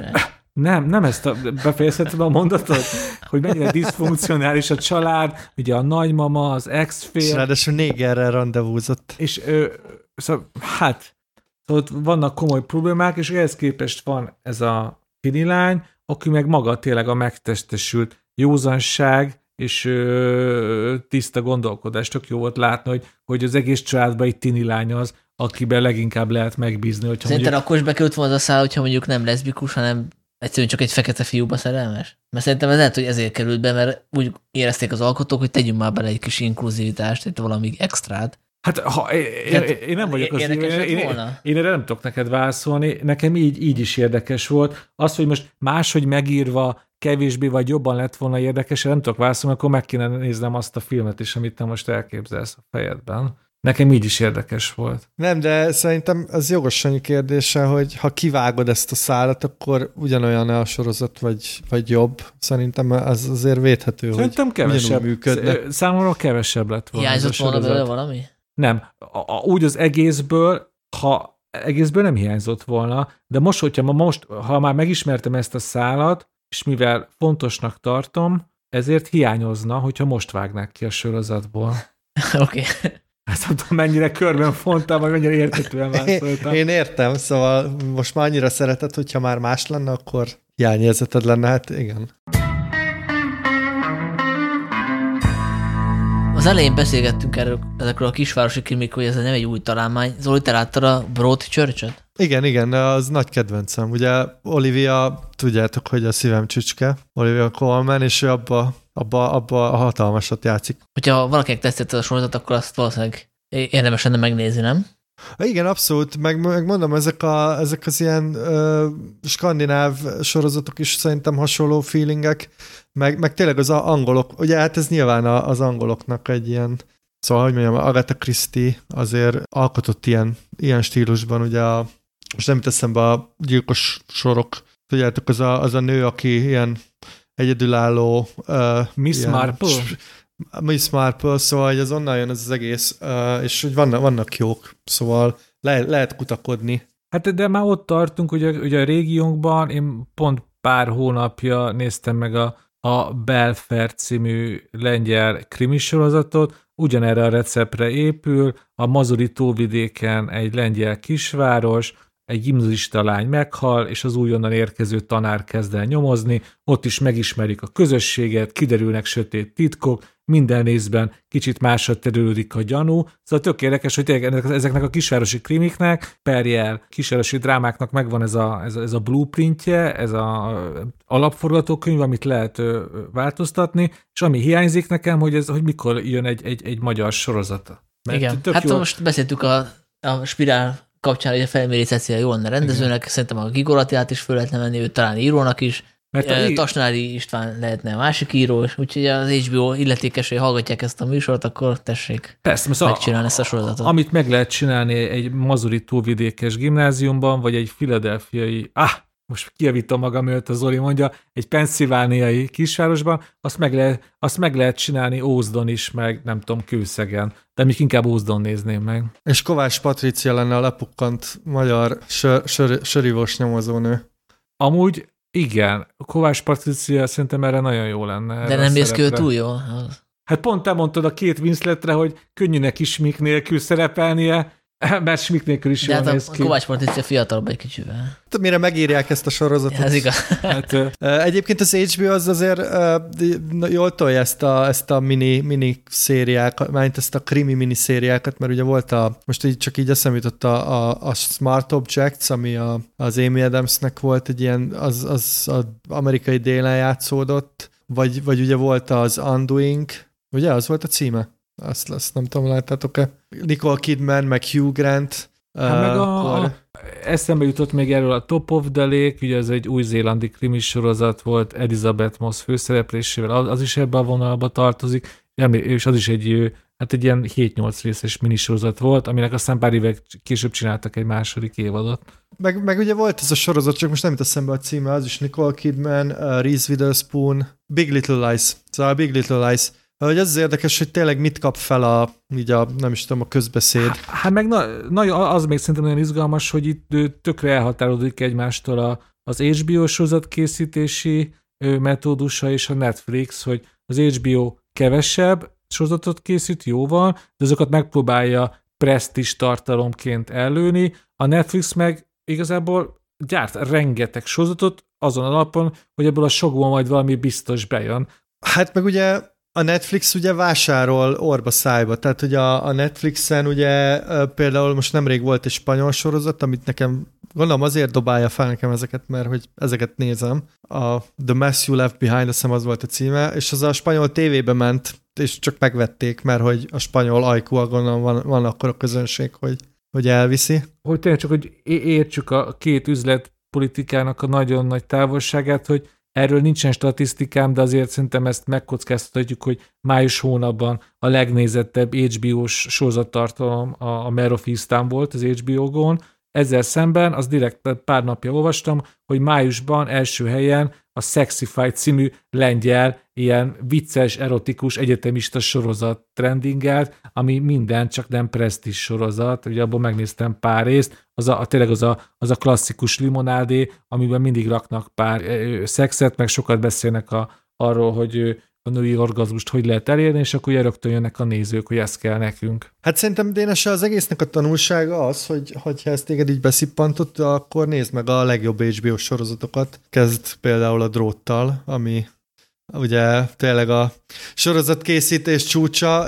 Nem, nem ezt a, befejezhetem a mondatot, hogy mennyire diszfunkcionális a család, ugye a nagymama, az ex-fél. És ráadásul négerrel rendezvúzott. És ö, szóval, hát, szóval vannak komoly problémák, és ehhez képest van ez a tini lány, aki meg maga tényleg a megtestesült józanság és ö, tiszta gondolkodás. Tök jó volt látni, hogy, hogy az egész családban egy tini lány az, akiben leginkább lehet megbízni. Hogyha Szerintem mondjuk... akkor is bekerült volna az a szál, hogyha mondjuk nem leszbikus, hanem egyszerűen csak egy fekete fiúba szerelmes? Mert szerintem ez lehet, hogy ezért került be, mert úgy érezték az alkotók, hogy tegyünk már bele egy kis inkluzivitást, egy valami extrát. Hát ha, én, én nem vagyok az én, én, én, én erre nem tudok neked válaszolni, nekem így, így is érdekes volt. Az, hogy most máshogy megírva kevésbé vagy jobban lett volna érdekes, nem tudok válaszolni, akkor meg kéne néznem azt a filmet is, amit te most elképzelsz a fejedben. Nekem így is érdekes volt. Nem, de szerintem az jogos annyi kérdése, hogy ha kivágod ezt a szálat, akkor ugyanolyan a sorozat, vagy, vagy jobb. Szerintem az azért védhető, szerintem hogy kevesebb, működne. Számomra kevesebb lett volna. Hiányzott volna belőle valami? Nem. A, a, úgy az egészből, ha egészből nem hiányzott volna, de most, hogyha ma most, ha már megismertem ezt a szálat, és mivel fontosnak tartom, ezért hiányozna, hogyha most vágnák ki a sorozatból. Oké. Okay. Ezt nem tudom, mennyire körben fontál, vagy mennyire értetően válaszoltam. Én értem, szóval most már annyira szereted, hogyha már más lenne, akkor hiányérzeted lenne, hát igen. Az elején beszélgettünk erről, ezekről a kisvárosi krimik, hogy ez nem egy új találmány. Zoli, te láttad a Broadchurch-öt? Igen, igen, az nagy kedvencem. Ugye Olivia, tudjátok, hogy a szívem csücske, Olivia Colman, és ő abba, abba, abba a hatalmasat játszik. Hogyha valakinek tetszett a sorozat, akkor azt valószínűleg érdemes lenne megnézni, nem? Igen, abszolút, meg, meg mondom, ezek, a, ezek az ilyen ö, skandináv sorozatok is szerintem hasonló feelingek, meg, meg tényleg az angolok, ugye hát ez nyilván az angoloknak egy ilyen, szóval, hogy mondjam, Agatha Christie azért alkotott ilyen, ilyen stílusban, ugye a, most nem jut eszembe a gyilkos sorok, tudjátok, az a, az a nő, aki ilyen egyedülálló uh, Miss ilyen, Marple? Miss Marple, szóval hogy az onnan jön ez az egész, uh, és hogy vannak, vannak jók, szóval le, lehet kutakodni. Hát de már ott tartunk, ugye, ugye a régiónkban, én pont pár hónapja néztem meg a, a Belfair című lengyel krimisorozatot, ugyanerre a receptre épül, a Mazuri tóvidéken egy lengyel kisváros, egy gimnazista lány meghal, és az újonnan érkező tanár kezd el nyomozni, ott is megismerik a közösséget, kiderülnek sötét titkok, minden részben kicsit másra terülődik a gyanú. Szóval tök érdekes, hogy ezeknek a kisvárosi krimiknek, perjel kisvárosi drámáknak megvan ez a, ez a, ez a blueprintje, ez az alapforgatókönyv, amit lehet változtatni, és ami hiányzik nekem, hogy, ez, hogy mikor jön egy, egy, egy magyar sorozata. Mert igen, hát jó... most beszéltük a, a Spirál kapcsán, hogy a Felméri Cecilia jól lenne rendezőnek, igen. Szerintem a Gigol Attilát is föl lehetne menni, őt talán írónak is, mert a Tasnári István lehetne a másik író, úgyhogy az há bé o illetékesei hallgatják ezt a műsort, akkor tessék Persze, megcsinálni ezt a sorozatot. Amit meg lehet csinálni egy mazuri tóvidékes gimnáziumban, vagy egy filadelfiai, ah, most kijavítom magam, őt a Zoli mondja, egy pennsylvániai kisvárosban, azt meg, lehet, azt meg lehet csinálni Ózdon is, meg nem tudom, Kőszegen. De még inkább Ózdon nézném meg. És Kovács Patricia lenne a lepukkant magyar sör, sör, sörívós nyomozónő. Amúgy igen, Kovács Patricia szerintem erre nagyon jó lenne. De nem mész ki ő túl jó? Hát pont te mondtad a két Winsletre, hogy könnyű neki smik nélkül szerepelnie, mert smik nélkül is jól néz ki. De Kovács Patricia fiatalabb egy kicsivel. Mire megírják ezt a sorozatot? Ez igaz. Hát, egyébként az há bé o az azért jól tolja ezt a, ezt a mini, mini szériákat, mármint ezt a krimi mini szériákat, mert ugye volt a, most így csak így eszembe jutott a, a, a Smart Objects, ami a, az Amy Adamsnek volt egy ilyen, az, az, az amerikai délen játszódott, vagy, vagy ugye volt az Undoing, ugye az volt a címe? Azt, azt nem tudom, láttátok-e? Nicole Kidman, meg Hugh Grant. Hát uh, meg a, akkor... eszembe jutott még erről a Top of the Lake, ugye ez egy új-zélandi krimi sorozat volt, Elizabeth Moss főszereplésével, az, az is ebbe a vonalba tartozik, és az is egy, hát egy ilyen hét-nyolc részes minisorozat volt, aminek aztán pár évek később csináltak egy második évadot. Meg, meg ugye volt ez a sorozat, csak most nem jut eszembe a címe, az is Nicole Kidman, uh, Reese Witherspoon, Big Little Lies. Szóval Big Little Lies. Hogy az, az érdekes, hogy tényleg mit kap fel a, így a, nem is tudom, a közbeszéd. Hát meg na, na, az még szerintem nagyon izgalmas, hogy itt tökre elhatárolódik egymástól a, az há bé o sorozatkészítési metódusa és a Netflix, hogy az há bé o kevesebb sorozatot készít, jóval, de azokat megpróbálja presztízs tartalomként ellőni, a Netflix meg igazából gyárt rengeteg sorozatot azon alapon, hogy ebből a sokból majd valami biztos bejön. Hát meg ugye a Netflix ugye vásárol orba szájba, tehát hogy a, a Netflixen ugye például most nemrég volt egy spanyol sorozat, amit nekem gondolom azért dobálja fel nekem ezeket, mert hogy ezeket nézem. A The Mess You Left Behind, azt hiszem az volt a címe, és az a spanyol tévébe ment, és csak megvették, mert hogy a spanyol ajkúval gondolom van, van akkor a közönség, hogy, hogy elviszi. Hogy tényleg csak, hogy értsük a két üzletpolitikának a nagyon nagy távolságát, hogy erről nincsen statisztikám, de azért szerintem ezt megkockáztatjuk, hogy május hónapban a legnézettebb há bé o-s sorozattartalom a, a Mare of Easttown volt az há bé o-gon. Ezzel szemben, az direkt pár napja olvastam, hogy májusban első helyen a Sexify című lengyel, ilyen vicces, erotikus, egyetemista sorozat trendingelt, ami minden, csak nem presztízs sorozat. Ugye abból megnéztem pár részt, az a, tényleg az a, az a klasszikus limonádé, amiben mindig raknak pár ö, szexet, meg sokat beszélnek a, arról, hogy ö, a női orgazmust hogy lehet elérni, és akkor ugye rögtön jönnek a nézők, hogy ez kell nekünk. Hát szerintem, Dénes, az egésznek a tanulsága az, hogy ha ezt téged így beszippantott, akkor nézd meg a legjobb há bé o sorozatokat. Kezd például a Dróttal, ami ugye tényleg a sorozatkészítés csúcsa,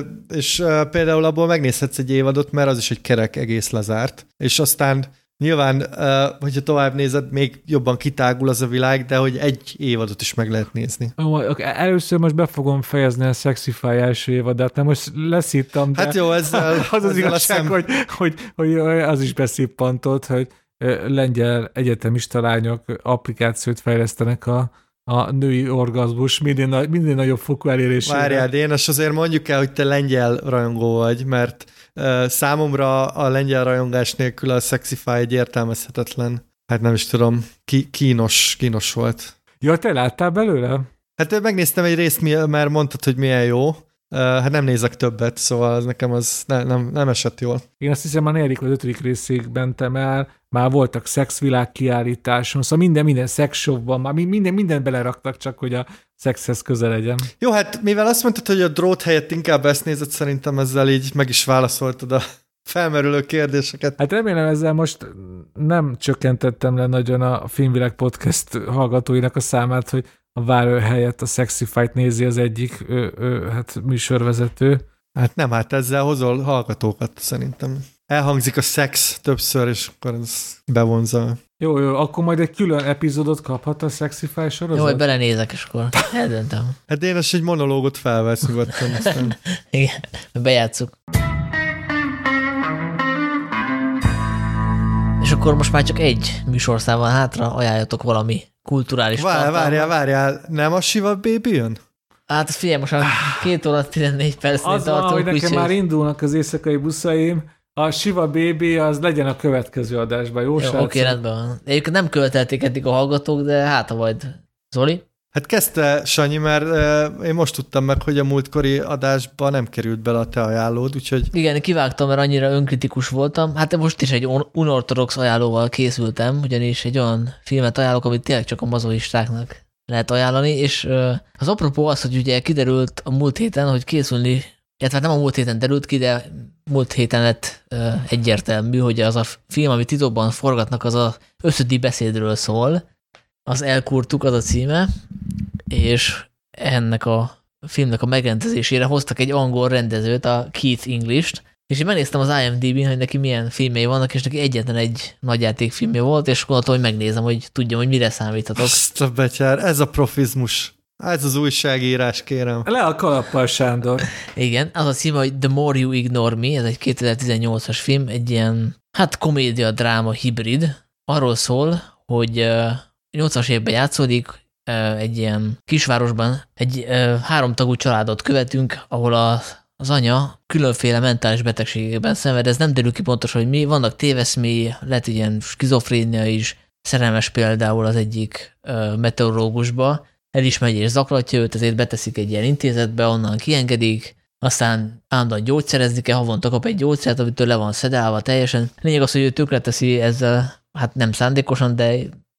és például abból megnézhetsz egy évadot, mert az is egy kerek egész lezárt. És aztán nyilván, hogyha tovább nézed, még jobban kitágul az a világ, de hogy egy évadot is meg lehet nézni. Először most be fogom fejezni a Sexify első évadát, nem most leszittam, de hát jó, ezzel, az az igazság, szem... hogy, hogy, hogy az is beszippantott, hogy lengyel egyetemista lányok applikációt fejlesztenek a a női orgazmus minden, minden nagyobb fokú elérésére. Várjál, Dénes, azért mondjuk el, hogy te lengyel rajongó vagy, mert uh, számomra a lengyel rajongás nélkül a Sexify egy értelmezhetetlen, hát nem is tudom, ki, kínos, kínos volt. Ja, te láttál belőle? Hát megnéztem egy részt, mert mondtad, hogy milyen jó. Uh, hát nem nézek többet, szóval az nekem az ne, nem, nem esett jól. Én azt hiszem, a negyedik vagy ötödik részig mentem el, már voltak szexvilág kiállításon, szóval minden, minden szexshopban, már minden, minden beleraktak, csak hogy a szexhez közel legyen. Jó, hát mivel azt mondtad, hogy a drót helyett inkább ezt nézett, szerintem ezzel így meg is válaszoltad a felmerülő kérdéseket. Hát remélem ezzel most nem csökkentettem le nagyon a Filmvilág podcast hallgatóinak a számát, hogy a várő helyett a Sexify-t nézi az egyik ő, ő, hát műsorvezető. Hát nem, hát ezzel hozol hallgatókat szerintem. Elhangzik a szex többször, és akkor ez bevonza. Jó, jó, akkor majd egy külön epizódot kaphat a Sexify sorozat? Jó, hogy belenézek, és akkor eldöntöm. Hát Dénes egy monológot felvesz nyugodtan. Aztán... Igen, bejátszuk. És akkor most már csak egy műsorszám van hátra, ajánljatok valami kulturális Vár, tartalmat. Várjál, várjál, nem a Siva Baby jön? Hát figyelj, most már két óra tizennégy percnél az tartunk. Az van, hogy nekem úgy, már indulnak az éjszakai buszaim, a Siva Baby az legyen a következő adásban, jó, jó, oké, rendben van. Egyébként nem követelték eddig a hallgatók, de hát ha majd. Zoli? Hát kezdte, Sanyi, mert uh, én most tudtam meg, hogy a múltkori adásban nem került bele a te ajánlód, úgyhogy... Igen, kivágtam, mert annyira önkritikus voltam. Hát most is egy unortodox ajánlóval készültem, ugyanis egy olyan filmet ajánlok, amit tényleg csak a mazoistáknak lehet ajánlani, és uh, az apropó az, hogy ugye kiderült a múlt héten, hogy készülni, illetve nem a múlt héten derült ki, de múlt héten lett uh, egyértelmű, hogy az a film, amit titokban forgatnak, az az összödi beszédről szól, az Elkurtuk az a címe, és ennek a filmnek a megrendezésére hoztak egy angol rendezőt, a Keith English-t, és én megnéztem az IMDb-n, hogy neki milyen filmjei vannak, és neki egyetlen egy nagyjátékfilmje volt, és gondoltam, hogy megnézem, hogy tudjam, hogy mire számíthatok. Azt a betyár, ez a profizmus. Ez az újságírás, kérem. Le a kalappal, Sándor. Igen, az a címe, hogy The More You Ignore Me, ez egy kétezer-tizennyolcas film, egy ilyen, hát komédia-dráma hibrid. Arról szól, hogy nyolcvanas évben játszódik, egy ilyen kisvárosban egy háromtagú családot követünk, ahol a, az anya különféle mentális betegségekben szenved, ez nem derül ki pontosan, hogy mi, vannak téveszmély, lehet ilyen skizofrénia is, szerelmes például az egyik meteorológusba, el is megy és zaklatja őt, ezért beteszik egy ilyen intézetbe, onnan kiengedik, aztán állandóan gyógyszerezni kell, havonta kap egy gyógyszert, amitől le van szedálva teljesen. Lényeg az, hogy ő tökre teszi ezzel, hát nem szándékosan, de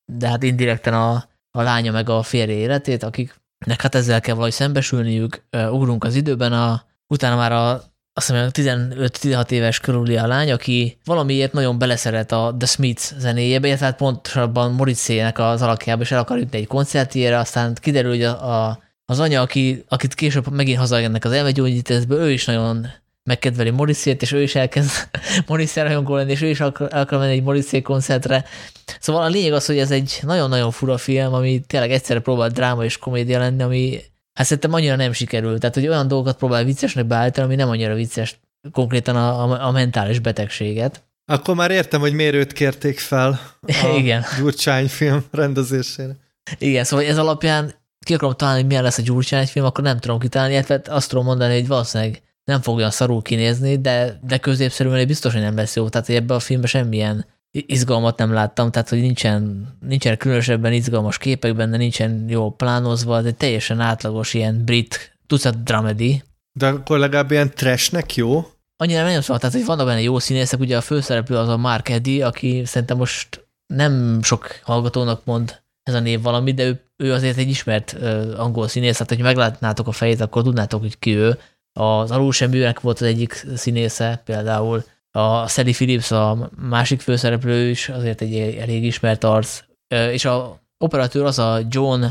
de hát indirekten a, a lánya meg a férje életét, akiknek hát ezzel kell valahogy szembesülniük, ugrunk az időben, a, utána már a azt hiszem, tizenöt-tizenhat éves körüli a lány, aki valamiért nagyon beleszeret a The Smiths zenéjébe, illetve hát pontosabban Morrissey-nek az alakjába, és el akar jutni egy koncertjére, aztán kiderül, hogy a, a, az anya, aki, akit később megint hazajönnek az elmegyógyításból, ő is nagyon megkedveli Morrissey-t, és ő is elkezd Morrissey rajongó lenni, és ő is akar, akar menni egy Morrissey koncertre. Szóval a lényeg az, hogy ez egy nagyon-nagyon fura film, ami tényleg egyszerre próbál dráma és komédia lenni, ami hát szerintem annyira nem sikerül. Tehát, hogy olyan dolgokat próbál viccesnek beállítani, ami nem annyira vicces, konkrétan a, a, a mentális betegséget. Akkor már értem, hogy miért őt kérték fel a Igen. Gyurcsány film rendezésére. Igen, szóval ez alapján ki akarom találni, hogy milyen lesz a Gyurcsány film, akkor nem tudom kitalálni, illetve azt tudom mondani, hogy valószínűleg nem fog olyan szarul kinézni, de, de középszerűen biztos, hogy nem lesz jó. Tehát, hogy ebben a filmben semmilyen izgalmat nem láttam, tehát, hogy nincsen, nincsen különösebben izgalmas képek benne, nincsen jó plánozva, de teljesen átlagos ilyen brit tucat dramedy. De akkor legalább ilyen trashnek jó? Annyira nem szóval, tehát, hogy vannak benne jó színészek, ugye a főszereplő az a Mark Eddy, aki szerintem most nem sok hallgatónak mond ez a név valami, de ő, ő azért egy ismert uh, angol színész, tehát, hogy meglátnátok a fejét, akkor tudnátok, hogy ki ő. Az Alulsemműnek volt az egyik színésze, például a Sally Phillips, a másik főszereplő is azért egy elég ismert arc, és a operatőr az a John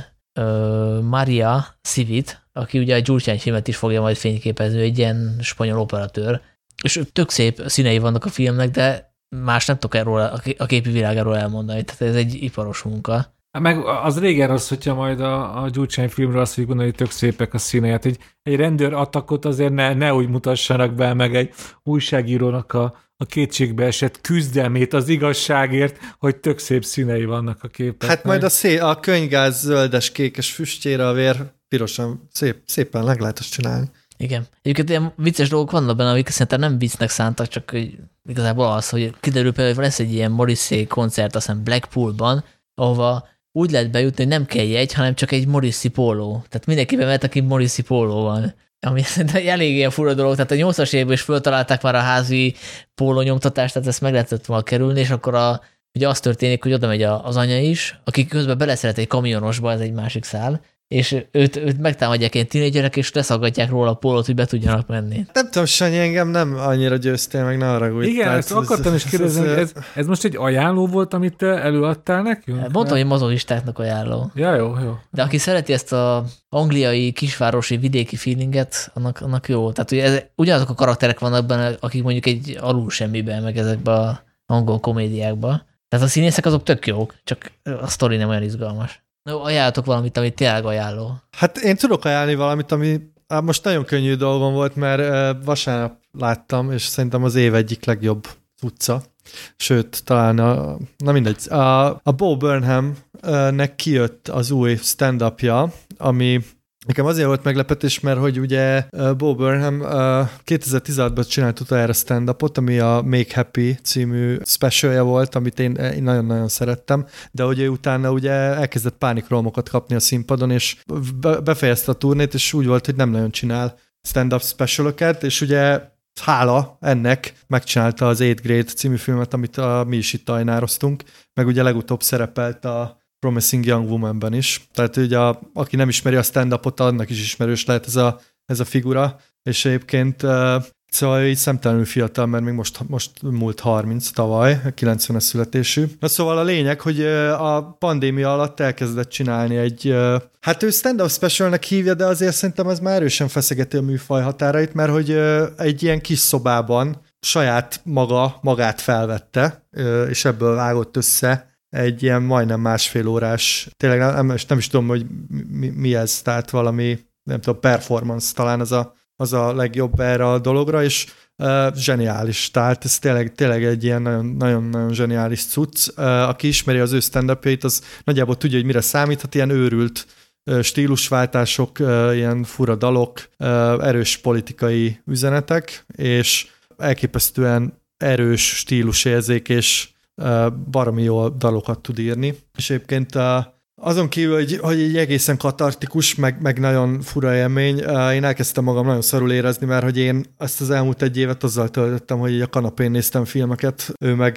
uh, Maria Civit, aki ugye a Gyurcsány filmet is fogja majd fényképezni, egy ilyen spanyol operatőr, és tök szép színei vannak a filmnek, de más nem tudok erről a képi világáról elmondani, tehát ez egy iparos munka. Meg az régen az, hogyha majd a, a Gyurcsány filmről azt fogjuk gondolni, hogy tök szépek a színei. Egy, egy rendőr atakot azért ne, ne úgy mutassanak be, meg egy újságírónak a, a kétségbe esett küzdelmét az igazságért, hogy tök szép színei vannak a képeknek. Hát majd a, szé- a könygáz zöldes, kékes füstjére a vér pirosan szép, szépen meg lehet azt csinálni. Igen. Egyébként ilyen vicces dolgok vannak benne, amik szerintem nem viccnek szántak, csak igazából az, hogy kiderül például, hogy lesz egy ilyen Morrissey koncert, azt hiszem Blackpoolban, ahova úgy lehet bejutni, hogy nem kell jegy, hanem csak egy Morrissey póló. Tehát mindenki bemehet, aki Morrissey póló van. Ami szerintem elég ilyen fura dolog. Tehát a nyolcas évben is föltalálták már a házi póló nyomtatást, tehát ezt meg lehetett volna kerülni, és akkor a, ugye az történik, hogy oda megy az anya is, aki közben beleszeret egy kamionosba, ez egy másik szál, és őt, őt megtámadják ilyen tínédzserek, és leszaggatják róla a pólót, hogy be tudjanak menni. Nem tudom, Sanyi, engem nem annyira győztél, meg ne haragudj. Igen, tehát ezt akartam is kérdezni, hogy ez, ez most egy ajánló volt, amit te előadtál nekünk? Mondtam, hogy mazoistáknak ajánló. Ja, jó, jó. De aki szereti ezt a angliai, kisvárosi, vidéki feelinget, annak, annak jó. Tehát ugye ez, ugyanazok a karakterek vannak benne, akik mondjuk egy alul semmiben, meg ezekben a angol komédiákban. Tehát a színészek azok tök jók, csak a sztori nem olyan izgalmas. No, ajánlatok valamit, amit tényleg ajánló. Hát én tudok ajánlani valamit, ami most nagyon könnyű dolgom volt, mert vasárnap láttam, és szerintem az év egyik legjobb utca. Sőt, talán a, na mindegy, a, a Bo Burnham-nek kijött az új stand-upja, ami nekem azért volt meglepetés, mert hogy ugye Bo Burnham kétezer-tizenhatban csinált utoljára stand-upot, ami a Make Happy című specialja volt, amit én, én nagyon-nagyon szerettem, de ugye utána ugye elkezdett pánikrohamokat kapni a színpadon, és befejezte a turnét, és úgy volt, hogy nem nagyon csinál stand-up specialokat, és ugye hála ennek megcsinálta az eighth Grade című filmet, amit a, mi is itt ajnároztunk, meg ugye legutóbb szerepelt a Promising Young Woman-ben is. Tehát ugye a, aki nem ismeri a stand-upot, annak is ismerős lehet ez a, ez a figura, és egyébként uh, szóval így szemtelenül fiatal, mert még most, most múlt harminc tavaly, kilencvenes születésű. Na szóval a lényeg, hogy uh, a pandémia alatt elkezdett csinálni egy, uh, hát ő stand-up specialnek hívja, de azért szerintem ez már erősen feszegeti a műfaj határait, mert hogy uh, egy ilyen kis szobában saját maga, magát felvette, uh, és ebből vágott össze egy ilyen majdnem másfél órás, tényleg nem, nem is tudom, hogy mi, mi ez, tehát valami, nem tudom, performance talán az a, az a legjobb erre a dologra, és uh, zseniális, tehát ez tényleg, tényleg egy ilyen nagyon-nagyon zseniális cucc. Uh, aki ismeri az ő stand-upjait, az nagyjából tudja, hogy mire számíthat, ilyen őrült uh, stílusváltások, uh, ilyen fura dalok, uh, erős politikai üzenetek, és elképesztően erős stílusérzék, és baromi jól dalokat tud írni. És egyébként azon kívül, hogy, hogy egy egészen katartikus, meg, meg nagyon fura élmény, én elkezdtem magam nagyon szarul érezni, mert hogy én ezt az elmúlt egy évet azzal töltöttem, hogy a kanapén néztem filmeket, ő meg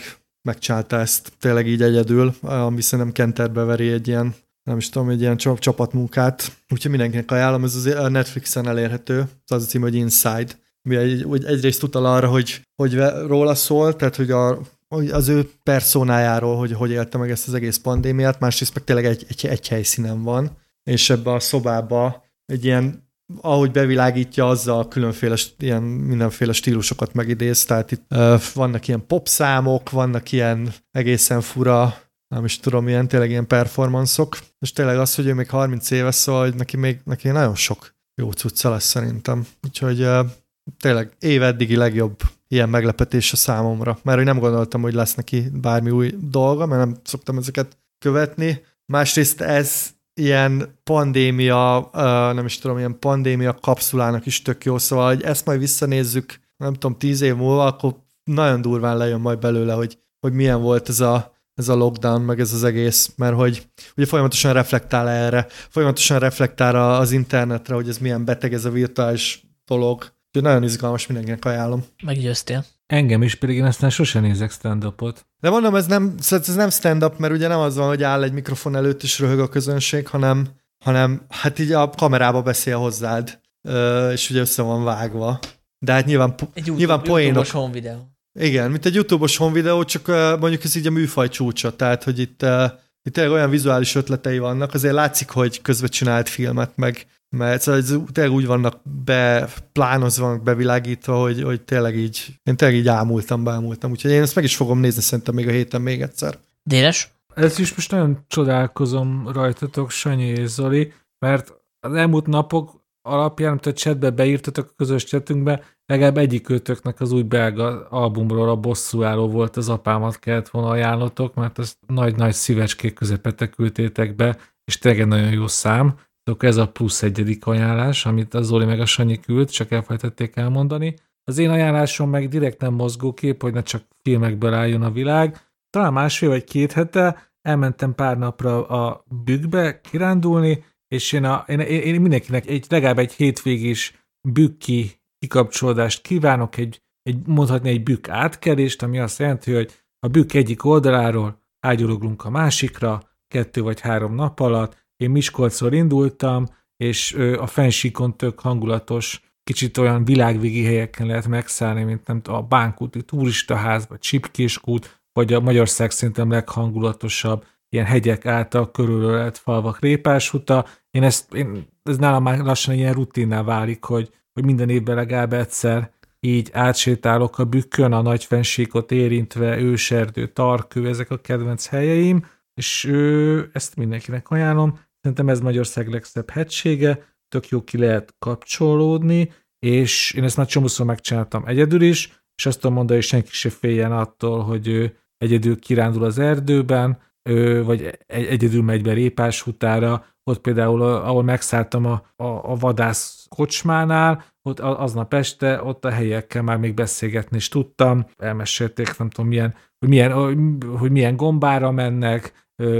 megcsinálta ezt tényleg így egyedül, ami szerintem kenterbe veri egy ilyen, nem is tudom, egy ilyen csapatmunkát. Úgyhogy mindenkinek ajánlom, ez az a Netflixen elérhető, az a cím, hogy Inside. Mi egy, egyrészt utal arra, hogy, hogy róla szól, tehát hogy a az ő personájáról, hogy hogy élte meg ezt az egész pandémiát, másrészt meg tényleg egy, egy, egy helyszínen van, és ebbe a szobába egy ilyen, ahogy bevilágítja, azzal különféle, ilyen mindenféle stílusokat megidéz, tehát itt uh, vannak ilyen popszámok, vannak ilyen egészen fura, nem is tudom, ilyen tényleg ilyen performanszok, és tényleg az, hogy ő még harminc éves, szóval hogy neki még neki nagyon sok jó cucca lesz szerintem. Úgyhogy uh, tényleg év eddigi legjobb ilyen meglepetés a számomra, mert én nem gondoltam, hogy lesz neki bármi új dolga, mert nem szoktam ezeket követni. Másrészt ez ilyen pandémia, nem is tudom, ilyen pandémia kapszulának is tök jó, szóval, hogy ezt majd visszanézzük, nem tudom, tíz év múlva, akkor nagyon durván lejön majd belőle, hogy, hogy milyen volt ez a, ez a lockdown, meg ez az egész, mert hogy ugye folyamatosan reflektál erre, folyamatosan reflektál az internetre, hogy ez milyen beteg ez a virtuális dolog. Úgyhogy nagyon izgalmas, mindenkinek ajánlom. Meggyőztél. Engem is, pedig én aztán sosem nézek stand-upot. De mondom, ez nem, ez nem stand-up, mert ugye nem az van, hogy áll egy mikrofon előtt és röhög a közönség, hanem, hanem hát így a kamerába beszél hozzád, és ugye össze van vágva. De hát nyilván, egy YouTube, nyilván poénok. YouTube-os home videó. Igen, mint egy YouTube-os home videó, csak mondjuk ez így a műfaj csúcsa, tehát hogy itt, itt tényleg olyan vizuális ötletei vannak, azért látszik, hogy közben csinált filmet, meg mert szóval tényleg úgy vannak beplánozva, vannak bevilágítva, hogy, hogy tényleg így, én tényleg így ámultam, bámultam. Úgyhogy én ezt meg is fogom nézni szerintem még a héten még egyszer. Dénes? Ez is most nagyon csodálkozom rajtatok, Sanyi és Zoli, mert az elmúlt napok alapján, amit a chatbe beírtatok a közös chatünkbe, legalább egyikőtöknek az új belga albumról a Bosszúálló volt, az Apámat kellett volna ajánlotok, mert ezt nagy-nagy szívecskék közepette küldtétek be, és tényleg nagyon jó szám. Akkor ez a plusz egyedik ajánlás, amit a Zoli meg a Sanyi küld, csak elfelejtették elmondani. Az én ajánlásom meg direkt nem mozgókép, hogy ne csak filmekből álljon a világ. Talán másfél vagy két hete elmentem pár napra a Bükkbe kirándulni, és én, a, én, én mindenkinek egy, legalább egy hétvégés bükki kikapcsolódást kívánok, egy, egy, mondhatni egy bükk átkelést, ami azt jelenti, hogy a bükk egyik oldaláról ágyuroglunk a másikra, kettő vagy három nap alatt. Én Miskolcról indultam, és a Fennsíkon tök hangulatos, kicsit olyan világvégi helyeken lehet megszállni, mint nem tudom, a Bánkúti turistaház, vagy Csipkéskút, vagy a Magyarország szerintem leghangulatosabb ilyen hegyek által körülölelt falvak Répáshuta. Én ezt, én, ez nálam már lassan ilyen rutinná válik, hogy, hogy minden évben legalább egyszer így átsétálok a Bükkön, a Nagy-Fennsíkot érintve, Őserdő, Tarkő, ezek a kedvenc helyeim, és ő, ezt mindenkinek ajánlom. Szerintem ez Magyarország legszebb hegysége, tök jó ki lehet kapcsolódni, és én ezt már csomószor megcsináltam egyedül is, és azt tudom mondani, hogy senki se féljen attól, hogy ő egyedül kirándul az erdőben, ő, vagy egyedül megy be Répáshutára, ott például, ahol megszálltam a, a, a vadász kocsmánál, ott aznap este, ott a helyekkel már még beszélgetni is tudtam, elmesélték, nem tudom, milyen, hogy, milyen, hogy milyen gombára mennek,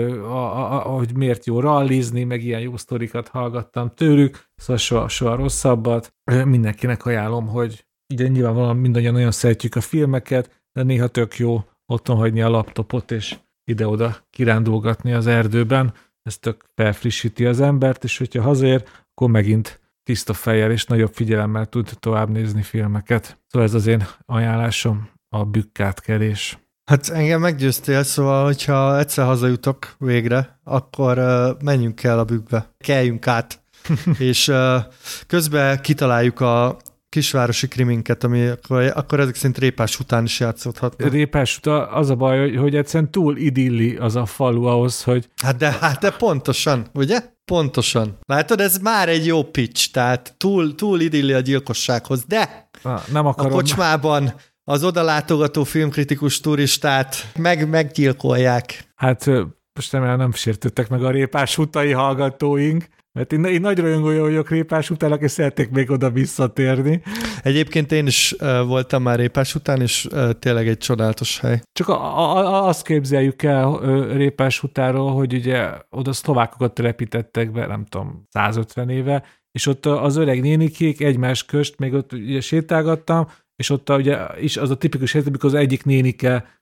hogy miért jó rallizni, meg ilyen jó sztorikat hallgattam tőlük, szóval soha, soha rosszabbat. Mindenkinek ajánlom, hogy ugye nyilvánvalóan mindannyian nagyon szeretjük a filmeket, de néha tök jó otthon hagyni a laptopot, és ide-oda kirándulgatni az erdőben. Ez tök felfrissíti az embert, és hogyha hazér, akkor megint tiszta fejjel és nagyobb figyelemmel tud tovább nézni filmeket. Szóval ez az én ajánlásom, a bükkátkelés. Hát engem meggyőztél, szóval, hogyha egyszer hazajutok végre, akkor uh, menjünk el a Bükkbe, keljünk át, és uh, közben kitaláljuk a kisvárosi kriminket, ami akkor, akkor ezek szerint Répásután is játszódhatna. Répásután az a baj, hogy, hogy egyszerűen túl idilli az a falu ahhoz, hogy... Hát de, hát de pontosan, ugye? Pontosan. Látod, ez már egy jó pitch, tehát túl, túl idilli a gyilkossághoz, de Na, nem akarom. A kocsmában az odalátogató filmkritikus turistát meg, meggyilkolják. Hát most remélem nem sértődtek meg a Répáshutai hallgatóink, mert én, én nagy rajongója vagyok Répásutának, és szeretnék még oda visszatérni. Egyébként én is uh, voltam már Répásután, és uh, tényleg egy csodálatos hely. Csak a, a, azt képzeljük el uh, Répáshutáról, hogy ugye oda szlovákokat telepítettek be, nem tudom, százötven éve, és ott az öreg nénikék egymás közt, még ott ugye sétálgattam, és ott ugye is az a tipikus helyzet, amikor az egyik nénike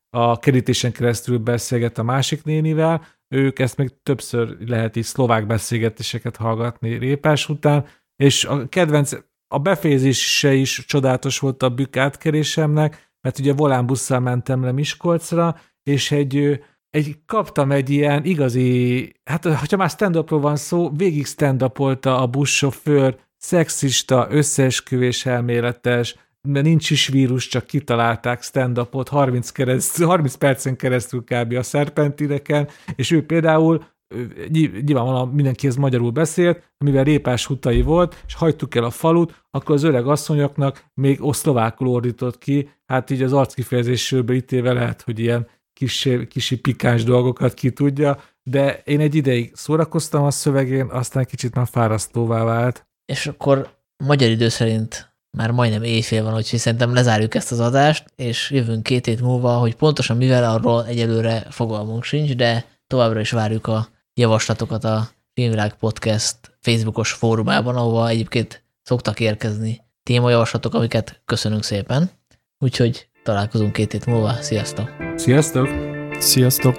a kerítésen keresztül beszélget a másik nénivel, ők ezt még többször lehet így szlovák beszélgetéseket hallgatni Répás után, és a kedvenc, a befejezése is csodálatos volt a bükk átkerésemnek, mert ugye volánbusszal mentem le Miskolcra, és egy, egy, kaptam egy ilyen igazi, hát ha már stand-upról van szó, végig stand-upolta a buszsofőr, szexista, összeesküvés elméletes, mert nincs is vírus, csak kitalálták stand-upot harminc, keresztül, harminc percen keresztül kb. A szerpentineken, és ő például nyilvánvalóan mindenkihez magyarul beszélt, mivel Répás hutai volt, és hagytuk el a falut, akkor az öreg asszonyoknak még oszlovákul ordított ki, hát így az arckifejezésből ítélve lehet, hogy ilyen kisi, kisi pikáns dolgokat ki tudja, de én egy ideig szórakoztam a szövegén, aztán kicsit már fárasztóvá vált. És akkor magyar idő szerint már majdnem éjfél van, úgyhogy szerintem lezárjuk ezt az adást, és jövünk két hét múlva, hogy pontosan mivel, arról egyelőre fogalmunk sincs, de továbbra is várjuk a javaslatokat a Filmvilág Podcast Facebookos fórumában, ahova egyébként szoktak érkezni témajavaslatok, amiket köszönünk szépen. Úgyhogy találkozunk két hét múlva. Sziasztok! Sziasztok! Sziasztok!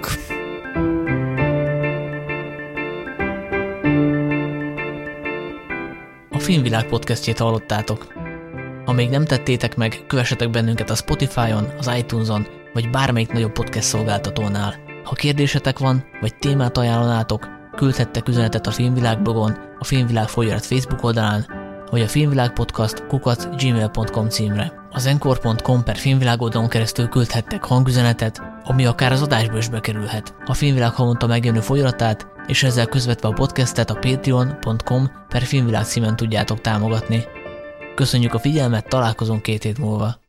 A Filmvilág podcastjét hallottátok. Ha még nem tettétek meg, kövessetek bennünket a Spotify-on, az iTunes-on, vagy bármelyik nagyobb podcast szolgáltatónál. Ha kérdésetek van, vagy témát ajánlanátok, küldhettek üzenetet a Filmvilág blogon, a Filmvilág folyóirat Facebook oldalán, vagy a filmvilágpodcast kukac gmail pont com címre. Az encore pont com per filmvilág oldalon keresztül küldhettek hangüzenetet, ami akár az adásba is bekerülhet. A Filmvilág havonta megjelenő folyóiratát, és ezzel közvetve a podcastet a patreon pont com per filmvilág címen tudjátok támogatni. Köszönjük a figyelmet, találkozunk két hét múlva.